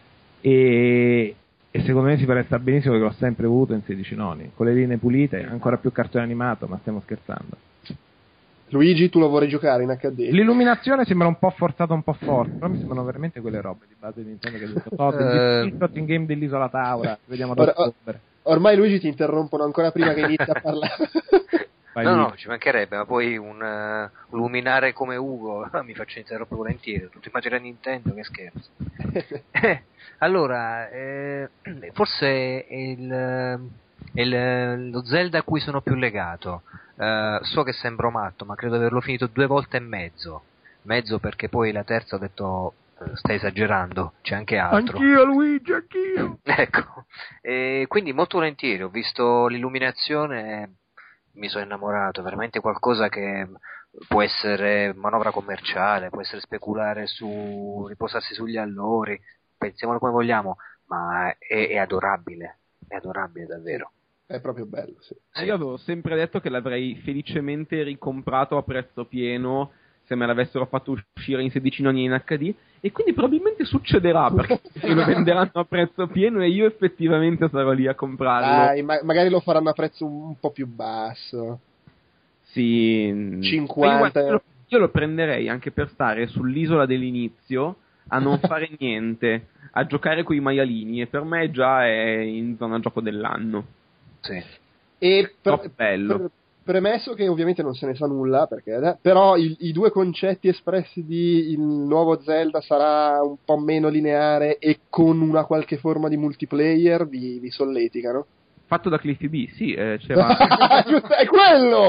E, e secondo me si presta benissimo perché l'ho sempre avuto in sedici noni, con le linee pulite, ancora più cartone animato, ma stiamo scherzando. Luigi, tu lo vorrei giocare in acca di? L'illuminazione sembra un po' forzata, un po' forte, però mi sembrano veramente quelle robe di base di Nintendo che ha detto Todd, Eh. il in game dell'isola Taura, vediamo ad Ora- ottobre. Ormai Luigi ti interrompono ancora prima che inizi a parlare. Vai No, lì. no, ci mancherebbe, ma poi un, eh, un luminare come Ugo mi faccio interrompere volentieri. Tutti immaginano Nintendo, che scherzo. Eh, allora, eh, forse è, il, è il- lo Zelda a cui sono più legato. Eh, so che sembro matto, ma credo di averlo finito due volte e mezzo. Mezzo perché poi la terza ho detto eh, stai esagerando, c'è anche altro. Anch'io Luigi, anch'io. Ecco, e quindi molto volentieri, ho visto l'illuminazione, mi sono innamorato, veramente qualcosa che può essere manovra commerciale, può essere speculare su, riposarsi sugli allori, pensiamolo come vogliamo, ma è, è adorabile, è adorabile davvero. È proprio bello, sì. Sì. Io avevo sempre detto che l'avrei felicemente ricomprato a prezzo pieno se me l'avessero fatto uscire in sedici noni in acca di, e quindi probabilmente succederà perché lo venderanno a prezzo pieno e io effettivamente sarò lì a comprarlo. Dai, ma- magari lo faranno a prezzo un, un po' più basso. Sì, cinquanta. Io, io lo prenderei anche per stare sull'isola dell'inizio, a non fare niente, a giocare coi maialini, e per me già è in zona gioco dell'anno. Sì. E per, Troppo bello. per- premesso che ovviamente non se ne sa nulla, perché, eh, però i, i due concetti espressi di il nuovo Zelda sarà un po' meno lineare e con una qualche forma di multiplayer vi, vi solleticano. Fatto da Cliffy B, sì, eh, c'era... Giusto, è quello!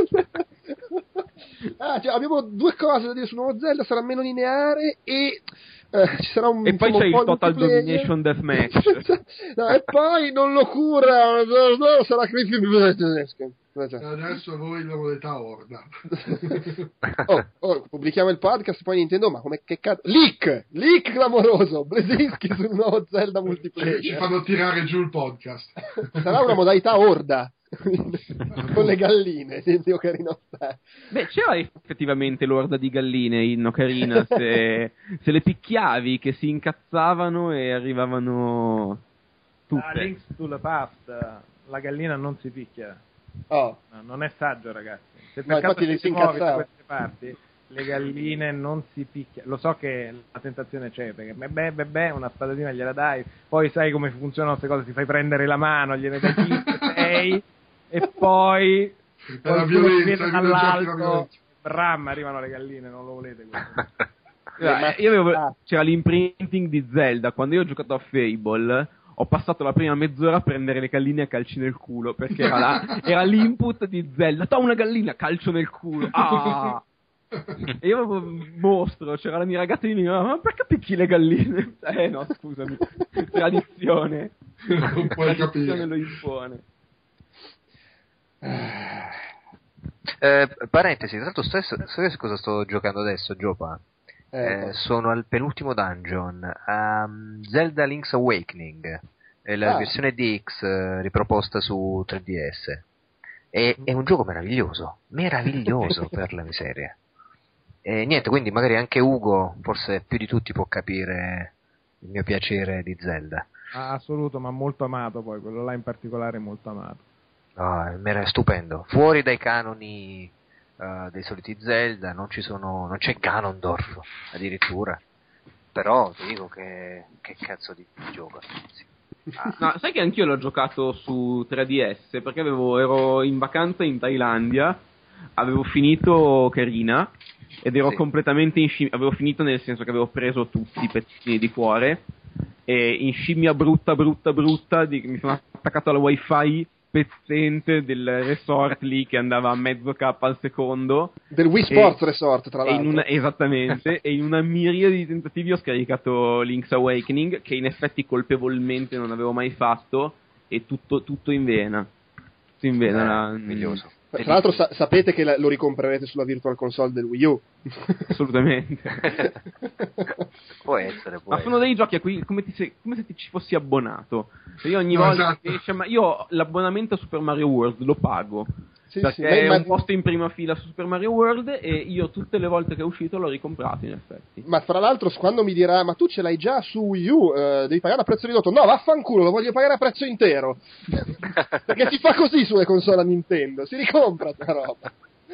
Ah, cioè, abbiamo due cose da dire sul nuovo Zelda, sarà meno lineare e eh, ci sarà un E poi insomma, c'è un il po' Total multiplayer. Domination Deathmatch. No, e poi non lo cura, no, sarà Cliffy B. Adesso voi la modalità Orda. Oh, oh, pubblichiamo il podcast, poi Nintendo, ma come che cazzo? Leak! Leak clamoroso! Blazinski sul nuovo Zelda multiplayer. Ci fanno tirare giù il podcast. Sarà una modalità Orda. Con le galline di Ocarina of Time. Beh, c'era effettivamente l'orda di galline in Ocarina, se, se le picchiavi che si incazzavano e arrivavano tutte. Ah, Links to the Past, la gallina non si picchia. Oh. No, non è saggio, ragazzi. Se No, per caso infatti ci le si si muove da incazzava. queste parti, le galline non si picchiano. Lo so che la tentazione c'è, perché beh, beh, beh, una spadatina gliela dai, poi sai come funzionano queste cose, ti fai prendere la mano, gliene dai cinque, sei, e poi È la qualcuno violenza, viene i videogiochi, la dall'alto, violenza. bram, arrivano le galline, non lo volete questo. Eh, io avevo, c'era l'imprinting di Zelda. Quando io ho giocato a Fable, ho passato la prima mezz'ora a prendere le galline a calci nel culo, perché era, la, era l'input di Zelda. To una gallina, calcio nel culo. Ah! E io avevo un mostro, c'era la mia ragazza e mi diceva: ma perché picchi le galline? Eh no, scusami, tradizione. Non puoi Tradizione capire. lo impone. Eh, parentesi, tra l'altro stesso, sai cosa sto giocando adesso, Giopa? Ecco. Eh, sono al penultimo dungeon, um, Zelda Link's Awakening, è la Ah. versione D X eh, riproposta su tre D S. È, è un gioco meraviglioso, meraviglioso per la miseria. E niente, quindi magari anche Ugo, forse più di tutti, può capire il mio piacere di Zelda. Ah, assoluto, ma molto amato poi, quello là in particolare è molto amato. Ah, era stupendo. Fuori dai canoni uh, dei soliti Zelda, non ci sono, non c'è Ganondorf addirittura. Però ti dico che, che cazzo di gioco. Ragazzi. Ah, No, sai che anch'io l'ho giocato su tre D S, perché avevo, ero in vacanza in Thailandia, avevo finito Ocarina ed ero Sì. completamente in scimmia, avevo finito nel senso che avevo preso tutti i pezzini di cuore, e in scimmia brutta brutta brutta di, mi sono attaccato al wifi pezzente del resort lì che andava a mezzo K al secondo. Del Wii Sports Resort, tra E in l'altro. una, esattamente, e in una miriade di tentativi ho scaricato Link's Awakening, che in effetti colpevolmente non avevo mai fatto, e tutto, tutto in vena. Tutto in vena. la- meraviglioso. Tra l'altro sa- sapete che la- lo ricomprerete sulla Virtual Console del Wii U. Assolutamente. Può essere, può Ma sono essere. dei giochi a cui come, ti sei- come se ti ci fossi abbonato. Cioè io ogni No, volta esatto. che esce, ma io l'abbonamento a Super Mario World lo pago. Sì, perché sì, ma è imma- un posto in prima fila su Super Mario World, e io tutte le volte che è uscito l'ho ricomprato, in effetti. Ma fra l'altro quando mi dirà ma tu ce l'hai già su Wii U, eh, devi pagare a prezzo ridotto, no vaffanculo, lo voglio pagare a prezzo intero. Perché si fa così sulle console a Nintendo, si ricompra sta roba.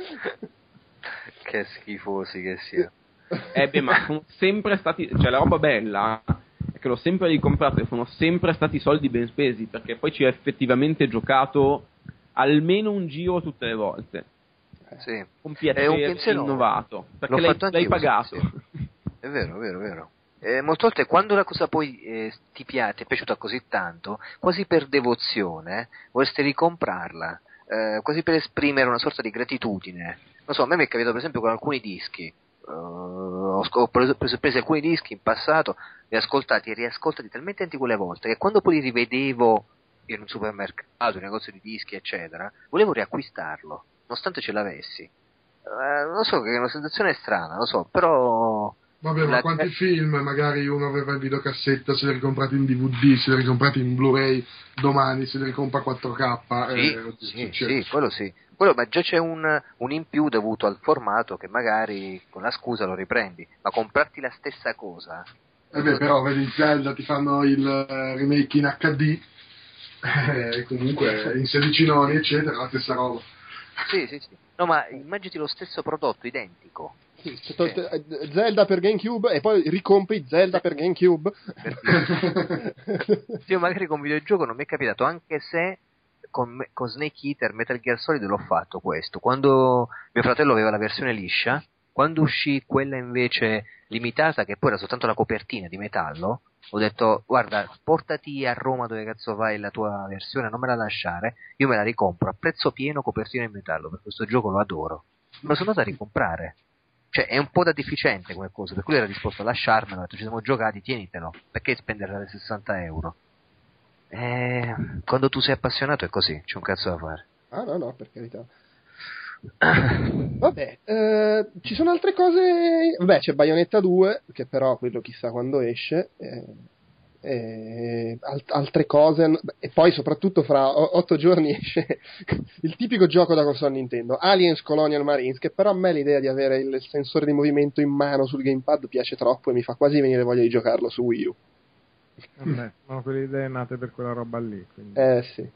Che schifosi che sia. Eh beh, ma sono sempre stati, cioè la roba bella è che l'ho sempre ricomprato e sono sempre stati soldi ben spesi, perché poi ci ho effettivamente giocato almeno un giro tutte le volte, Sì. con È piacere un pensiero- innovato, perché l'ho l'hai, fatto l'hai anch'io, pagato. sì, sì. È vero, è vero, è vero. Eh, molte volte quando la cosa poi eh, ti piace, ti è piaciuta così tanto, quasi per devozione, vorresti ricomprarla, eh, quasi per esprimere una sorta di gratitudine. Non so, a me mi è capitato per esempio con alcuni dischi. Uh, ho sc- ho preso, preso, preso alcuni dischi in passato, li ho ascoltati e riascoltati talmente tanti quelle volte che quando poi li rivedevo in un supermercato, in un negozio di dischi, eccetera, volevo riacquistarlo, nonostante ce l'avessi. Uh, non so, che è una sensazione strana, lo so, però... Vabbè, ma La- quanti film magari uno aveva in videocassetta, se li ha ricomprati in D V D, se li ha ricomprati in Blu-ray, domani se li ricompra quattro K. Sì, eh, sì, succede. sì, quello sì. Quello, ma già c'è un, un in più dovuto al formato che magari con la scusa lo riprendi, ma comprarti la stessa cosa... Eh beh, però vedi Zelda, ti fanno il eh, remake in H D, eh, comunque in sedici noni, eccetera, la stessa roba. Sì, sì, sì. No, ma immaginati lo stesso prodotto, identico. Sì, to- to- Zelda per GameCube e poi ricompri Zelda per GameCube. Sì, io magari con videogioco non mi è capitato, anche se con, me- con Snake Eater, Metal Gear Solid l'ho fatto questo. Quando mio fratello aveva la versione liscia, quando uscì quella invece limitata, che poi era soltanto la copertina di metallo, ho detto guarda, portati a Roma dove cazzo vai la tua versione, non me la lasciare, io me la ricompro a prezzo pieno, copertina in metallo, per questo gioco lo adoro. Me lo sono andato a ricomprare. Cioè è un po' da deficiente come cosa, per cui era disposto a lasciarmelo, ho detto ci siamo giocati, tienitelo, perché spendere sessanta euro? Eh, quando tu sei appassionato è così, c'è un cazzo da fare. Ah no no, per carità. Vabbè, eh, ci sono altre cose. Beh, c'è Bayonetta due, che però quello chissà quando esce. Eh, eh, alt- altre cose. E poi soprattutto fra o- otto giorni esce il tipico gioco da console Nintendo, Aliens Colonial Marines, che però a me l'idea di avere il sensore di movimento in mano sul gamepad piace troppo e mi fa quasi venire voglia di giocarlo su Wii U. Vabbè, sono quelle idee nate per quella roba lì. Quindi. Eh sì.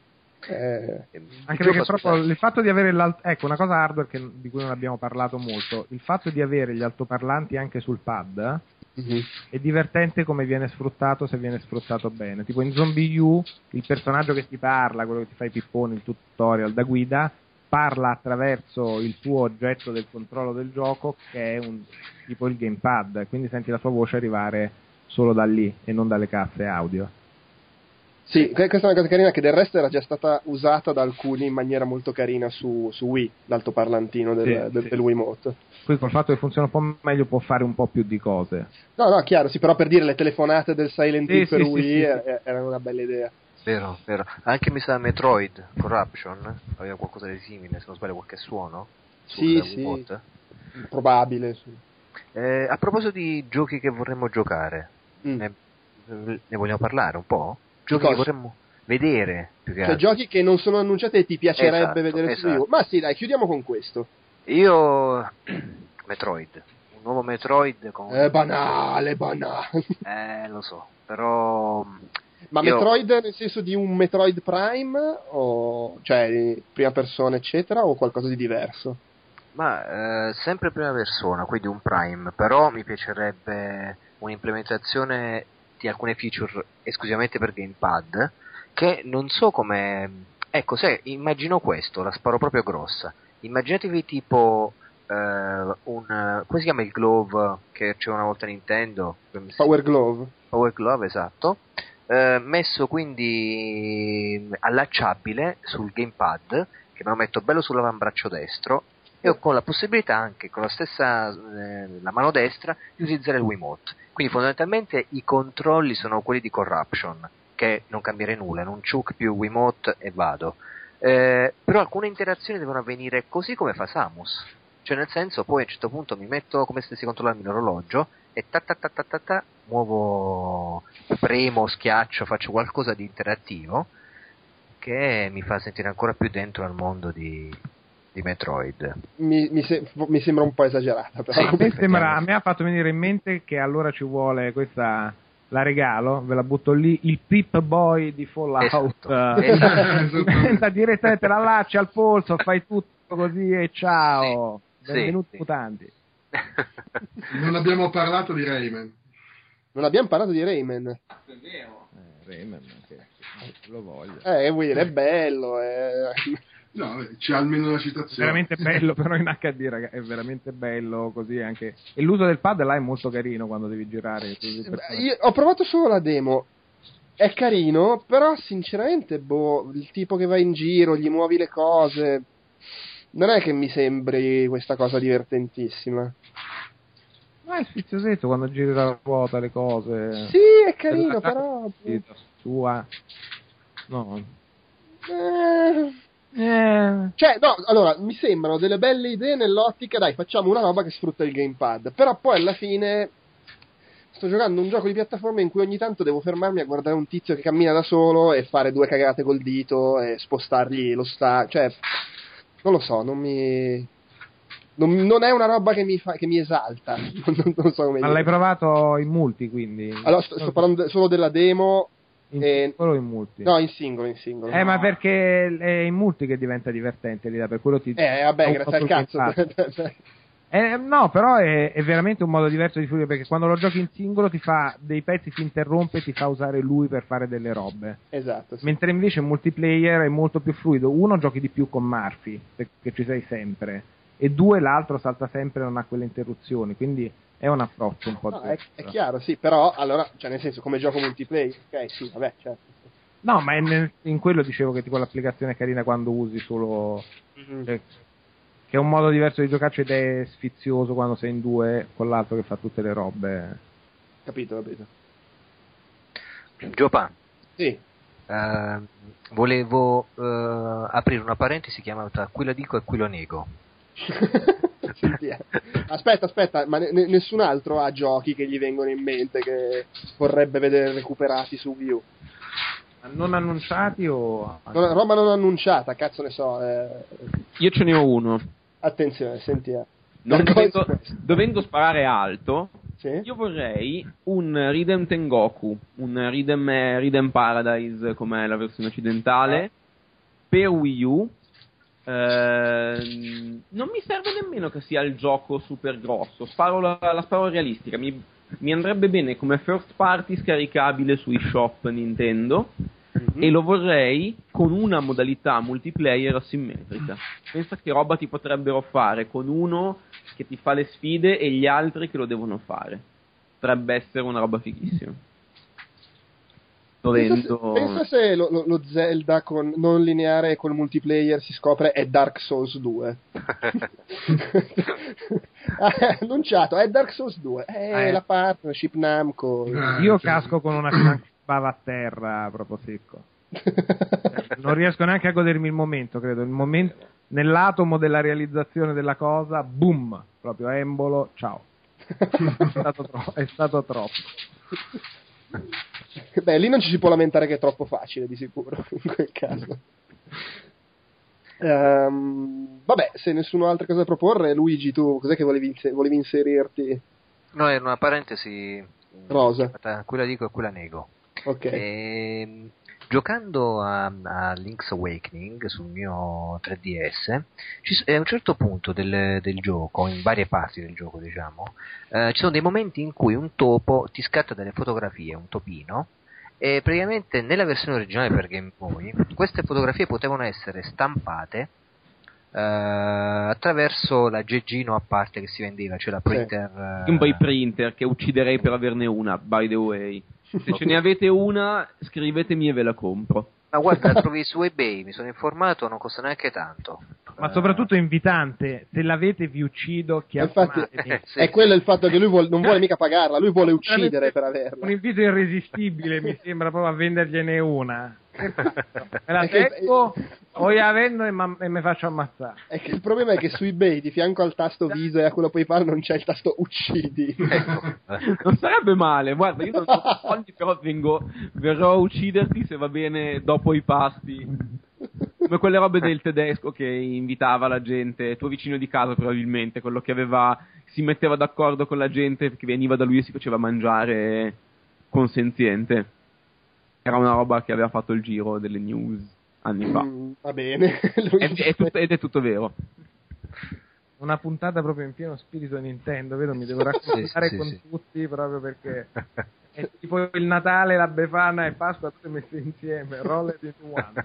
Eh, Anche perché proprio il fatto di avere l'alt- ecco una cosa hardware che, di cui non abbiamo parlato molto, il fatto di avere gli altoparlanti anche sul pad mm-hmm. è divertente come viene sfruttato, se viene sfruttato bene. Tipo in Zombie U il personaggio che ti parla, quello che ti fa i pipponi, il tutorial da guida, parla attraverso il tuo oggetto del controllo del gioco, che è un tipo il gamepad, quindi senti la sua voce arrivare solo da lì e non dalle casse audio. Sì, questa è una cosa carina che del resto era già stata usata da alcuni in maniera molto carina su, su Wii, l'altoparlantino del, sì, del, sì. del Wiimote. Qui col fatto che funziona un po' meglio può fare un po' più di cose. No, no, chiaro, sì, però per dire le telefonate del Silent Sì, Hill per sì, Wii sì, sì, era, sì. era una bella idea. Vero, vero. Anche mi sa Metroid Corruption aveva qualcosa di simile, se non sbaglio qualche suono. Sì, sul sì, Wiimote. probabile. Sì. Eh, a proposito di giochi che vorremmo giocare, Mm. ne, ne vogliamo parlare un po'? Giochi che vorremmo vedere più che Cioè altro. giochi che non sono annunciati e ti piacerebbe Esatto, vedere su Wii U. esatto. Ma sì, dai, chiudiamo con questo. Io Metroid, un nuovo Metroid con... È banale, banale. Eh, lo so, però... Ma io... Metroid nel senso di un Metroid Prime, o cioè prima persona eccetera, o qualcosa di diverso? Ma eh, sempre prima persona, quindi un Prime, però mi piacerebbe un'implementazione di alcune feature esclusivamente per gamepad, che non so come... Ecco, se immagino questo, la sparo proprio grossa. Immaginatevi tipo eh, un... come si chiama il glove che c'è una volta Nintendo? Power Glove. Power Glove, esatto. Eh, messo quindi allacciabile sul gamepad, che me lo metto bello sull'avambraccio destro, e ho con la possibilità anche con la stessa eh, la mano destra di utilizzare il Wiimote. Quindi fondamentalmente i controlli sono quelli di Corruption, che non cambierei nulla, non ciuc più Wiimote e vado. Eh, però alcune interazioni devono avvenire così come fa Samus, cioè nel senso poi a un certo punto mi metto come se stessi controllando l'orologio e ta ta ta ta ta ta muovo, premo, schiaccio, faccio qualcosa di interattivo che mi fa sentire ancora più dentro al mondo di, di Metroid. Mi, mi, se, mi sembra un po' esagerata, però. Sì, A me, sembra, a me ha fatto venire in mente che allora ci vuole questa, la regalo, ve la butto lì, il Pip Boy di Fallout. Esatto. Esatto. Senza direttamente la allacci al polso, fai tutto così e ciao. Sì, Benvenuti sì, mutanti. Non abbiamo parlato di Rayman. Non abbiamo parlato di Rayman. Eh, Rayman, che lo voglio. Eh, Will, è bello, è... No, c'è almeno una citazione. È veramente bello, però in acca di, ragazzi, è veramente bello così anche. E l'uso del pad là è molto carino quando devi girare. Io ho provato solo la demo. È carino, però sinceramente, boh, il tipo che va in giro, gli muovi le cose, non è che mi sembri questa cosa divertentissima. Ma è sfiziosetto quando giri la ruota, le cose. Sì, è carino, però... Sua. No. Eh... Eh. Cioè, no, allora, mi sembrano delle belle idee nell'ottica, dai, facciamo una roba che sfrutta il gamepad, però poi alla fine sto giocando un gioco di piattaforma in cui ogni tanto devo fermarmi a guardare un tizio che cammina da solo e fare due cagate col dito e spostargli lo sta, cioè, non lo so, non mi... Non, non è una roba che mi, fa, che mi esalta, non, non so come Ma dire. l'hai provato in multi, quindi? Allora, sto, sto parlando solo della demo. In e... singolo o in multi? No, in singolo, in singolo. Eh, ma perché è in multi che diventa divertente lì, per quello ti... Eh, vabbè, grazie al cazzo. Eh, no, però è, è veramente un modo diverso di fruire, perché quando lo giochi in singolo ti fa dei pezzi, si interrompe e ti fa usare lui per fare delle robe. Esatto. Sì. Mentre invece in multiplayer è molto più fluido. Uno, giochi di più con Murphy, perché ci sei sempre, e due, l'altro salta sempre e non ha quelle interruzioni, quindi è un approccio un po' No, è, diverso. è chiaro, sì, però allora, cioè nel senso, come gioco multiplayer, ok, sì, vabbè, certo. No, ma è nel- in quello dicevo che tipo l'applicazione è carina quando usi solo... Mm-hmm. cioè, che è un modo diverso di giocarci ed è sfizioso quando sei in due con l'altro che fa tutte le robe. Capito, capito. Giopa, Sì. eh, volevo eh, aprire una parentesi chiamata qui lo dico e qui lo nego. Senti, eh. Aspetta, aspetta, ma ne- nessun altro ha giochi che gli vengono in mente che vorrebbe vedere recuperati su Wii U? Non annunciati o... Non, roba non annunciata, cazzo ne so. Eh. Io ce ne ho uno. Attenzione, senti. Eh. Non Cosa dovendo, è questo? dovendo sparare alto, Sì? io vorrei un Rhythm Tengoku, un Rhythm, eh, Rhythm Paradise, come la versione occidentale, Ah. per Wii U. Ehm, non mi serve nemmeno che sia il gioco super grosso, sparo la, la sparo realistica, mi, mi andrebbe bene come first party scaricabile sui shop Nintendo. Mm-hmm. E lo vorrei con una modalità multiplayer asimmetrica. Pensa che roba ti potrebbero fare con uno che ti fa le sfide e gli altri che lo devono fare. Potrebbe essere una roba fighissima. Pensa se, Dovendo... pensa se lo, lo, lo Zelda con, non lineare con multiplayer si scopre è Dark Souls due. Ah, annunciato, è Dark Souls due. È Eh. la partnership Namco. Io casco con una finanza bava a terra proprio secco. Non riesco neanche a godermi il momento, credo. Il momento, nell'atomo della realizzazione della cosa, boom, proprio embolo, ciao. È stato, tro- è stato troppo. Beh, lì non ci si può lamentare che è troppo facile, di sicuro, in quel caso. Ehm, vabbè, se nessuno ha altre cose da proporre, Luigi, tu cos'è che volevi, inse- volevi inserirti? No, era una parentesi Rosa. chiamata qui la dico e qui la nego. Ok. Ehm, giocando a, a Link's Awakening sul mio tre D S, ci, s- a un certo punto del, del gioco, in varie parti del gioco diciamo, eh, ci sono dei momenti in cui un topo ti scatta delle fotografie, un topino, e praticamente nella versione originale per Game Boy queste fotografie potevano essere stampate eh, attraverso l'aggeggino a parte che si vendeva, cioè la printer. eh, Un bei printer che ucciderei per averne una, by the way. Se ce ne avete una, scrivetemi e ve la compro. Ma guarda, la trovi su eBay, mi sono informato, non costa neanche tanto. Ma Eh, soprattutto invitante, se l'avete vi uccido, Infatti, chiamatemi. sì, è sì. quello il fatto che lui vuole- non vuole mica pagarla, lui vuole uccidere per averla. Un invito irresistibile, mi sembra, proprio a vendergliene una. Che faccio? Me la È che- tengo o io la vendo e, ma- e mi faccio ammazzare. È che il problema è che su eBay di fianco al tasto Visa e a quello PayPal non c'è il tasto uccidi. Ecco. Non sarebbe male, guarda, io non ho soldi, però vengo, verrò a ucciderti se va bene dopo i pasti. Come quelle robe del tedesco che invitava la gente, tuo vicino di casa probabilmente, quello che aveva, si metteva d'accordo con la gente che veniva da lui e si faceva mangiare consenziente. Era una roba che aveva fatto il giro delle news anni fa. Mm, va bene. Ed è, tutto, ed è tutto vero. Una puntata proprio in pieno spirito Nintendo, vedo, mi devo raccontare Sì, sì, con sì. tutti proprio perché è tipo il Natale, la Befana e Pasqua tutte messe insieme, roll it into one.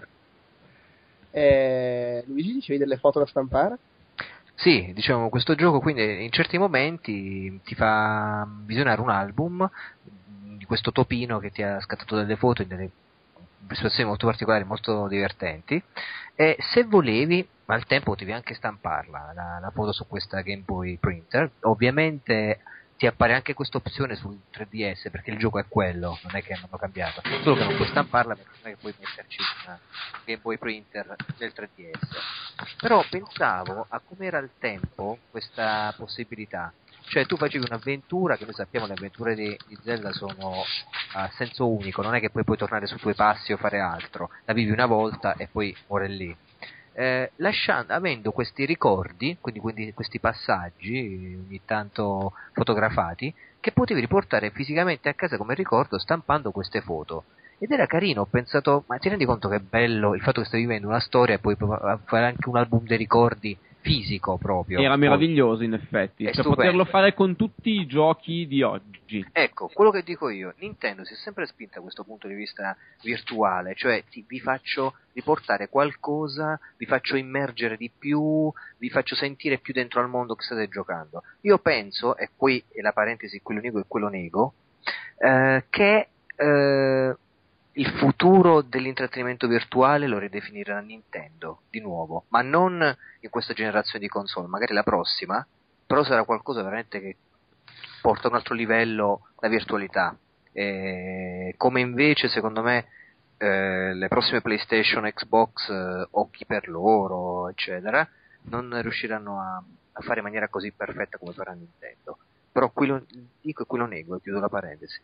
Eh, Luigi, dicevi delle foto da stampare? Sì, diciamo, questo gioco quindi in certi momenti ti fa visionare un album di questo topino che ti ha scattato delle foto in delle situazioni molto particolari, molto divertenti, e se volevi al tempo potevi anche stamparla la, la foto su questa Game Boy Printer. Ovviamente ti appare anche questa opzione sul tre D S perché il gioco è quello, non è che hanno cambiato, solo che non puoi stamparla perché non è che puoi metterci una Game Boy Printer nel tre D S. Però pensavo a come era al tempo questa possibilità, cioè tu facevi un'avventura, che noi sappiamo le avventure di, di Zelda sono a senso unico, non è che poi puoi tornare sui tuoi passi o fare altro, la vivi una volta e poi muore lì. Eh, lasciando, avendo questi ricordi, quindi, quindi questi passaggi ogni tanto fotografati, che potevi riportare fisicamente a casa come ricordo stampando queste foto. ed era carino. Ho pensato, ma ti rendi conto che è bello il fatto che stai vivendo una storia e poi fare anche un album dei ricordi fisico proprio. Era meraviglioso in effetti, È cioè stupendo. poterlo fare con tutti i giochi di oggi. Ecco, quello che dico io, Nintendo si è sempre spinta da questo punto di vista virtuale, cioè ti, vi faccio riportare qualcosa, vi faccio immergere di più, vi faccio sentire più dentro al mondo che state giocando. Io penso, e qui è la parentesi, quello nego e quello nego, eh, che eh, il futuro dell'intrattenimento virtuale lo ridefinirà Nintendo, di nuovo, ma non in questa generazione di console, magari la prossima, però sarà qualcosa veramente che porta a un altro livello la virtualità, eh, come invece secondo me eh, le prossime PlayStation, Xbox, eh, occhi per loro, eccetera, non riusciranno a, a fare in maniera così perfetta come farà Nintendo. Però qui lo dico e qui lo nego, e chiudo la parentesi.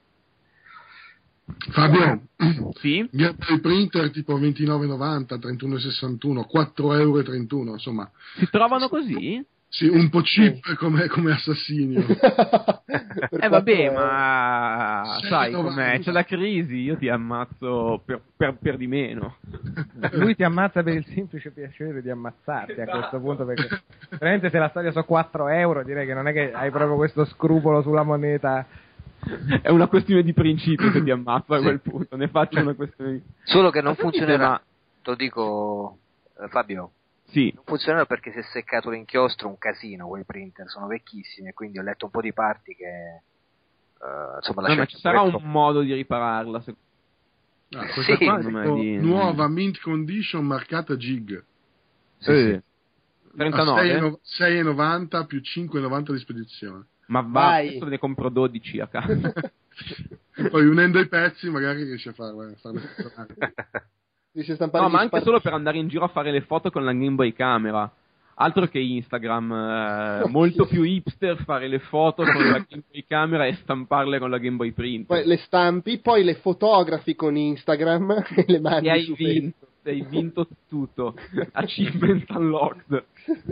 Fabio, Sì? mi ha il printer tipo ventinove e novanta, trentuno e sessantuno, quattro euro e trentuno, insomma. Si trovano così? Sì, un po' cheap come, come Assassinio. Eh vabbè, ma Sei sai novanta. com'è, c'è la crisi, io ti ammazzo per, per, per di meno. Lui ti ammazza per il semplice piacere di ammazzarti a questo punto, perché veramente se la storia so quattro euro direi che non è che hai proprio questo scrupolo sulla moneta. È una questione di principio che ti ammazzo a quel punto, ne faccio una questione di... Solo che non Ma sentite, funzionerà, ma- te lo dico eh, Fabio, Sì, non funzionerà perché si è seccato l'inchiostro un casino, quei printer sono vecchissimi e quindi ho letto un po' di parti che eh, insomma no, la ma ci sarà un modo di ripararla. Se... Ah, questa Sì, qua è secondo me tipo di- nuova mint condition marcata gig. Sì. trentanove? sei e novanta più cinque e novanta di spedizione. Ma va, Vai. adesso ne compro dodici a casa. E poi unendo i pezzi magari riesci a farle, farle funzionare. Riesce a stampare No, gli ma anche spar- solo per andare in giro a fare le foto con la Game Boy Camera. Altro che Instagram, eh, molto più hipster fare le foto con la Game Boy Camera e stamparle con la Game Boy Print. Poi le stampi, poi le fotografi con Instagram e le mandi E hai su vinto, hai vinto tutto. Achievement unlocked.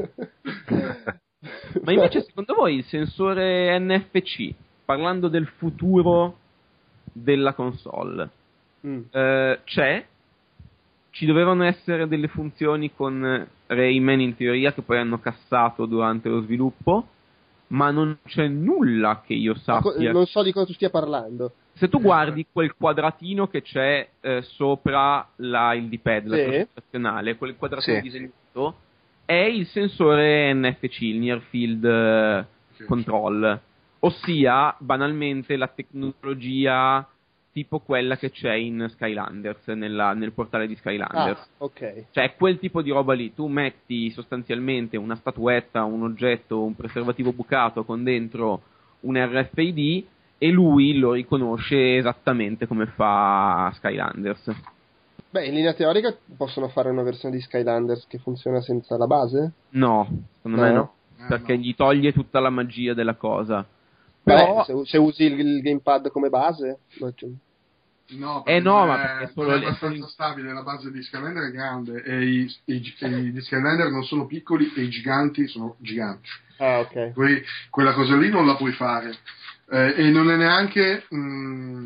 Ma invece secondo voi il sensore N F C, parlando del futuro della console, Facebook. Mm. eh, c'è? Ci dovevano essere delle funzioni con Rayman in teoria che poi hanno cassato durante lo sviluppo, ma non c'è nulla che io Ma co- sappia. non so di cosa tu stia parlando. Se tu guardi quel quadratino che c'è eh, sopra la, il D-pad, la Sì. croce stazionale, quel quadratino Sì. disegnato, è il sensore N F C, il Near Field eh, Sì. Control, ossia banalmente la tecnologia tipo quella che c'è in Skylanders, nella- nel portale di Skylanders. Ah, ok. Cioè quel tipo di roba lì, tu metti sostanzialmente una statuetta, un oggetto, un preservativo bucato con dentro un R F I D e lui lo riconosce esattamente come fa Skylanders. Beh, in linea teorica possono fare una versione di Skylanders che funziona senza la base? No, secondo me No? no, Eh, perché no. gli toglie tutta la magia della cosa. Beh, Però se, se usi il, il gamepad come base? no, cioè- No, Eh no, ma è- perché è solo non è lì- abbastanza stabile, la base di Skylander è grande e i, i, i- gli Skylander non sono piccoli e i giganti sono giganti. Ah, ok. Poi quella cosa lì non la puoi fare. Eh, e non è neanche mh,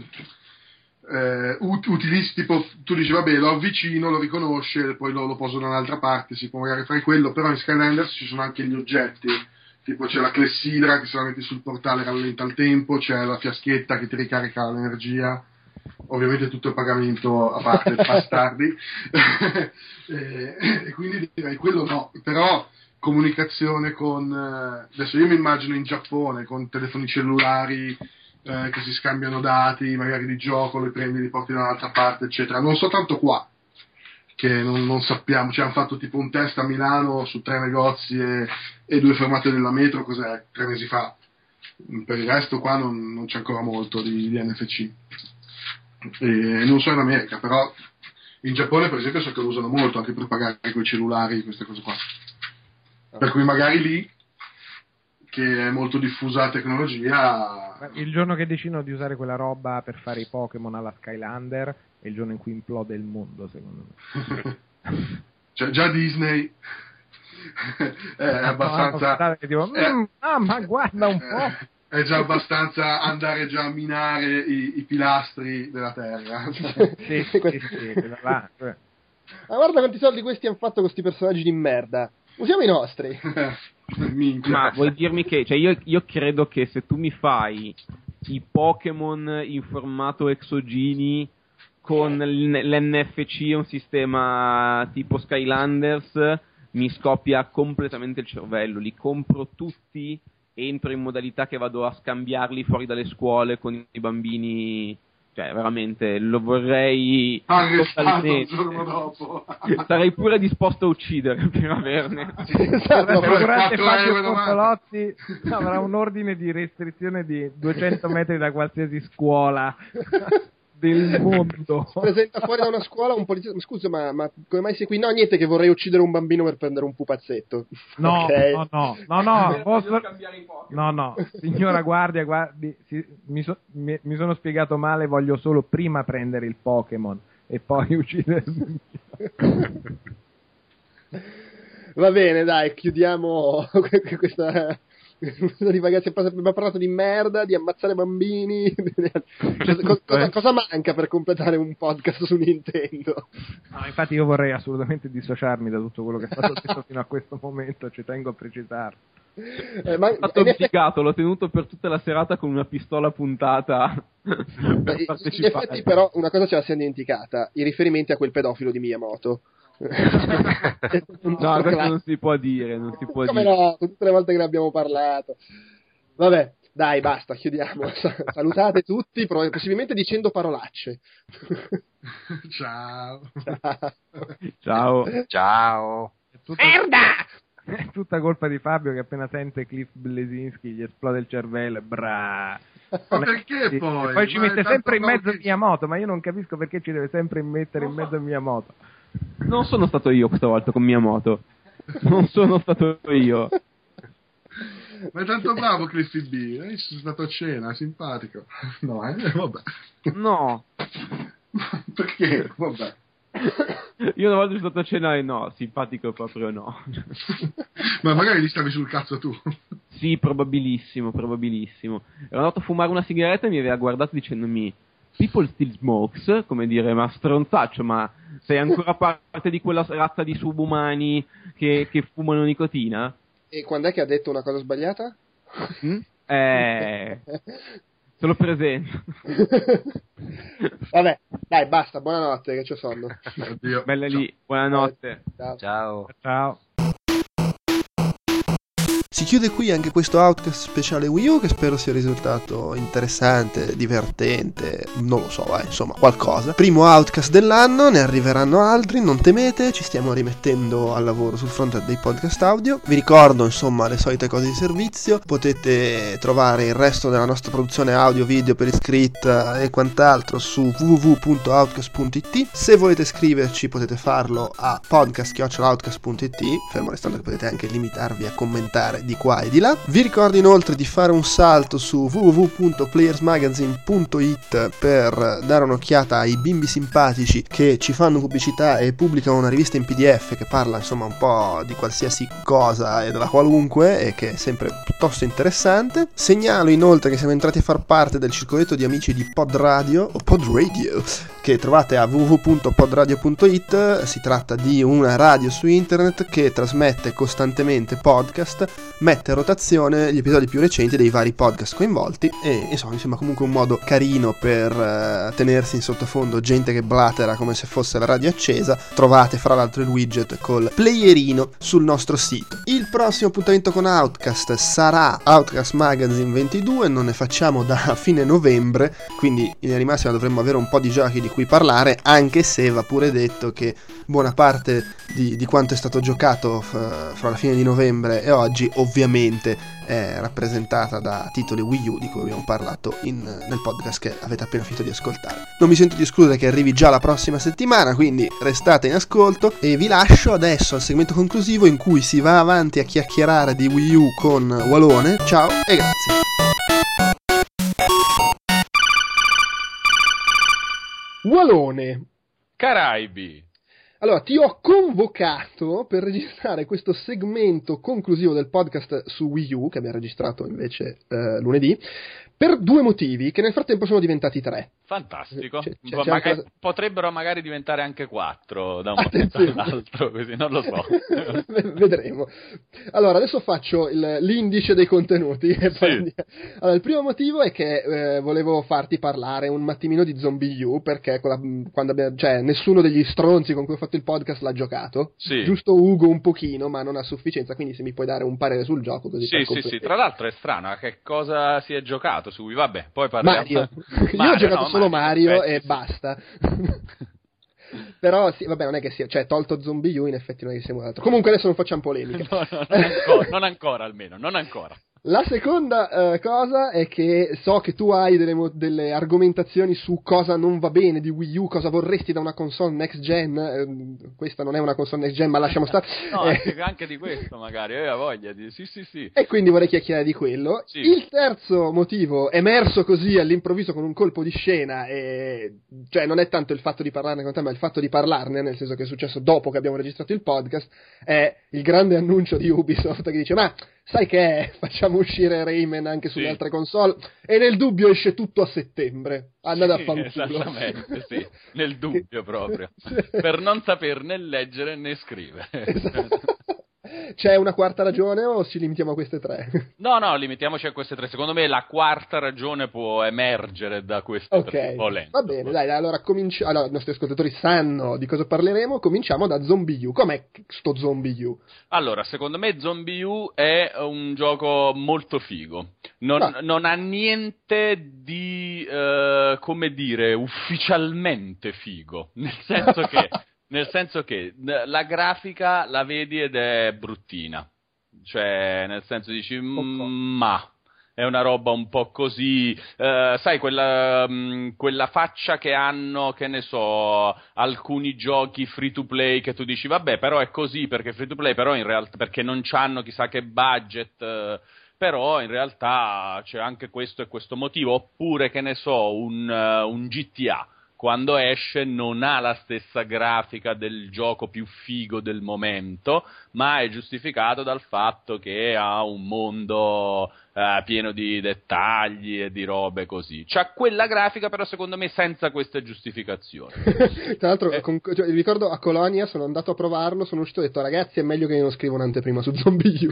eh, ut- utilizzi, tipo tu dici vabbè lo avvicino, lo riconosce, poi lo, lo poso da un'altra parte, si può magari fare quello, però in Skylanders ci sono anche gli oggetti, tipo c'è la clessidra che se la metti sul portale rallenta il tempo, c'è la fiaschetta che ti ricarica l'energia, ovviamente tutto il pagamento a parte bastardi. e, e quindi direi quello no, però comunicazione con eh, adesso io mi immagino in Giappone con telefoni cellulari eh, che si scambiano dati magari di gioco, li prendi, li porti da un'altra parte eccetera, non so tanto qua che non, non sappiamo, ci hanno fatto tipo un test a Milano su tre negozi e, e due fermate della metro, cos'è, tre mesi fa. Per il resto qua non, non c'è ancora molto di, di N F C e non so in America, però in Giappone per esempio so che lo usano molto anche per pagare con i cellulari, queste cose qua. Per cui magari lì, che è molto diffusa la tecnologia, Il giorno che decidono di usare quella roba per fare i Pokémon alla Skylander è il giorno in cui implode il mondo, secondo me. cioè già Disney è abbastanza Tipo, è, mm, ah, ma guarda un po'. è è già abbastanza andare già a minare i, i pilastri della terra. Sì, sì, sì, sì, là, cioè. Ma guarda quanti soldi questi hanno fatto con questi personaggi di merda. Usiamo i nostri. Minchia. Ma vuoi dirmi che, cioè io, io credo che se tu mi fai i Pokémon in formato Exogeni con l'N F C e un sistema tipo Skylanders, mi scoppia completamente il cervello. Li compro tutti, entro in modalità che vado a scambiarli fuori dalle scuole con i bambini. Cioè, veramente, lo vorrei arrestato il giorno dopo. Sarei pure disposto a uccidere per averne. Esatto, Durante Fabio euro Contolotti avrà un ordine di restrizione di duecento metri da qualsiasi scuola del mondo. Si presenta fuori da una scuola un poliziotto. Scusa, ma, ma come mai sei qui? No, niente, che vorrei uccidere un bambino per prendere un pupazzetto. No, Okay. no, no, no, no, vostro... no, no, signora guardia, guardi, si, mi, so, mi, mi sono spiegato male, voglio solo prima prendere il Pokémon e poi uccidere il bambino. Va bene, dai, chiudiamo questa... Ragazzi, abbiamo parlato di merda, di ammazzare bambini. Cioè, cosa, cosa manca per completare un podcast su Nintendo? No, infatti io vorrei assolutamente dissociarmi da tutto quello che è stato detto fino a questo momento, ci tengo a precisarlo. Eh, ma, È stato obbligato, l'ho tenuto per tutta la serata con una pistola puntata per in partecipare. effetti però una cosa ce la siamo dimenticata, i riferimenti a quel pedofilo di Miyamoto. No, questo non si può dire, non si può Come dire. no, tutte le volte che ne abbiamo parlato. Vabbè, dai, basta, chiudiamo. Salutate tutti, possibilmente dicendo parolacce. Ciao. Ciao. Ciao. È tutta, è tutta colpa di Fabio che appena sente Cliff Blesinski gli esplode il cervello, bra. Ma perché Sì, poi? e poi ci Ma è mette tanto sempre in mezzo bravo che- Miyamoto, ma io non capisco perché ci deve sempre mettere in mezzo Miyamoto. Non sono stato io questa volta con Miyamoto. Non sono stato io. Ma è tanto bravo Cliffy B, eh? Sono stato a cena, simpatico. No, eh? Vabbè. No. Perché? Vabbè. Io una volta sono stato a cena e no, simpatico proprio no. Ma magari gli stavi sul cazzo tu. Sì, probabilissimo, probabilissimo. Ero andato a fumare una sigaretta e mi aveva guardato dicendomi People still smokes, come dire, ma stronzaccio, ma sei ancora parte di quella razza di subumani che, che fumano nicotina? E quando è che ha detto una cosa sbagliata? Mm? Eh... Te lo presento. Vabbè, dai, basta, buonanotte, che c'ho sonno. Addio. Bella lì, buonanotte. Ciao. Ciao. Ciao. Si chiude qui anche questo Outcast speciale Wii U, che spero sia risultato interessante, divertente, non lo so, vai, insomma, qualcosa. Primo Outcast dell'anno, ne arriveranno altri, non temete, ci stiamo rimettendo al lavoro sul fronte dei podcast audio. Vi ricordo, insomma, le solite cose di servizio, potete trovare il resto della nostra produzione audio, video per iscritta e quant'altro su w w w punto outcast punto i t. Se volete scriverci potete farlo a podcast chiocciola outcast punto i t, fermo restando che potete anche limitarvi a commentare di qua e di là. Vi ricordo inoltre di fare un salto su w w w punto players magazine punto i t per dare un'occhiata ai bimbi simpatici che ci fanno pubblicità e pubblicano una rivista in P D F che parla insomma un po' di qualsiasi cosa e della qualunque, e che è sempre piuttosto interessante. Segnalo inoltre che siamo entrati a far parte del circoletto di amici di Pod Radio o Pod Radio, che trovate a w w w punto pod radio punto i t. Si tratta di una radio su internet che trasmette costantemente podcast, mette a rotazione gli episodi più recenti dei vari podcast coinvolti e insomma mi sembra comunque un modo carino per uh, tenersi in sottofondo gente che blatera come se fosse la radio accesa. Trovate fra l'altro il widget col playerino sul nostro sito. Il prossimo appuntamento con Outcast sarà Outcast Magazine ventidue, non ne facciamo da fine novembre, quindi in linea di massima dovremmo avere un po' di giochi di cui parlare, anche se va pure detto che buona parte di, di quanto è stato giocato f- fra la fine di novembre e oggi ovviamente è rappresentata da titoli Wii U di cui abbiamo parlato in, nel podcast che avete appena finito di ascoltare. Non mi sento di escludere che arrivi già la prossima settimana, quindi restate in ascolto e vi lascio adesso al segmento conclusivo in cui si va avanti a chiacchierare di Wii U con Walone. Ciao e grazie. Walone. Caraibi. Allora, ti ho convocato per registrare questo segmento conclusivo del podcast su Wii U, che abbiamo registrato invece eh, lunedì, per due motivi, che nel frattempo sono diventati tre. Fantastico. C'è- c'è- Ma- c'è magari- anche- potrebbero magari diventare anche quattro da un momento Attenzione. all'altro, così non lo so. Vedremo. Allora, adesso faccio il- l'indice dei contenuti. E poi Sì. andiamo. Allora, il primo motivo è che eh, volevo farti parlare un attimino di Zombie U, perché quella- quando abbiamo, cioè, nessuno degli stronzi con cui ho fatto il podcast l'ha giocato. Sì. Giusto Ugo un pochino, ma non a sufficienza, quindi se mi puoi dare un parere sul gioco così Sì, per sì, completare. sì. Tra l'altro è strano, a che cosa si è giocato su Wii? Vabbè, poi parliamo. Mario. Io ho Mario, giocato no, solo Mario, effetti, e sì. basta. Però sì, vabbè, non è che sia, cioè, tolto Zombie U, in effetti non è che sia molto. Comunque adesso non facciamo polemiche. No, no, non, ancora, non ancora almeno, non ancora. La seconda eh, cosa è che so che tu hai delle, mo- delle argomentazioni su cosa non va bene di Wii U, cosa vorresti da una console next gen. Eh, questa non è una console next gen, ma lasciamo stare. No, Eh, anche, anche di questo magari, aveva voglia di... Sì, sì, sì. E quindi vorrei chiacchierare di quello. Sì. Il terzo motivo, emerso così all'improvviso con un colpo di scena, e, cioè non è tanto il fatto di parlarne con te, ma il fatto di parlarne, nel senso che è successo dopo che abbiamo registrato il podcast, è il grande annuncio di Ubisoft che dice: ma sai che è? Facciamo uscire Rayman anche sulle Sì. altre console, e nel dubbio esce tutto a settembre. Andate a Sì, fanculo. esattamente, sì, nel dubbio proprio. Sì. Per non saper né leggere né scrivere. Esatto. C'è una quarta ragione o ci limitiamo a queste tre? No, no, limitiamoci a queste tre. Secondo me la quarta ragione può emergere da queste tre. Ok, volendo. va bene, dai, allora cominciamo. Allora, i nostri ascoltatori sanno di cosa parleremo. Cominciamo da Zombie U. Com'è sto Zombie U? Allora, secondo me Zombie U è un gioco molto figo. Non, Ah. non ha niente di, eh, come dire, ufficialmente figo. Nel senso che, nel senso che la grafica la vedi ed è bruttina. Cioè, nel senso dici, "Mm, ma... è una roba un po' così, eh, sai, quella, mh, quella faccia che hanno, che ne so, alcuni giochi free to play che tu dici, vabbè, però è così perché free to play, però in realtà perché non c'hanno chissà che budget, eh, però in realtà c'è anche questo e questo motivo, oppure che ne so, un, uh, un G T A. Quando esce non ha la stessa grafica del gioco più figo del momento, ma è giustificato dal fatto che ha un mondo eh, pieno di dettagli e di robe così. C'ha quella grafica, però secondo me senza queste giustificazioni. Tra l'altro, Eh. con- cioè, ricordo a Colonia, sono andato a provarlo, sono uscito e ho detto: ragazzi, è meglio che io non scrivo un'anteprima su Zombie U.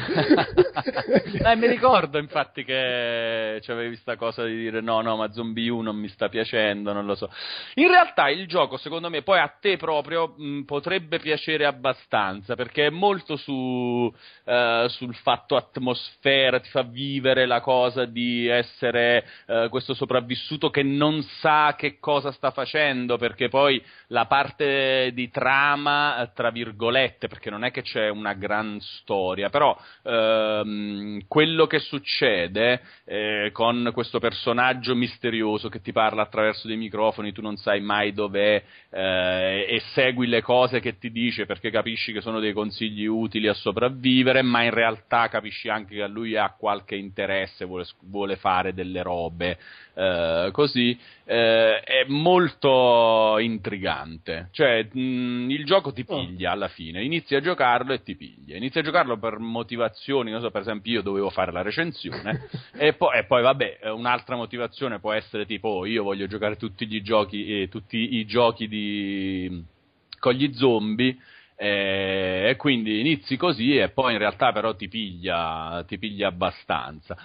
Eh, mi ricordo infatti che c'avevi questa cosa di dire no, no, ma Zombie U non mi sta piacendo, non lo so. In realtà il gioco, secondo me, poi a te proprio mh, potrebbe piacere abbastanza, perché è molto su eh, sul fatto atmosfera, ti fa vivere la cosa di essere eh, questo sopravvissuto che non sa che cosa sta facendo, perché poi la parte di trama, eh, tra virgolette, perché non è che c'è una gran storia, però ehm, quello che succede eh, con questo personaggio misterioso che ti parla attraverso dei microfoni, tu non sai mai dov'è, eh, e segui le cose che ti dice perché capisci che sono dei consigli utili a sopravvivere, ma in realtà capisci anche che a lui ha qualche interesse, vuole, vuole fare delle robe, eh, così, eh, è molto intrigante. Cioè, mh, il gioco ti piglia alla fine, inizi a giocarlo e ti piglia, inizi a giocarlo per motivazioni, non so, per esempio io dovevo fare la recensione e, poi, e poi vabbè, un'altra motivazione può essere tipo oh, io voglio giocare tutti gli giochi eh, tutti i giochi di con gli zombie, eh, e quindi inizi così e poi in realtà però ti piglia ti piglia abbastanza.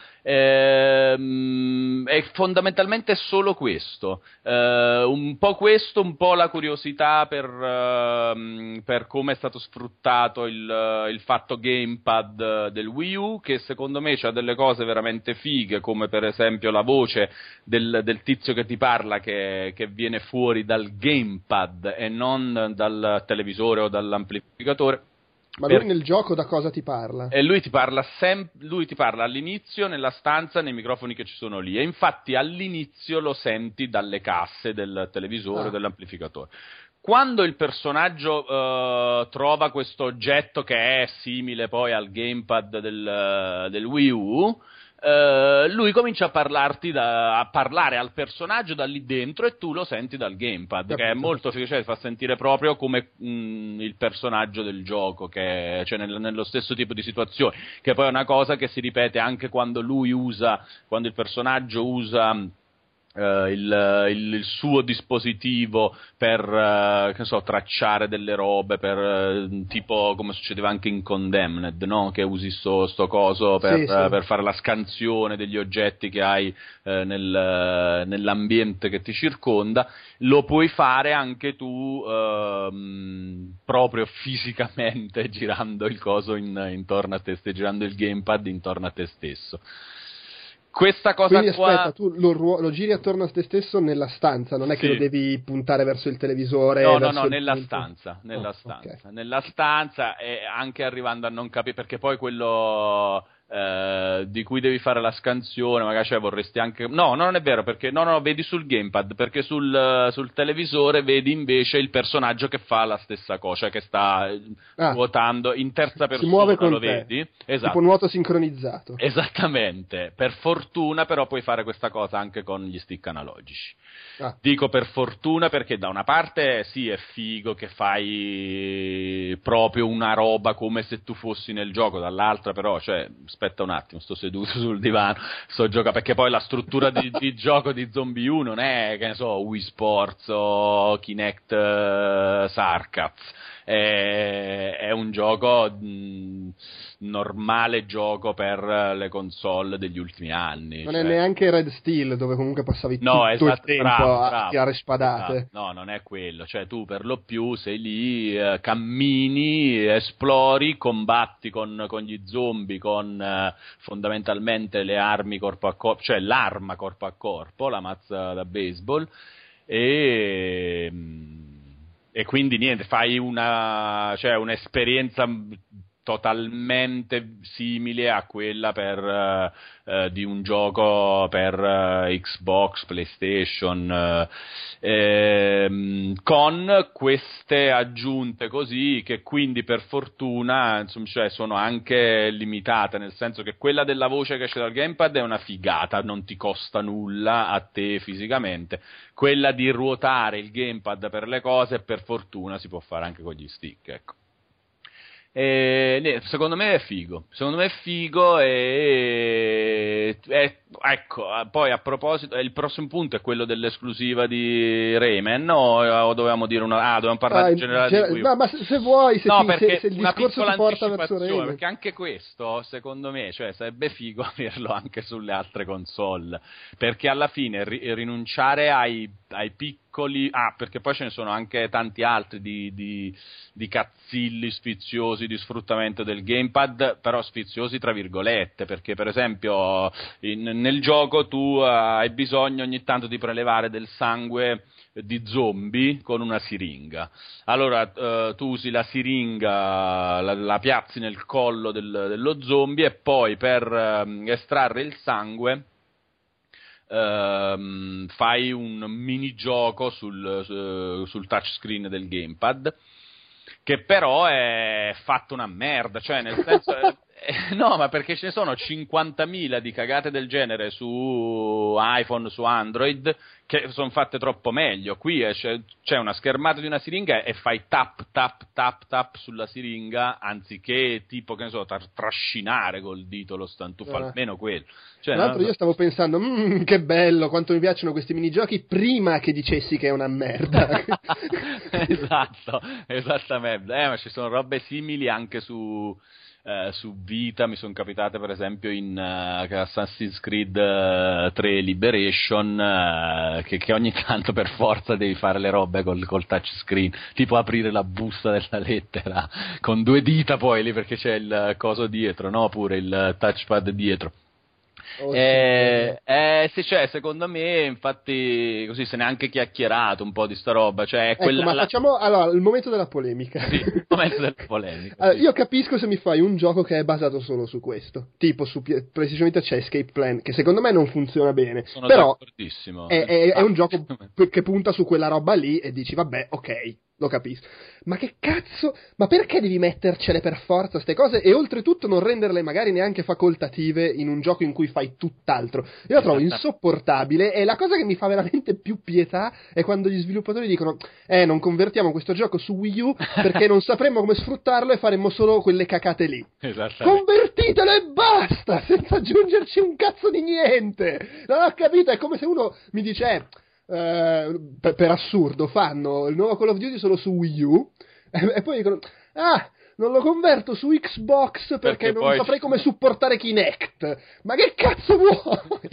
Ehm, è fondamentalmente solo questo, eh, un po' questo, un po' la curiosità per, ehm, per come è stato sfruttato il, il fatto gamepad del Wii U, che secondo me c'ha delle cose veramente fighe, come per esempio la voce del, del tizio che ti parla che, che viene fuori dal gamepad e non dal televisore o dall'amplificatore. Ma lui Per- nel gioco da cosa ti parla? E lui ti parla sem- lui ti parla all'inizio nella stanza, nei microfoni che ci sono lì, e infatti all'inizio lo senti dalle casse del televisore o Ah. dell'amplificatore. Quando il personaggio eh, trova questo oggetto che è simile poi al gamepad del, del Wii U, Uh, lui comincia a parlarti da, a parlare al personaggio da lì dentro e tu lo senti dal gamepad, che è molto figo, cioè fa sentire proprio come mh, il personaggio del gioco, che cioè nel, nello stesso tipo di situazione, che poi è una cosa che si ripete anche quando lui usa, quando il personaggio usa Uh, il, il, il suo dispositivo per uh, che so, tracciare delle robe, per uh, tipo come succedeva anche in Condemned, no? Che usi sto, sto coso per, sì, sì. Uh, per fare la scansione degli oggetti che hai uh, nel, uh, nell'ambiente che ti circonda. Lo puoi fare anche tu uh, proprio fisicamente girando il coso in, intorno a te, stai girando il gamepad intorno a te stesso. Questa cosa Quindi qua... aspetta, tu lo, ruo- lo giri attorno a te stesso nella stanza, non è Sì. che lo devi puntare verso il televisore? No, no, verso no, il nella punto? stanza, nella Oh, stanza, okay. nella stanza e anche arrivando a non capire, perché poi quello eh, di cui devi fare la scansione, magari cioè, vorresti anche... No, no, non è vero, perché no, no, vedi sul gamepad, perché sul, sul televisore vedi invece il personaggio che fa la stessa cosa, che sta Ah. nuotando in terza Si persona, muove con lo te. vedi? Esatto. Tipo nuoto sincronizzato. Esattamente, per fortuna però puoi fare questa cosa anche con gli stick analogici. Ah. Dico per fortuna perché da una parte sì è figo che fai proprio una roba come se tu fossi nel gioco, dall'altra però, cioè, aspetta un attimo, sto seduto sul divano, sto giocando, perché poi la struttura di, di gioco di Zombie U non è, che ne so, Wii Sports o Kinect uh, Sarcats. È, è un gioco mh, normale gioco per le console degli ultimi anni. Non cioè... è neanche Red Steel, dove comunque passavi no, tutto esatto, il tempo bravo, a bravo, tirare spadate. esatto. No, non è quello. Cioè, tu per lo più sei lì, eh, cammini, esplori, combatti con, con gli zombie, con eh, fondamentalmente le armi corpo a corpo, cioè l'arma corpo a corpo, la mazza da baseball, e... E quindi niente, fai una, cioè un'esperienza totalmente simile a quella per, uh, uh, di un gioco per uh, Xbox, PlayStation, uh, ehm, con queste aggiunte così che quindi per fortuna insomma, cioè, sono anche limitate, nel senso che quella della voce che c'è dal gamepad è una figata, non ti costa nulla a te fisicamente. Quella di ruotare il gamepad per le cose per fortuna si può fare anche con gli stick, ecco. E, secondo me è figo, secondo me è figo e, e ecco, poi a proposito, il prossimo punto è quello dell'esclusiva di Rayman o, o dovevamo dire una, ah, dovevamo parlare Ah, in generale ge- di Wii U? No, ma se, se vuoi, se, no, ti, perché se, se il una discorso piccola ti porta verso anticipazione, Rayman. perché anche questo, secondo me, cioè sarebbe figo averlo anche sulle altre console, perché alla fine ri- rinunciare ai, ai piccoli, ah, perché poi ce ne sono anche tanti altri di, di, di cazzilli sfiziosi di sfruttamento del gamepad, però sfiziosi tra virgolette, perché per esempio in, nel gioco tu uh, hai bisogno ogni tanto di prelevare del sangue di zombie con una siringa. Allora uh, tu usi la siringa, la, la piazzi nel collo del, dello zombie e poi per uh, estrarre il sangue Uh, fai un minigioco sul, uh, sul touchscreen del gamepad, che però è fatto una merda, cioè nel senso eh, no, ma perché ce ne sono cinquantamila di cagate del genere su iPhone, su Android, che sono fatte troppo meglio. Qui è, c'è, c'è una schermata di una siringa e fai tap tap tap tap sulla siringa anziché tipo, che ne so, tra- trascinare col dito lo stantufo, Ah. almeno quello. Cioè, Tra l'altro no, io stavo pensando, "Mm, che bello, quanto mi piacciono questi minigiochi", prima che dicessi che è una merda. esatto, esattamente. Eh, ma ci sono robe simili anche su, eh, su Vita, mi sono capitate per esempio in uh, Assassin's Creed uh, tre Liberation, uh, che, che ogni tanto per forza devi fare le robe col, col touchscreen, tipo aprire la busta della lettera con due dita poi lì perché c'è il coso dietro, no? Pure il touchpad dietro. Oh, Eh, eh, sì, cioè, secondo me, infatti, così se ne è anche chiacchierato un po' di sta roba. Cioè, è ecco, quella, ma la- facciamo allora il momento della polemica. sì, il momento della polemica. Allora, sì. io capisco se mi fai un gioco che è basato solo su questo, tipo su P- PlayStation Vita c'è Escape Plan, che secondo me non funziona bene, Sono però d'accordissimo. è, è- è un gioco Ah, p- che punta su quella roba lì e dici vabbè, ok, lo capisco. Ma che cazzo, ma perché devi mettercele per forza ste cose e oltretutto non renderle magari neanche facoltative in un gioco in cui fai tutt'altro? Io la trovo insopportabile e la cosa che mi fa veramente più pietà è quando gli sviluppatori dicono eh, non convertiamo questo gioco su Wii U perché non sapremmo come sfruttarlo e faremmo solo quelle cacate lì. Convertitelo e basta, senza aggiungerci un cazzo di niente. Non ho capito, è come se uno mi dice eh, Uh, per, per assurdo fanno il nuovo Call of Duty solo su Wii U e, e poi dicono ah non lo converto su Xbox perché, perché non poi... saprei come supportare Kinect. Ma che cazzo vuoi?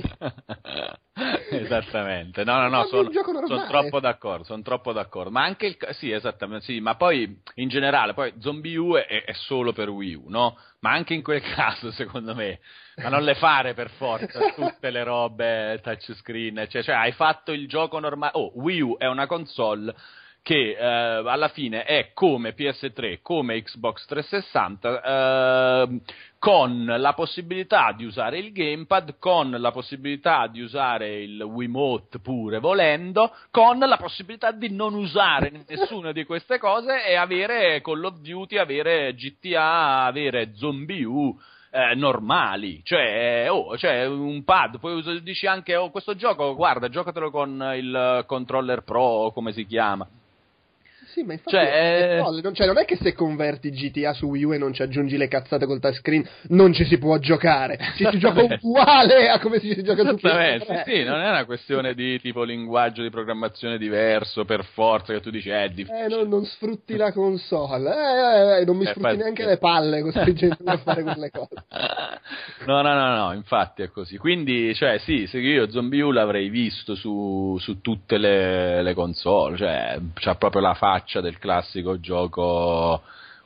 Esattamente, no no no, sono, sono troppo d'accordo, sono troppo d'accordo, ma anche il, sì esattamente, sì, ma poi in generale poi Zombie U è, è solo per Wii U, no? Ma anche in quel caso secondo me, ma non le fare per forza tutte le robe touchscreen, cioè, cioè hai fatto il gioco normale, oh Wii U è una console che eh, alla fine è come P S tre, come Xbox trecentosessanta, eh, con la possibilità di usare il gamepad, con la possibilità di usare il Wiimote pure volendo, con la possibilità di non usare nessuna di queste cose e avere Call of Duty, avere G T A, avere Zombie U. Eh, normali, cioè, oh, cioè un pad, poi us- dici anche oh, questo gioco, guarda, giocatelo con il controller pro, come si chiama. Sì, ma infatti cioè, è, non, cioè, non è che se converti G T A su Wii U e non ci aggiungi le cazzate col touchscreen non ci si può giocare, ci si gioca uguale a come si gioca su P S tre. Sì, non è una questione di tipo linguaggio di programmazione diverso per forza che tu dici eh, è difficile. Eh, non, non sfrutti la console, eh, eh, non mi eh, sfrutti neanche che... le palle costringendoli a fare quelle cose. No, no, no, no, infatti è così. Quindi, cioè, sì, se io Zombie U l'avrei visto su, su tutte le, le console, cioè, c'ha proprio la faccia del classico gioco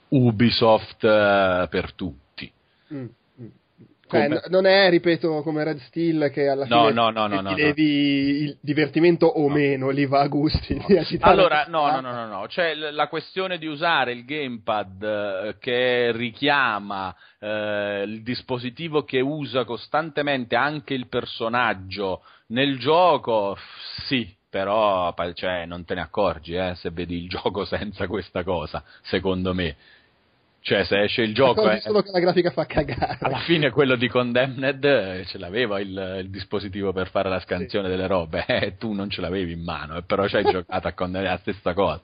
Ubisoft uh, per tutti. Mm, mm. Cioè, n- non è, ripeto, come Red Steel che alla no, fine no, no, no, ti no, devi no. il divertimento o no. meno, lì va a gusti. No. Allora, no, no, no, no, no, cioè la questione di usare il gamepad eh, che richiama eh, il dispositivo che usa costantemente anche il personaggio nel gioco, sì. Però cioè, non te ne accorgi eh, se vedi il gioco senza questa cosa, secondo me. Cioè, se esce il gioco... È solo che la grafica fa cagare. Alla fine quello di Condemned ce l'aveva il, il dispositivo per fare la scansione sì. delle robe, e eh, tu non ce l'avevi in mano, eh, però ci hai giocato a Condemned, la stessa cosa.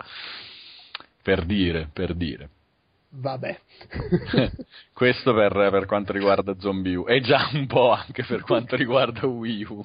Per dire, per dire. Vabbè. Questo per, per quanto riguarda Zombie U e già un po' anche per quanto riguarda Wii U.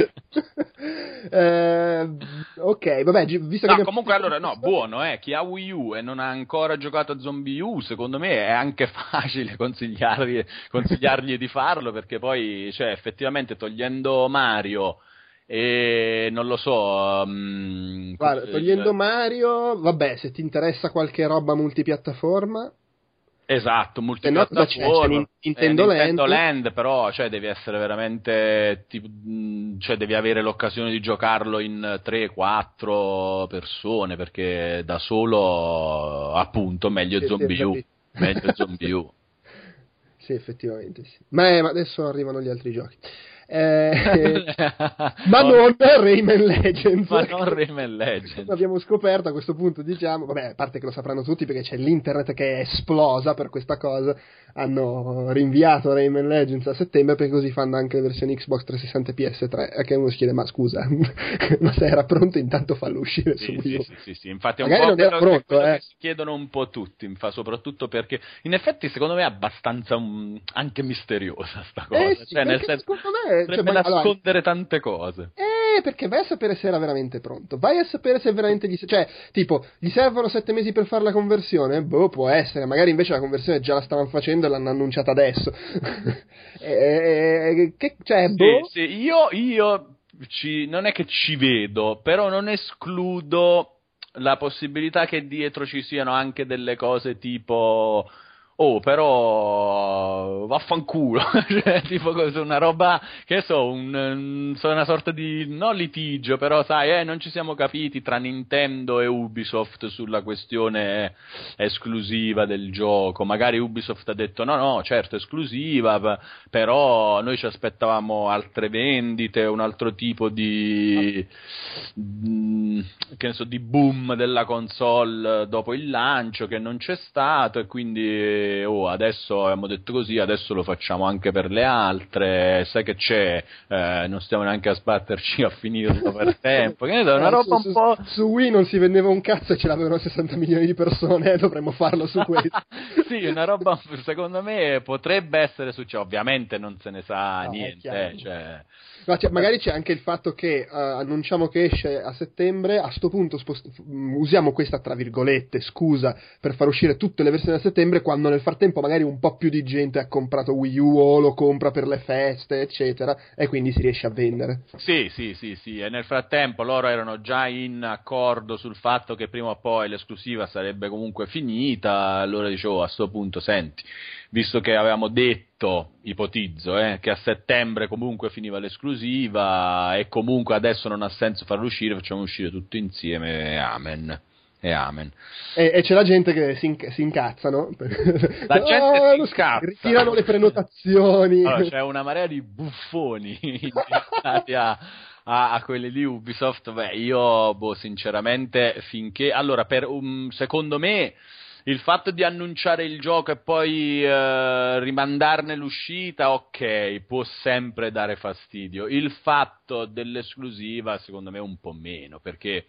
eh, ok, vabbè, visto no, che comunque allora no, buono, eh, chi ha Wii U e non ha ancora giocato a Zombie U, secondo me è anche facile consigliargli, consigliargli di farlo, perché poi, cioè, effettivamente togliendo Mario e non lo so, um, guarda, togliendo Mario, vabbè, se ti interessa qualche roba multipiattaforma. Esatto, multipiattaforma, c'è, c'è Nintendo, eh, Land. Nintendo Land, però cioè devi essere veramente tipo, cioè devi avere l'occasione di giocarlo in tre quattro persone, perché da solo appunto meglio sì, Zombie sì, U, meglio Zombie U. Sì, effettivamente sì. Ma, ma adesso arrivano gli altri giochi. Eh, ma non Rayman Legends, ma non Rayman Legends. L'abbiamo scoperto a questo punto, diciamo, vabbè, a parte che lo sapranno tutti perché c'è l'internet che è esplosa per questa cosa, hanno rinviato Rayman Legends a settembre perché così fanno anche le versioni Xbox trecentosessanta e P S tre, e che uno si chiede ma scusa ma se era pronto intanto fallo uscire sì, su Wii U. Sì, sì, sì, sì, infatti è un magari po' non era pronto, quello eh. che si chiedono un po' tutti, soprattutto perché in effetti secondo me è abbastanza um, anche misteriosa sta cosa, eh sì, cioè nel senso me potrebbe cioè, nascondere allora, tante cose. Eh, perché vai a sapere se era veramente pronto. Vai a sapere se veramente gli... Cioè, tipo, gli servono sette mesi per fare la conversione? Boh, può essere. Magari invece la conversione già la stavano facendo e l'hanno annunciata adesso. eh, che, cioè, sì, boh... Sì, io, io ci, non è che ci vedo, però non escludo la possibilità che dietro ci siano anche delle cose tipo... Oh, però vaffanculo, cioè, tipo una roba, che so, un, un, so una sorta di, non litigio, però sai, eh, non ci siamo capiti tra Nintendo e Ubisoft sulla questione esclusiva del gioco. Magari Ubisoft ha detto no, no, certo, esclusiva, però noi ci aspettavamo altre vendite, un altro tipo di, mh, che ne so, di boom della console dopo il lancio che non c'è stato, e quindi oh, adesso abbiamo detto così, adesso lo facciamo anche per le altre, sai che c'è, eh, non stiamo neanche a sbatterci a finirlo per tempo, che ne so, una Eh, roba su, un po'... su, su Wii non si vendeva un cazzo e ce l'avevano sessanta milioni di persone, eh, dovremmo farlo su questo. Sì, una roba, secondo me potrebbe essere successa, ovviamente non se ne sa No, è niente, chiaro. eh, cioè... No, cioè, magari c'è anche il fatto che uh, annunciamo che esce a settembre, a sto punto spost- usiamo questa tra virgolette scusa per far uscire tutte le versioni a settembre, quando nel frattempo magari un po' più di gente ha comprato Wii U o lo compra per le feste eccetera, e quindi si riesce a vendere. Sì, sì, sì, sì, e nel frattempo loro erano già in accordo sul fatto che prima o poi l'esclusiva sarebbe comunque finita, allora dicevo, a sto punto, senti, visto che avevamo detto, ipotizzo, eh, che a settembre comunque finiva l'esclusiva e comunque adesso non ha senso farlo uscire, facciamo uscire tutto insieme, e amen. E amen. E, e c'è la gente che si, inc- si incazzano. La gente oh, si lo so, incazza. ritirano le prenotazioni. Allora, c'è una marea di buffoni interessati a, a, a quelli di Ubisoft. Beh, io, boh, sinceramente, finché... Allora, per um, secondo me... Il fatto di annunciare il gioco e poi eh, rimandarne l'uscita, ok, può sempre dare fastidio. Il fatto dell'esclusiva, secondo me, un po' meno, perché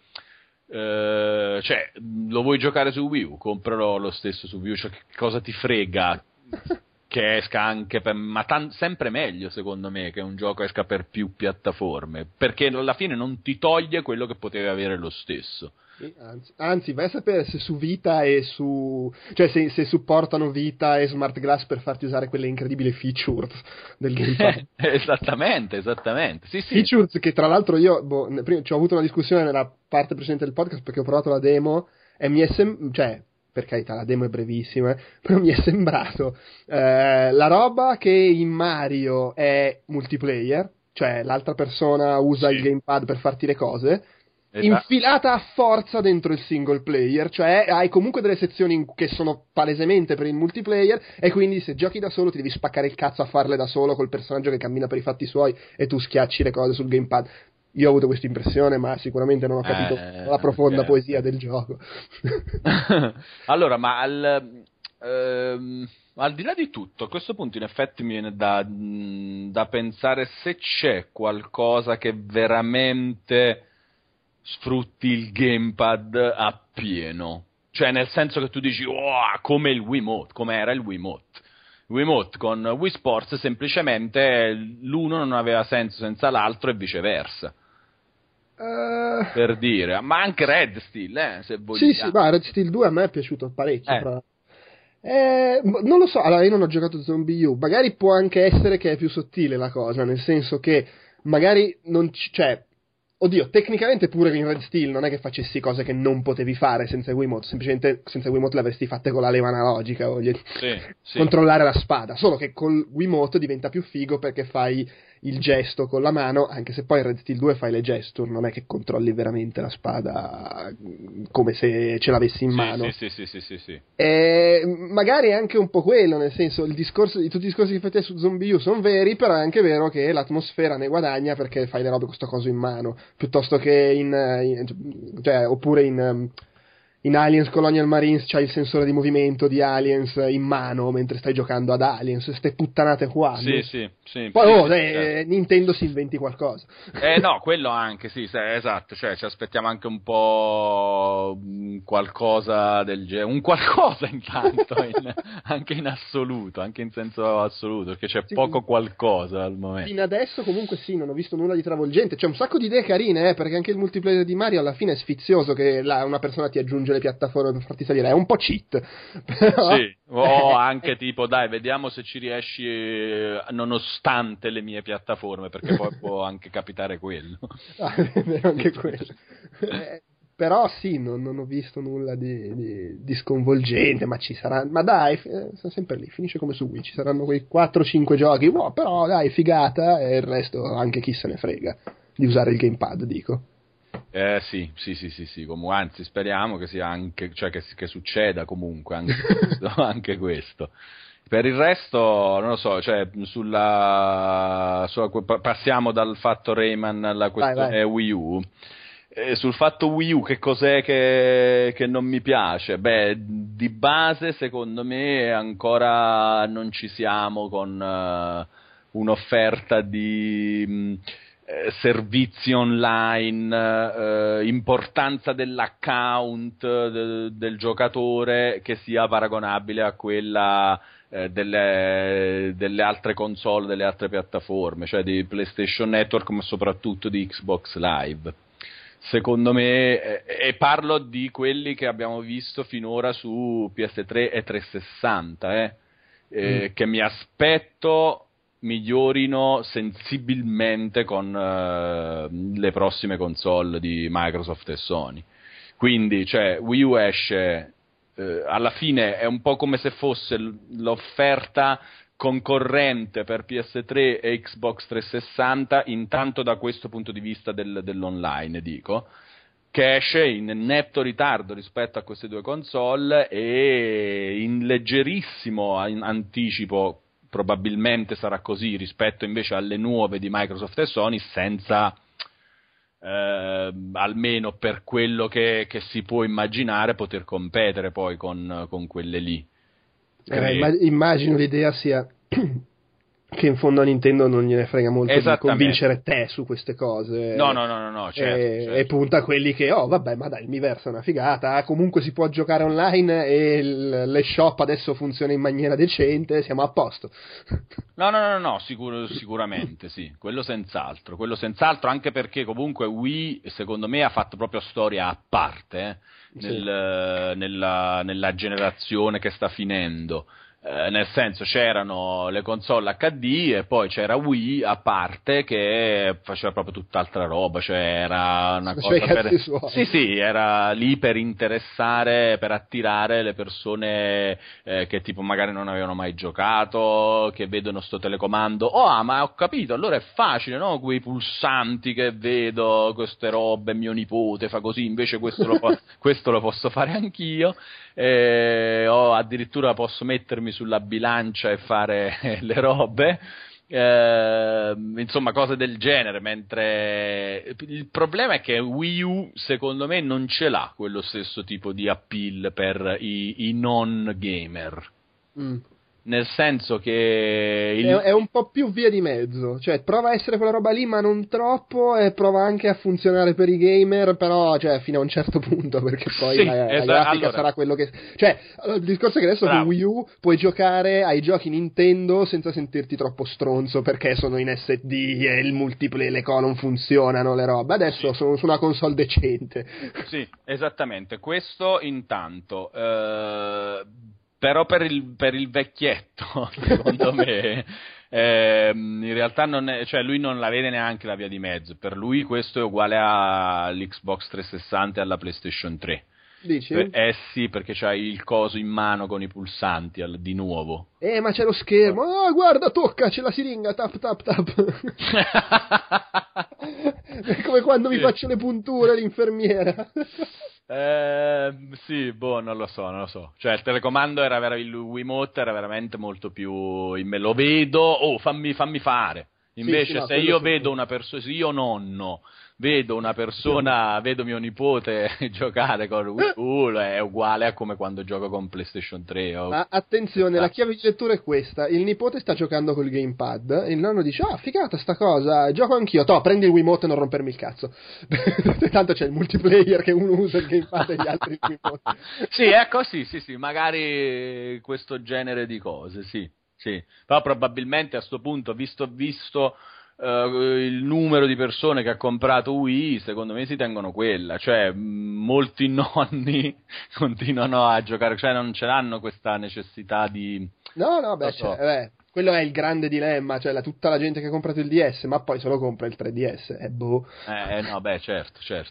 eh, cioè, lo vuoi giocare su Wii U? Comprerò lo stesso su Wii U, cioè, che cosa ti frega che esca anche per... Ma tan- sempre meglio, secondo me, che un gioco esca per più piattaforme, perché alla fine non ti toglie quello che potevi avere lo stesso. Anzi, anzi, vai a sapere se su Vita e su... cioè se, se supportano Vita e Smart Glass per farti usare quelle incredibili features del gamepad. esattamente, esattamente. Sì, sì. Features che tra l'altro io, boh, ne- prima, ci ho avuto una discussione nella parte precedente del podcast perché ho provato la demo e mi è sem- cioè, per carità, la demo è brevissima, eh, però mi è sembrato eh, la roba che in Mario è multiplayer, cioè l'altra persona usa Sì. il gamepad per farti le cose, Esatto. infilata a forza dentro il single player, cioè hai comunque delle sezioni in- che sono palesemente per il multiplayer e quindi se giochi da solo ti devi spaccare il cazzo a farle da solo col personaggio che cammina per i fatti suoi e tu schiacci le cose sul gamepad. Io ho avuto questa impressione, ma sicuramente non ho capito Eh, la profonda ok. poesia del gioco. Allora, ma al, ehm, al di là di tutto, a questo punto in effetti mi viene da, da pensare se c'è qualcosa che veramente sfrutti il gamepad appieno. Cioè, nel senso che tu dici, oh, come il Wiimote, come era il Wiimote. Wiimote con Wii Sports semplicemente l'uno non aveva senso senza l'altro e viceversa. Uh, Per dire, ma anche Red Steel, eh, se sì, vogliamo. sì, ma Red Steel due a me è piaciuto parecchio. Eh. Però. Eh, non lo so, allora io non ho giocato Zombie U, magari può anche essere che è più sottile la cosa, nel senso che magari non c- cioè, oddio, tecnicamente pure in Red Steel non è che facessi cose che non potevi fare senza Wiimote, semplicemente senza Wiimote le avresti fatte con la leva analogica, voglio Sì, sì. controllare la spada, solo che col Wiimote diventa più figo perché fai il gesto con la mano, anche se poi in Red Steel due fai le gesture, non è che controlli veramente la spada come se ce l'avessi in Sì, mano. Sì, sì, sì, sì, sì. E magari è anche un po' quello, nel senso, il discorso, tutti i discorsi che fate su Zombie U sono veri, però è anche vero che l'atmosfera ne guadagna perché fai le robe con sto coso in mano, piuttosto che in, in cioè, oppure in, um, in Aliens Colonial Marines c'hai il sensore di movimento di Aliens in mano mentre stai giocando ad Aliens, ste puttanate qua. Sì, no? sì, sì. Poi sì, oh, sì, eh, certo. Nintendo si inventi qualcosa. Eh no, quello anche, sì, se- esatto, cioè ci aspettiamo anche un po' mm, qualcosa del genere, un qualcosa intanto, in- anche in assoluto, anche in senso assoluto, perché c'è Sì. poco qualcosa al momento. Fino adesso comunque sì, non ho visto nulla di travolgente, c'è un sacco di idee carine, eh, perché anche il multiplayer di Mario alla fine è sfizioso che la- una persona ti aggiunge le piattaforme per farti salire, è un po' cheat. Però- Sì, o anche tipo, dai, vediamo se ci riesci eh, nonostante le mie piattaforme, perché poi può anche capitare quello. Ah, è vero anche quello. Eh, però sì, non, non ho visto nulla di, di, di sconvolgente, ma ci saranno, ma dai, eh, sono sempre lì, finisce come su Wii, ci saranno quei quattro cinque giochi, wow, però dai, figata, e il resto anche chi se ne frega di usare il gamepad, dico. Eh sì, sì, sì, sì, sì, comunque, anzi speriamo che sia anche, cioè che, che succeda comunque anche questo, anche questo. Per il resto, non lo so, cioè, sulla, sulla passiamo dal fatto Rayman alla questione vai, vai. Wii U. E sul fatto Wii U, che cos'è che, che non mi piace? Beh, di base, secondo me, ancora non ci siamo con uh, un'offerta di mh, eh, servizi online, eh, importanza dell'account de, del giocatore che sia paragonabile a quella eh, delle, delle altre console, delle altre piattaforme, cioè di PlayStation Network, ma soprattutto di Xbox Live. Secondo me, eh, e parlo di quelli che abbiamo visto finora su P S tre e trecentosessanta, eh, eh, mm. che mi aspetto migliorino sensibilmente con uh, le prossime console di Microsoft e Sony. Quindi, cioè, Wii U esce, eh, alla fine è un po' come se fosse l'offerta concorrente per P S tre e Xbox trecentosessanta, intanto da questo punto di vista del, dell'online, dico, che esce in netto ritardo rispetto a queste due console e in leggerissimo in anticipo, probabilmente sarà così, rispetto invece alle nuove di Microsoft e Sony, senza eh, almeno per quello che, che si può immaginare poter competere poi con, con quelle lì. Eh, immagino l'idea sia che in fondo a Nintendo non gliene frega molto di convincere te su queste cose. No, no, no, no, no certo, e, certo. e punta a quelli che, oh vabbè, ma dai, il Miiverse è una figata, comunque si può giocare online e il, le shop adesso funzionano in maniera decente, siamo a posto. No, no, no, no, sicuro, sicuramente sì, quello senz'altro, quello senz'altro, anche perché comunque Wii, secondo me, ha fatto proprio storia a parte, eh, nel, sì. nella, nella generazione che sta finendo. Eh, nel senso, c'erano le console acca di e poi c'era Wii a parte che faceva proprio tutt'altra roba, cioè era una cosa per... sì sì, era lì per interessare, per attirare le persone eh, che tipo magari non avevano mai giocato, che vedono sto telecomando, oh ah, ma ho capito, allora è facile, no? Quei pulsanti che vedo, queste robe, mio nipote fa così, invece questo lo, questo lo posso fare anch'io. Eh, o addirittura posso mettermi sulla bilancia e fare le robe, eh, insomma cose del genere, mentre il problema è che Wii U secondo me non ce l'ha quello stesso tipo di appeal per i, i non gamer. Mm. Nel senso che il... è, è un po' più via di mezzo, cioè prova a essere quella roba lì ma non troppo, e prova anche a funzionare per i gamer, però cioè fino a un certo punto, perché poi sì, la, la esatto, grafica allora... sarà quello che, cioè il discorso è che adesso Bravo. Con Wii U puoi giocare ai giochi Nintendo senza sentirti troppo stronzo perché sono in S D e il multiplayer, le colonne funzionano, le robe adesso sì. Sono su una console decente. Sì, esattamente, questo intanto eh... però per il, per il vecchietto, secondo me, eh, in realtà non è, cioè lui non la vede neanche la via di mezzo. Per lui questo è uguale all'Xbox trecentosessanta e alla PlayStation tre. Dici? Per, eh sì, perché c'hai il coso in mano con i pulsanti al, di nuovo. Eh, ma c'è lo schermo. Oh, guarda, tocca, c'è la siringa, tap, tap, tap. È come quando sì. mi faccio le punture, l'infermiera. Eh, sì, boh, non lo so, non lo so. Cioè, il telecomando era vera, il Wiimote era veramente molto più in me. Lo vedo, oh, fammi, fammi fare. Invece, sì, sì, no, se io vedo una persona, se io nonno vedo una persona, vedo mio nipote giocare con Wii U, è uguale a come quando gioco con PlayStation tre. O... Ma attenzione, la chiave di lettura è questa: il nipote sta giocando col gamepad, il nonno dice: ah, figata sta cosa, gioco anch'io. Toh, prendi il Wiimote e non rompermi il cazzo. Tanto c'è il multiplayer che uno usa il gamepad e gli altri il Wiimote. Sì, ecco, sì, sì, sì, magari questo genere di cose, sì, sì. Però probabilmente a sto punto, visto visto Uh, il numero di persone che ha comprato Wii, secondo me si tengono quella, cioè mh, molti nonni continuano a giocare, cioè non ce l'hanno questa necessità di... No, no, beh, so. cioè, beh quello è il grande dilemma, cioè la, tutta la gente che ha comprato il D S, ma poi se lo compra il tre D S, è eh, boh. Eh, no, beh, certo, certo.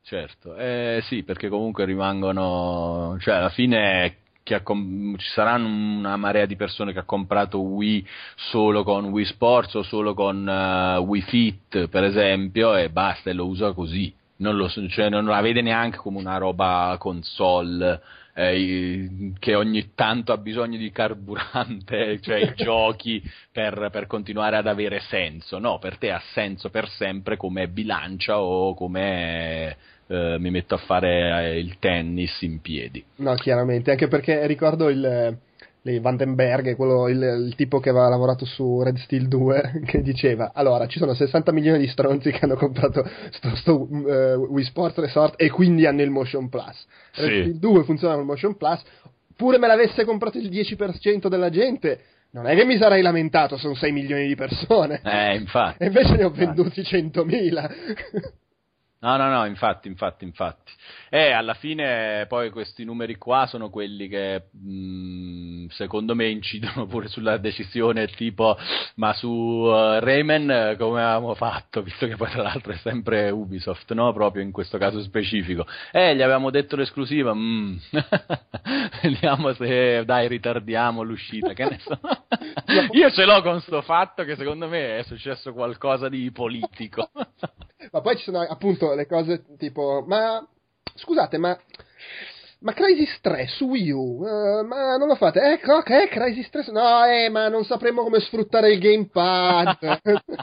certo. Eh, sì, perché comunque rimangono, cioè alla fine che ha com- ci saranno una marea di persone che ha comprato Wii solo con Wii Sports o solo con uh, Wii Fit, per esempio, e basta, e lo usa così. Non, lo, cioè, non la vede neanche come una roba console eh, che ogni tanto ha bisogno di carburante, cioè i giochi per, per continuare ad avere senso. No, per te ha senso per sempre come bilancia o come eh, mi metto a fare il tennis in piedi. No, chiaramente, anche perché ricordo il... Lì, Vandenberg, quello, il, il tipo che aveva lavorato su Red Steel due, che diceva: allora, ci sono sessanta milioni di stronzi che hanno comprato sto, sto uh, Wii Sports Resort e quindi hanno il Motion Plus. Red Sì. Steel due funziona con il Motion Plus, pure me l'avesse comprato il dieci per cento della gente, non è che mi sarei lamentato, sono sei milioni di persone. Eh, infatti. E invece ne ho venduti centomila. No, no, no, infatti, infatti, infatti. E alla fine poi questi numeri qua sono quelli che mh, secondo me incidono pure sulla decisione, tipo, ma su uh, Rayman come avevamo fatto, visto che poi tra l'altro è sempre Ubisoft, no? Proprio in questo caso specifico. Eh, gli avevamo detto l'esclusiva, mm. Vediamo se, dai, ritardiamo l'uscita, che ne so. Io ce l'ho con sto fatto che secondo me è successo qualcosa di politico. Ma poi ci sono appunto le cose tipo, ma scusate, ma ma Crysis tre su Wii U, uh, ma non lo fate? Ecco, ok, Crysis tre, no, eh, ma non sapremo come sfruttare il gamepad.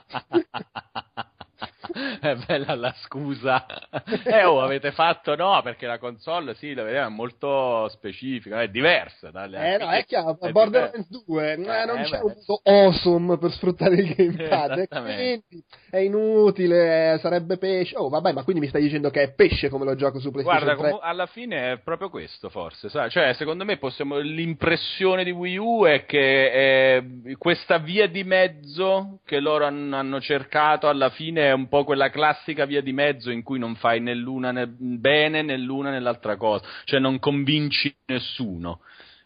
È bella la scusa. Eh, oh, avete fatto no, perché la console, sì, la vediamo, è molto specifica, è diversa dalle Eh no, è chiaro, è Borderlands due, eh, non eh, c'è beh. un modo awesome per sfruttare il gamepad, e Esattamente. quindi è inutile, sarebbe pesce. Oh, vabbè, ma quindi mi stai dicendo che è pesce come lo gioco su PlayStation Guarda, tre? comu- alla fine è proprio questo, forse, sai? Cioè, secondo me possiamo, l'impressione di Wii U è che eh, questa via di mezzo che loro hanno, hanno cercato alla fine è un po' quella classica via di mezzo in cui non fai né l'una né bene né l'una né l'altra cosa, cioè non convinci nessuno.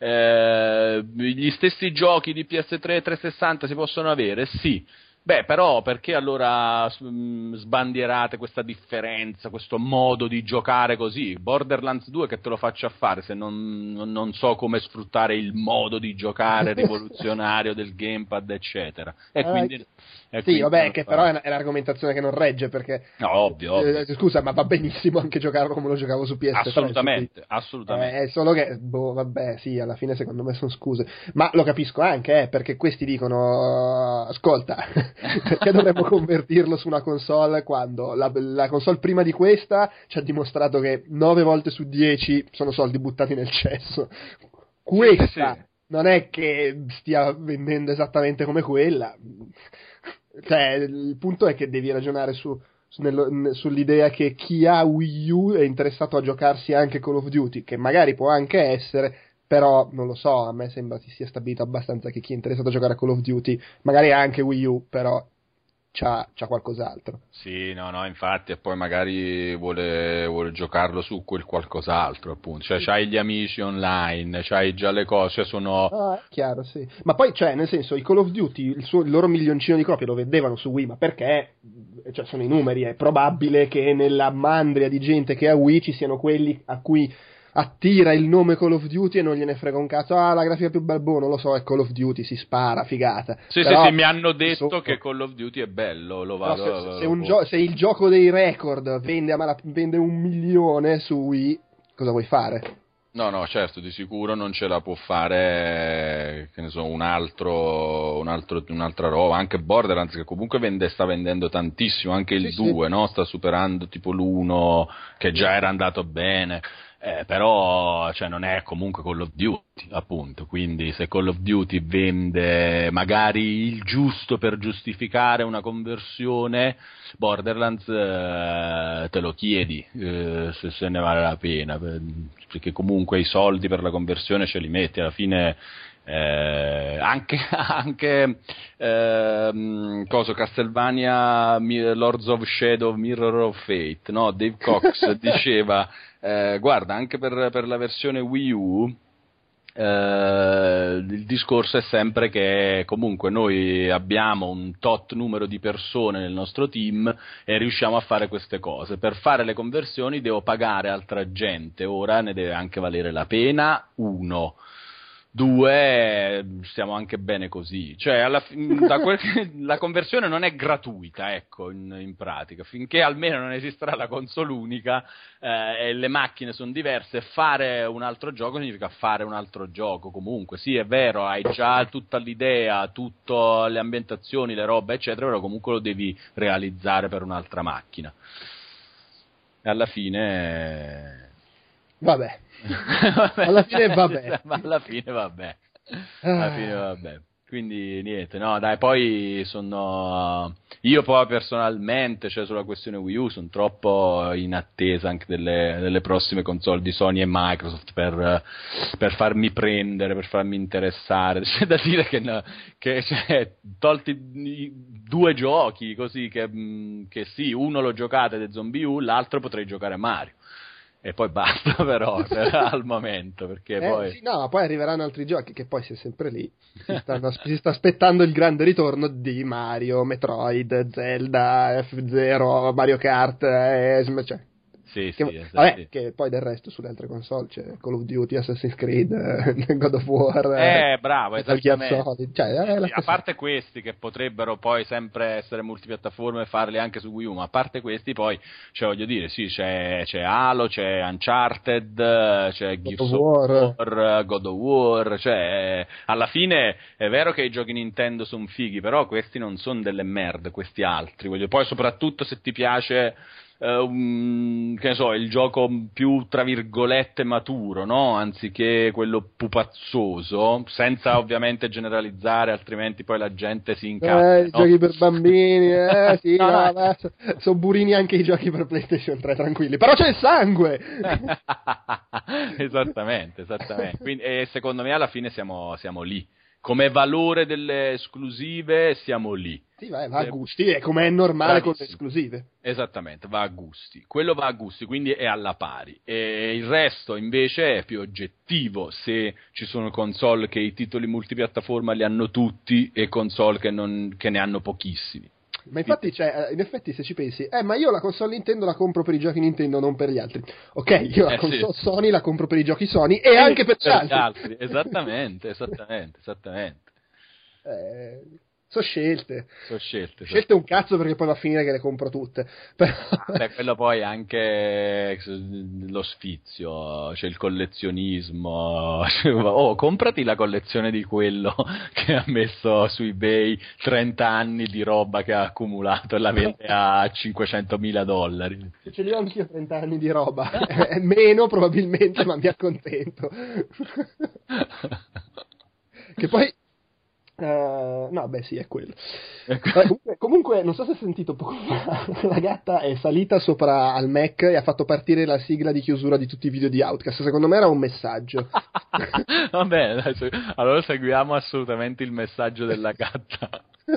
Eh, gli stessi giochi di P S tre e trecentosessanta si possono avere? Sì. Beh, però perché allora mh, sbandierate questa differenza, questo modo di giocare così? Borderlands due che te lo faccio a fare se non, non, non so come sfruttare il modo di giocare rivoluzionario del gamepad, eccetera. E Ah, quindi, e Sì, quindi vabbè, non che fa- però è, una- è l'argomentazione che non regge, perché No, ovvio, ovvio. eh, scusa, ma va benissimo anche giocarlo come lo giocavo su P S tre. Assolutamente, su- assolutamente. Eh, è solo che, boh, vabbè, sì, alla fine secondo me sono scuse. Ma lo capisco anche, eh, perché questi dicono, ascolta, perché dovremmo convertirlo su una console quando la, la console prima di questa ci ha dimostrato che nove volte su dieci sono soldi buttati nel cesso. Questa Sì. non è che stia vendendo esattamente come quella. Cioè, il punto è che devi ragionare su, su- nello- sull'idea che chi ha Wii U è interessato a giocarsi anche Call of Duty, che magari può anche essere, però non lo so, a me sembra si sia stabilito abbastanza che chi è interessato a giocare a Call of Duty magari ha anche Wii U, però c'ha, c'ha qualcos'altro. Sì, no, no, infatti, e poi magari vuole, vuole giocarlo su quel qualcos'altro, appunto. Cioè, c'hai gli amici online, c'hai già le cose, cioè sono... Ah, è chiaro, sì. Ma poi, cioè, nel senso, i Call of Duty, il, suo- il loro milioncino di copie lo vendevano su Wii, ma perché? Cioè, sono i numeri, è probabile che nella mandria di gente che ha Wii ci siano quelli a cui attira il nome Call of Duty e non gliene frega un cazzo. Ah, la grafica più bella, boh, non lo so, è Call of Duty, si spara, figata. Sì, Però, sì, sì, mi hanno detto sotto- che Call of Duty è bello, lo però vado... se, se un gio- se il gioco dei record vende, a mala- vende un milione su Wii, cosa vuoi fare? No, no, certo, di sicuro non ce la può fare, che ne so, un altro, un altro, un'altra roba, anche Borderlands che comunque vende, sta vendendo tantissimo, anche il Sì, sì. due, no? Sta superando tipo l'uno, che già era andato bene, eh, però, cioè, non è comunque Call of Duty, appunto, quindi se Call of Duty vende magari il giusto per giustificare una conversione, Borderlands eh, te lo chiedi eh, se, se ne vale la pena, per- perché comunque i soldi per la conversione ce li metti, alla fine eh, anche, anche ehm, coso, Castlevania Mi- Lords of Shadow Mirror of Fate, no? Dave Cox diceva eh, guarda, anche per, per la versione Wii U Uh, il discorso è sempre che comunque noi abbiamo un tot numero di persone nel nostro team e riusciamo a fare queste cose. Per fare le conversioni devo pagare altra gente, ora ne deve anche valere la pena, uno. Due, stiamo anche bene così, cioè alla fi- da quel che, la conversione non è gratuita, ecco, in, in pratica, finché almeno non esisterà la console unica eh, e le macchine sono diverse, fare un altro gioco significa fare un altro gioco comunque, sì è vero, hai già tutta l'idea, tutte le ambientazioni, le robe eccetera, però comunque lo devi realizzare per un'altra macchina e alla fine... Vabbè. alla fine vabbè. alla fine vabbè. Alla fine vabbè. Quindi niente, no, dai, poi sono io poi personalmente, cioè sulla questione Wii U, sono troppo in attesa anche delle, delle prossime console di Sony e Microsoft per, per farmi prendere, per farmi interessare. C'è da dire che, no, che cioè, tolti i due giochi così che, che sì, uno lo giocate ed è Zombie U, l'altro potrei giocare Mario. E poi basta però al momento perché eh, poi sì, no, poi arriveranno altri giochi che poi si è sempre lì, si, stanno, si sta aspettando il grande ritorno di Mario, Metroid, Zelda, F zero, Mario Kart, eh, cioè, sì, che, sì, esatto, vabbè, sì. che poi del resto sulle altre console c'è Call of Duty, Assassin's Creed, eh, God of War, eh, eh, bravo, Metal Gear esattamente. Solid, cioè, è la Sì, a parte questi che potrebbero poi sempre essere multipiattaforme e farli anche su Wii U, ma a parte questi poi, cioè voglio dire, sì, c'è, c'è Halo, c'è Uncharted, c'è God Gears of of War. War, God of War, cioè alla fine è vero che i giochi Nintendo sono fighi, però questi non sono delle merde, questi altri, voglio, poi soprattutto se ti piace Uh, um, che ne so, il gioco più tra virgolette maturo, no? Anziché quello pupazzoso, senza ovviamente generalizzare, altrimenti poi la gente si incazza. Eh, no? giochi per bambini, eh sì, no, no, no. no, sono burini anche i giochi per PlayStation tre, tranquilli, però c'è il sangue! esattamente, esattamente. Quindi, e secondo me alla fine siamo, siamo lì. Come valore delle esclusive siamo lì. Sì, vai, va a gusti, è come è normale Bravissimo. con le esclusive. Esattamente, va a gusti. Quello va a gusti, quindi è alla pari. E il resto invece è più oggettivo, se ci sono console che i titoli multipiattaforma li hanno tutti e console che, non, che ne hanno pochissimi. Ma infatti, cioè, in effetti se ci pensi, eh, ma io la console Nintendo la compro per i giochi Nintendo, non per gli altri. Ok, io la Eh, console sì. Sony la compro per i giochi Sony e anche per gli altri. altri. Esattamente, esattamente, esattamente. Eh, sono scelte. Sono scelte. Scelte un cazzo perché poi va a finire che le compro tutte. Però... Beh, quello poi anche lo sfizio, c'è il collezionismo. Oh, comprati la collezione di quello che ha messo su eBay trenta anni di roba che ha accumulato e la vende a cinquecentomila dollari. Ce li ho anch'io trenta anni di roba. È meno probabilmente, ma mi accontento. Che poi Uh, no, beh, sì, è quello. Ecco. Vabbè, comunque, comunque, non so se hai sentito poco fa, la gatta è salita sopra al Mac e ha fatto partire la sigla di chiusura di tutti i video di Outcast. Secondo me era un messaggio. Vabbè, adesso, allora seguiamo assolutamente il messaggio della gatta.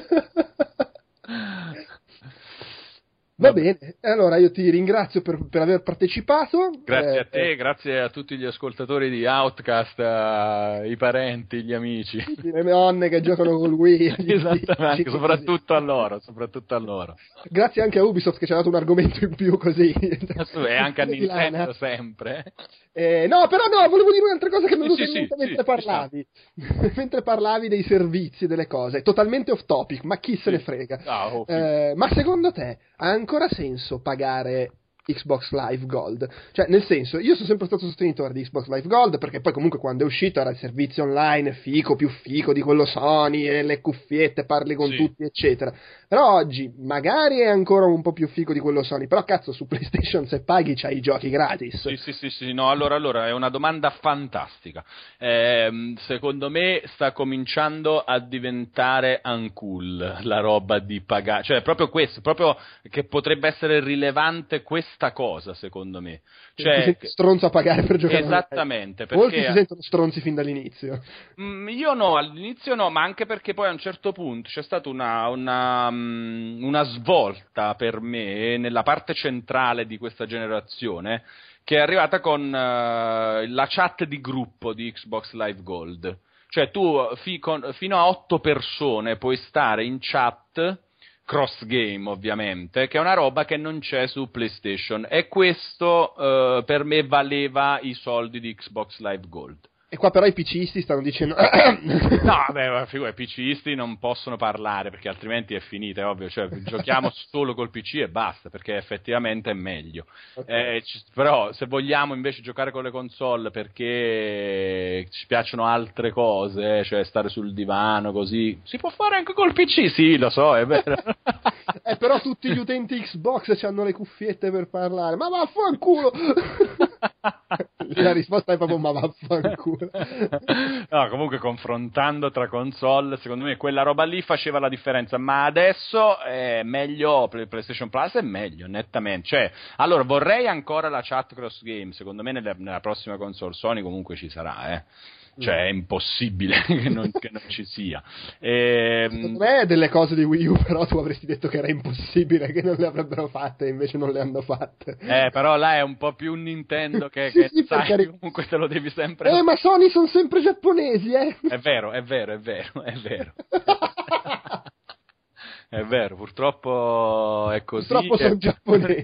Va bene, allora io ti ringrazio per, per aver partecipato. Grazie eh, a te, eh, grazie a tutti gli ascoltatori di Outcast, uh, i parenti, gli amici. le donne che giocano con Wii. Esattamente, soprattutto a loro, soprattutto a loro. Grazie anche a Ubisoft che ci ha dato un argomento in più così. E anche a Nintendo sempre. Eh, no, però no, volevo dire un'altra cosa che mi è venuta sì, in mente sì, mentre sì, parlavi. mentre parlavi dei servizi, delle cose. Totalmente off topic, ma chi se ne frega. Ah, oh, eh, ma secondo te ha ancora senso pagare Xbox Live Gold? Cioè, nel senso, io sono sempre stato sostenitore di Xbox Live Gold perché poi comunque quando è uscito era il servizio online fico, più fico di quello Sony e le cuffiette, parli con sì. tutti eccetera. Però oggi magari è ancora un po' più fico di quello Sony, però cazzo su PlayStation se paghi c'hai i giochi gratis. Sì, sì, sì, sì. No, allora, allora è una domanda fantastica. Eh, secondo me sta cominciando a diventare uncool la roba di pagare, cioè proprio questo, proprio che potrebbe essere rilevante questa cosa, secondo me. Cioè, ti senti stronzo a pagare per giocare esattamente, perché molti perché si sentono stronzi fin dall'inizio. Mm, io no, all'inizio no, ma anche perché poi a un certo punto c'è stata una, una, una svolta per me nella parte centrale di questa generazione che è arrivata con uh, la chat di gruppo di Xbox Live Gold. Cioè tu fi- con, fino a otto persone puoi stare in chat, cross game ovviamente, che è una roba che non c'è su PlayStation, e questo uh, per me valeva i soldi di Xbox Live Gold. E qua però i PCisti stanno dicendo no, beh, figura, i PCisti non possono parlare perché altrimenti è finita, è ovvio, cioè giochiamo solo col P C e basta, perché effettivamente è meglio. Okay. Eh, c- però se vogliamo invece giocare con le console perché ci piacciono altre cose, cioè stare sul divano così, si può fare anche col P C, sì, lo so, è vero. eh, però tutti gli utenti Xbox hanno le cuffiette per parlare, ma vaffanculo. La risposta è proprio ma vaffanculo. No, comunque confrontando tra console, secondo me quella roba lì faceva la differenza, ma adesso è meglio, PlayStation Plus è meglio, nettamente. Cioè, allora vorrei ancora la chat cross game, secondo me nella, nella prossima console Sony comunque ci sarà, eh. Cioè è impossibile che non, che non ci sia. E, secondo me delle cose di Wii U però tu avresti detto che era impossibile che non le avrebbero fatte e invece non le hanno fatte. Eh però là è un po' più un Nintendo che, sì, che sì, sai, perché... comunque te lo devi sempre... Eh ma Sony sono sempre giapponesi, eh. È vero, è vero, è vero, è vero. È vero, purtroppo è così. Purtroppo che... sono giapponesi.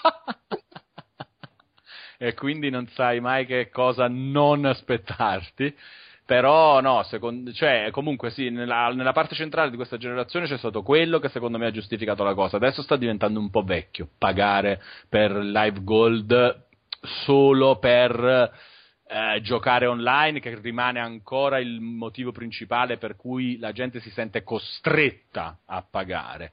E quindi non sai mai che cosa non aspettarti. Però no, secondo, cioè comunque sì, nella, nella parte centrale di questa generazione c'è stato quello che secondo me ha giustificato la cosa. Adesso sta diventando un po' vecchio pagare per Live Gold solo per eh, giocare online, che rimane ancora il motivo principale per cui la gente si sente costretta a pagare.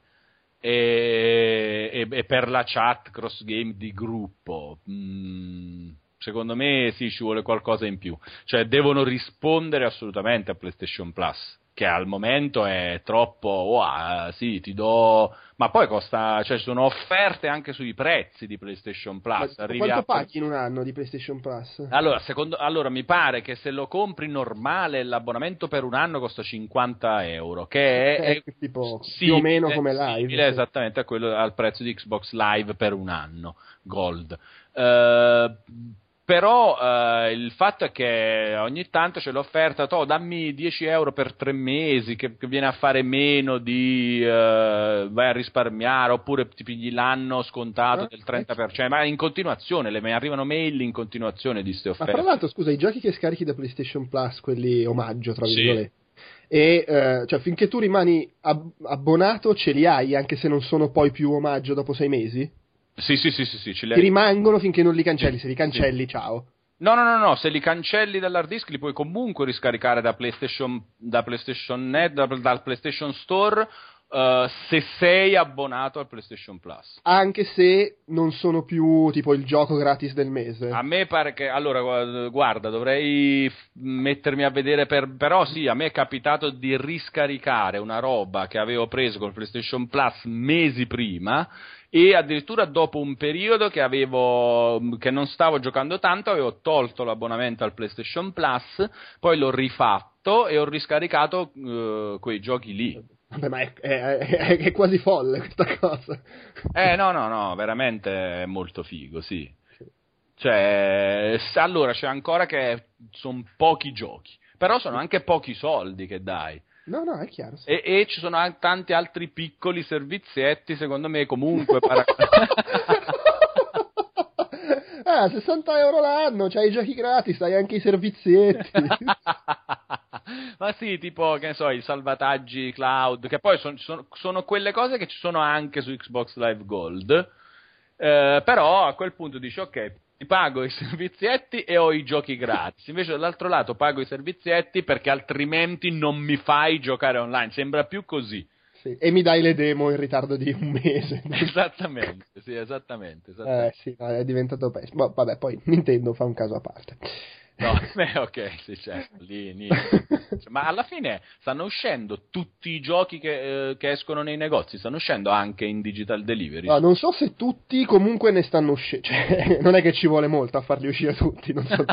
E, e, e per la chat cross game di gruppo mm, secondo me sì, ci vuole qualcosa in più, cioè devono rispondere assolutamente a PlayStation Plus, che al momento è troppo wow, sì ti do, ma poi costa, cioè ci sono offerte anche sui prezzi di PlayStation Plus. Ma quanto a... paghi in un anno di PlayStation Plus? Allora, secondo, allora mi pare che se lo compri normale l'abbonamento per un anno costa cinquanta euro, che è, è tipo sì, più o meno è come simile Live, esattamente a quello, al prezzo di Xbox Live per un anno Gold. Uh, Però eh, il fatto è che ogni tanto c'è l'offerta, oh, dammi dieci euro per tre mesi, che, che viene a fare meno di eh, vai a risparmiare, oppure ti pigli l'anno scontato del trenta per cento, ma in continuazione, le, mi arrivano mail in continuazione di queste offerte. Ma tra l'altro, scusa, i giochi che scarichi da PlayStation Plus, quelli omaggio, tra Sì. virgolette, e eh, cioè finché tu rimani ab- abbonato ce li hai, anche se non sono poi più omaggio dopo sei mesi? Sì, sì, sì, sì, sì, ce li Ti rimangono finché non li cancelli, se li cancelli, sì. Ciao. No, no, no, no, se li cancelli dall'hard disk li puoi comunque riscaricare da PlayStation, da PlayStation Net, da, dal PlayStation Store, uh, se sei abbonato al PlayStation Plus. Anche se non sono più tipo il gioco gratis del mese. A me pare che, allora, guarda, dovrei f- mettermi a vedere, per, però sì, a me è capitato di riscaricare una roba che avevo preso col PlayStation Plus mesi prima, e addirittura dopo un periodo che avevo che non stavo giocando tanto avevo tolto l'abbonamento al PlayStation Plus, poi l'ho rifatto e ho riscaricato uh, quei giochi lì. Vabbè, ma è, è, è, è quasi folle questa cosa. Eh no no no, veramente è molto figo, sì. Cioè, allora c'è ancora che sono pochi giochi, però sono anche pochi soldi che dai. No, no, è chiaro. Sì. E, e ci sono anche tanti altri piccoli servizietti, secondo me, comunque. Para... ah, sessanta euro l'anno, c'hai i giochi gratis, hai anche i servizietti. Ma sì, tipo, che ne so, i salvataggi cloud, che poi son, sono, sono quelle cose che ci sono anche su Xbox Live Gold, eh, però a quel punto dici, ok, pago i servizietti e ho i giochi gratis, invece dall'altro lato pago i servizietti perché altrimenti non mi fai giocare online, sembra più così. Sì, e mi dai le demo in ritardo di un mese. Esattamente, sì, esattamente, esattamente. Eh sì, no, è diventato pessimo. Vabbè, poi Nintendo fa un caso a parte. No, beh, ok, sì, certo, lì, lì. Cioè, ma alla fine stanno uscendo tutti i giochi che, eh, che escono nei negozi, stanno uscendo anche in digital delivery. No, non so se tutti comunque ne stanno uscendo, cioè, non è che ci vuole molto a farli uscire tutti, non so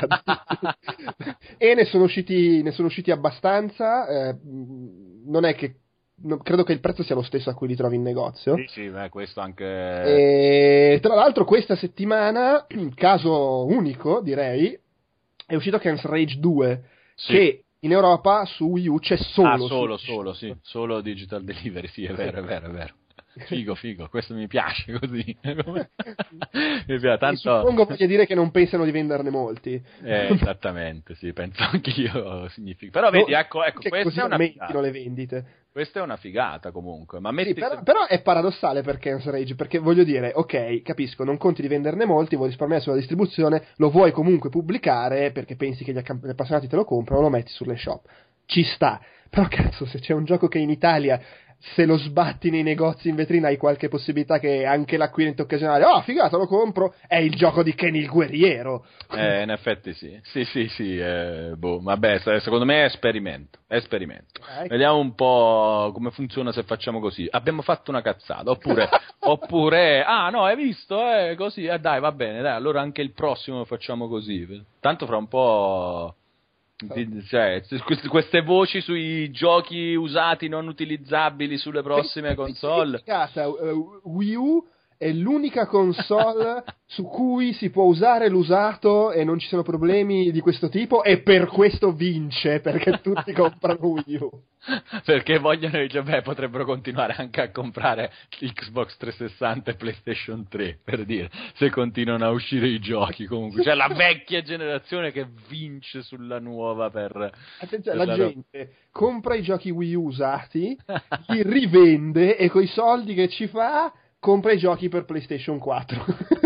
e ne sono usciti, ne sono usciti abbastanza, eh, non è che no, credo che il prezzo sia lo stesso a cui li trovi in negozio. Sì, sì, beh, questo anche... E tra l'altro questa settimana, caso unico direi, è uscito Ken's Rage due, Sì. che in Europa su Wii U c'è solo. Ah, solo, su- solo, sì, solo digital delivery, sì, è vero, è vero, è vero. Figo, figo, questo mi piace così. Mi piace E tanto. suppongo voglia dire che non pensano di venderne molti. Eh, esattamente, sì, penso anch'io significa. Però vedi, No, ecco, ecco, che questa così è una aumentino figata. le vendite. Questa è una figata comunque, ma Sì, metti però, però è paradossale per Ken's Rage, perché voglio dire, ok, capisco, non conti di venderne molti, vuoi risparmiare sulla distribuzione, lo vuoi comunque pubblicare perché pensi che gli, accam- gli appassionati te lo comprano, lo metti sulle shop. Ci sta. Però cazzo, se c'è un gioco che in Italia, se lo sbatti nei negozi in vetrina, hai qualche possibilità che anche l'acquirente occasionale, oh figata, lo compro, è il gioco di Kenny il guerriero. Eh, in effetti sì, sì, sì, sì, eh, boh, vabbè, se- secondo me è esperimento, è esperimento. Eh, Vediamo un po' come funziona se facciamo così. Abbiamo fatto una cazzata, oppure, oppure, ah no, hai visto, eh, così, eh, dai, va bene, dai, allora anche il prossimo lo facciamo così. Tanto fra un po'... di- Cioè, queste, queste voci sui giochi usati non utilizzabili sulle prossime console. Figata, uh, Wii U è l'unica console su cui si può usare l'usato e non ci sono problemi di questo tipo, e per questo vince, perché tutti comprano Wii U. Perché vogliono dire, beh, potrebbero continuare anche a comprare Xbox trecentosessanta e PlayStation tre, per dire, se continuano a uscire i giochi comunque. Cioè la vecchia generazione che vince sulla nuova per... Attenzione, per la la- gente compra i giochi Wii U usati, li rivende e coi soldi che ci fa compra i giochi per PlayStation quattro.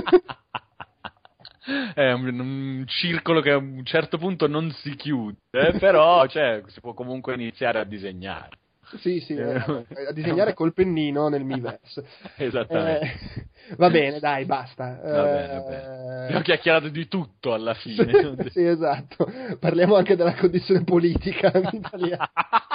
È un, un circolo che a un certo punto non si chiude, eh, però cioè, si può comunque iniziare a disegnare. Sì, sì, eh, a disegnare col pennino nel Miiverse. Esattamente. Eh, va bene, dai, basta. Va bene, va bene. Abbiamo chiacchierato di tutto alla fine. Sì, esatto. Parliamo anche della condizione politica italiana.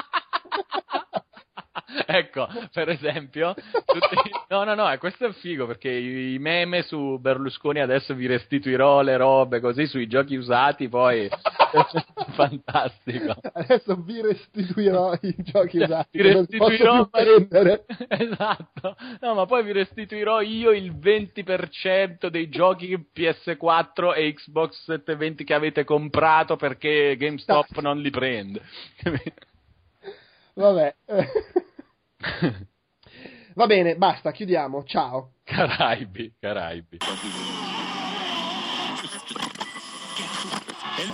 Ecco, per esempio, tutti... no, no, no, questo è figo perché i, i meme su Berlusconi adesso vi restituirò le robe così sui giochi usati, poi fantastico. Adesso vi restituirò i giochi usati. Vi che non si restituirò possono più prendere. Esatto, no, ma poi vi restituirò io il venti per cento dei giochi P S quattro e Xbox settecentoventi che avete comprato perché GameStop non li prende. Vabbè. Va bene, basta, chiudiamo. Ciao. Caraibi, Caraibi.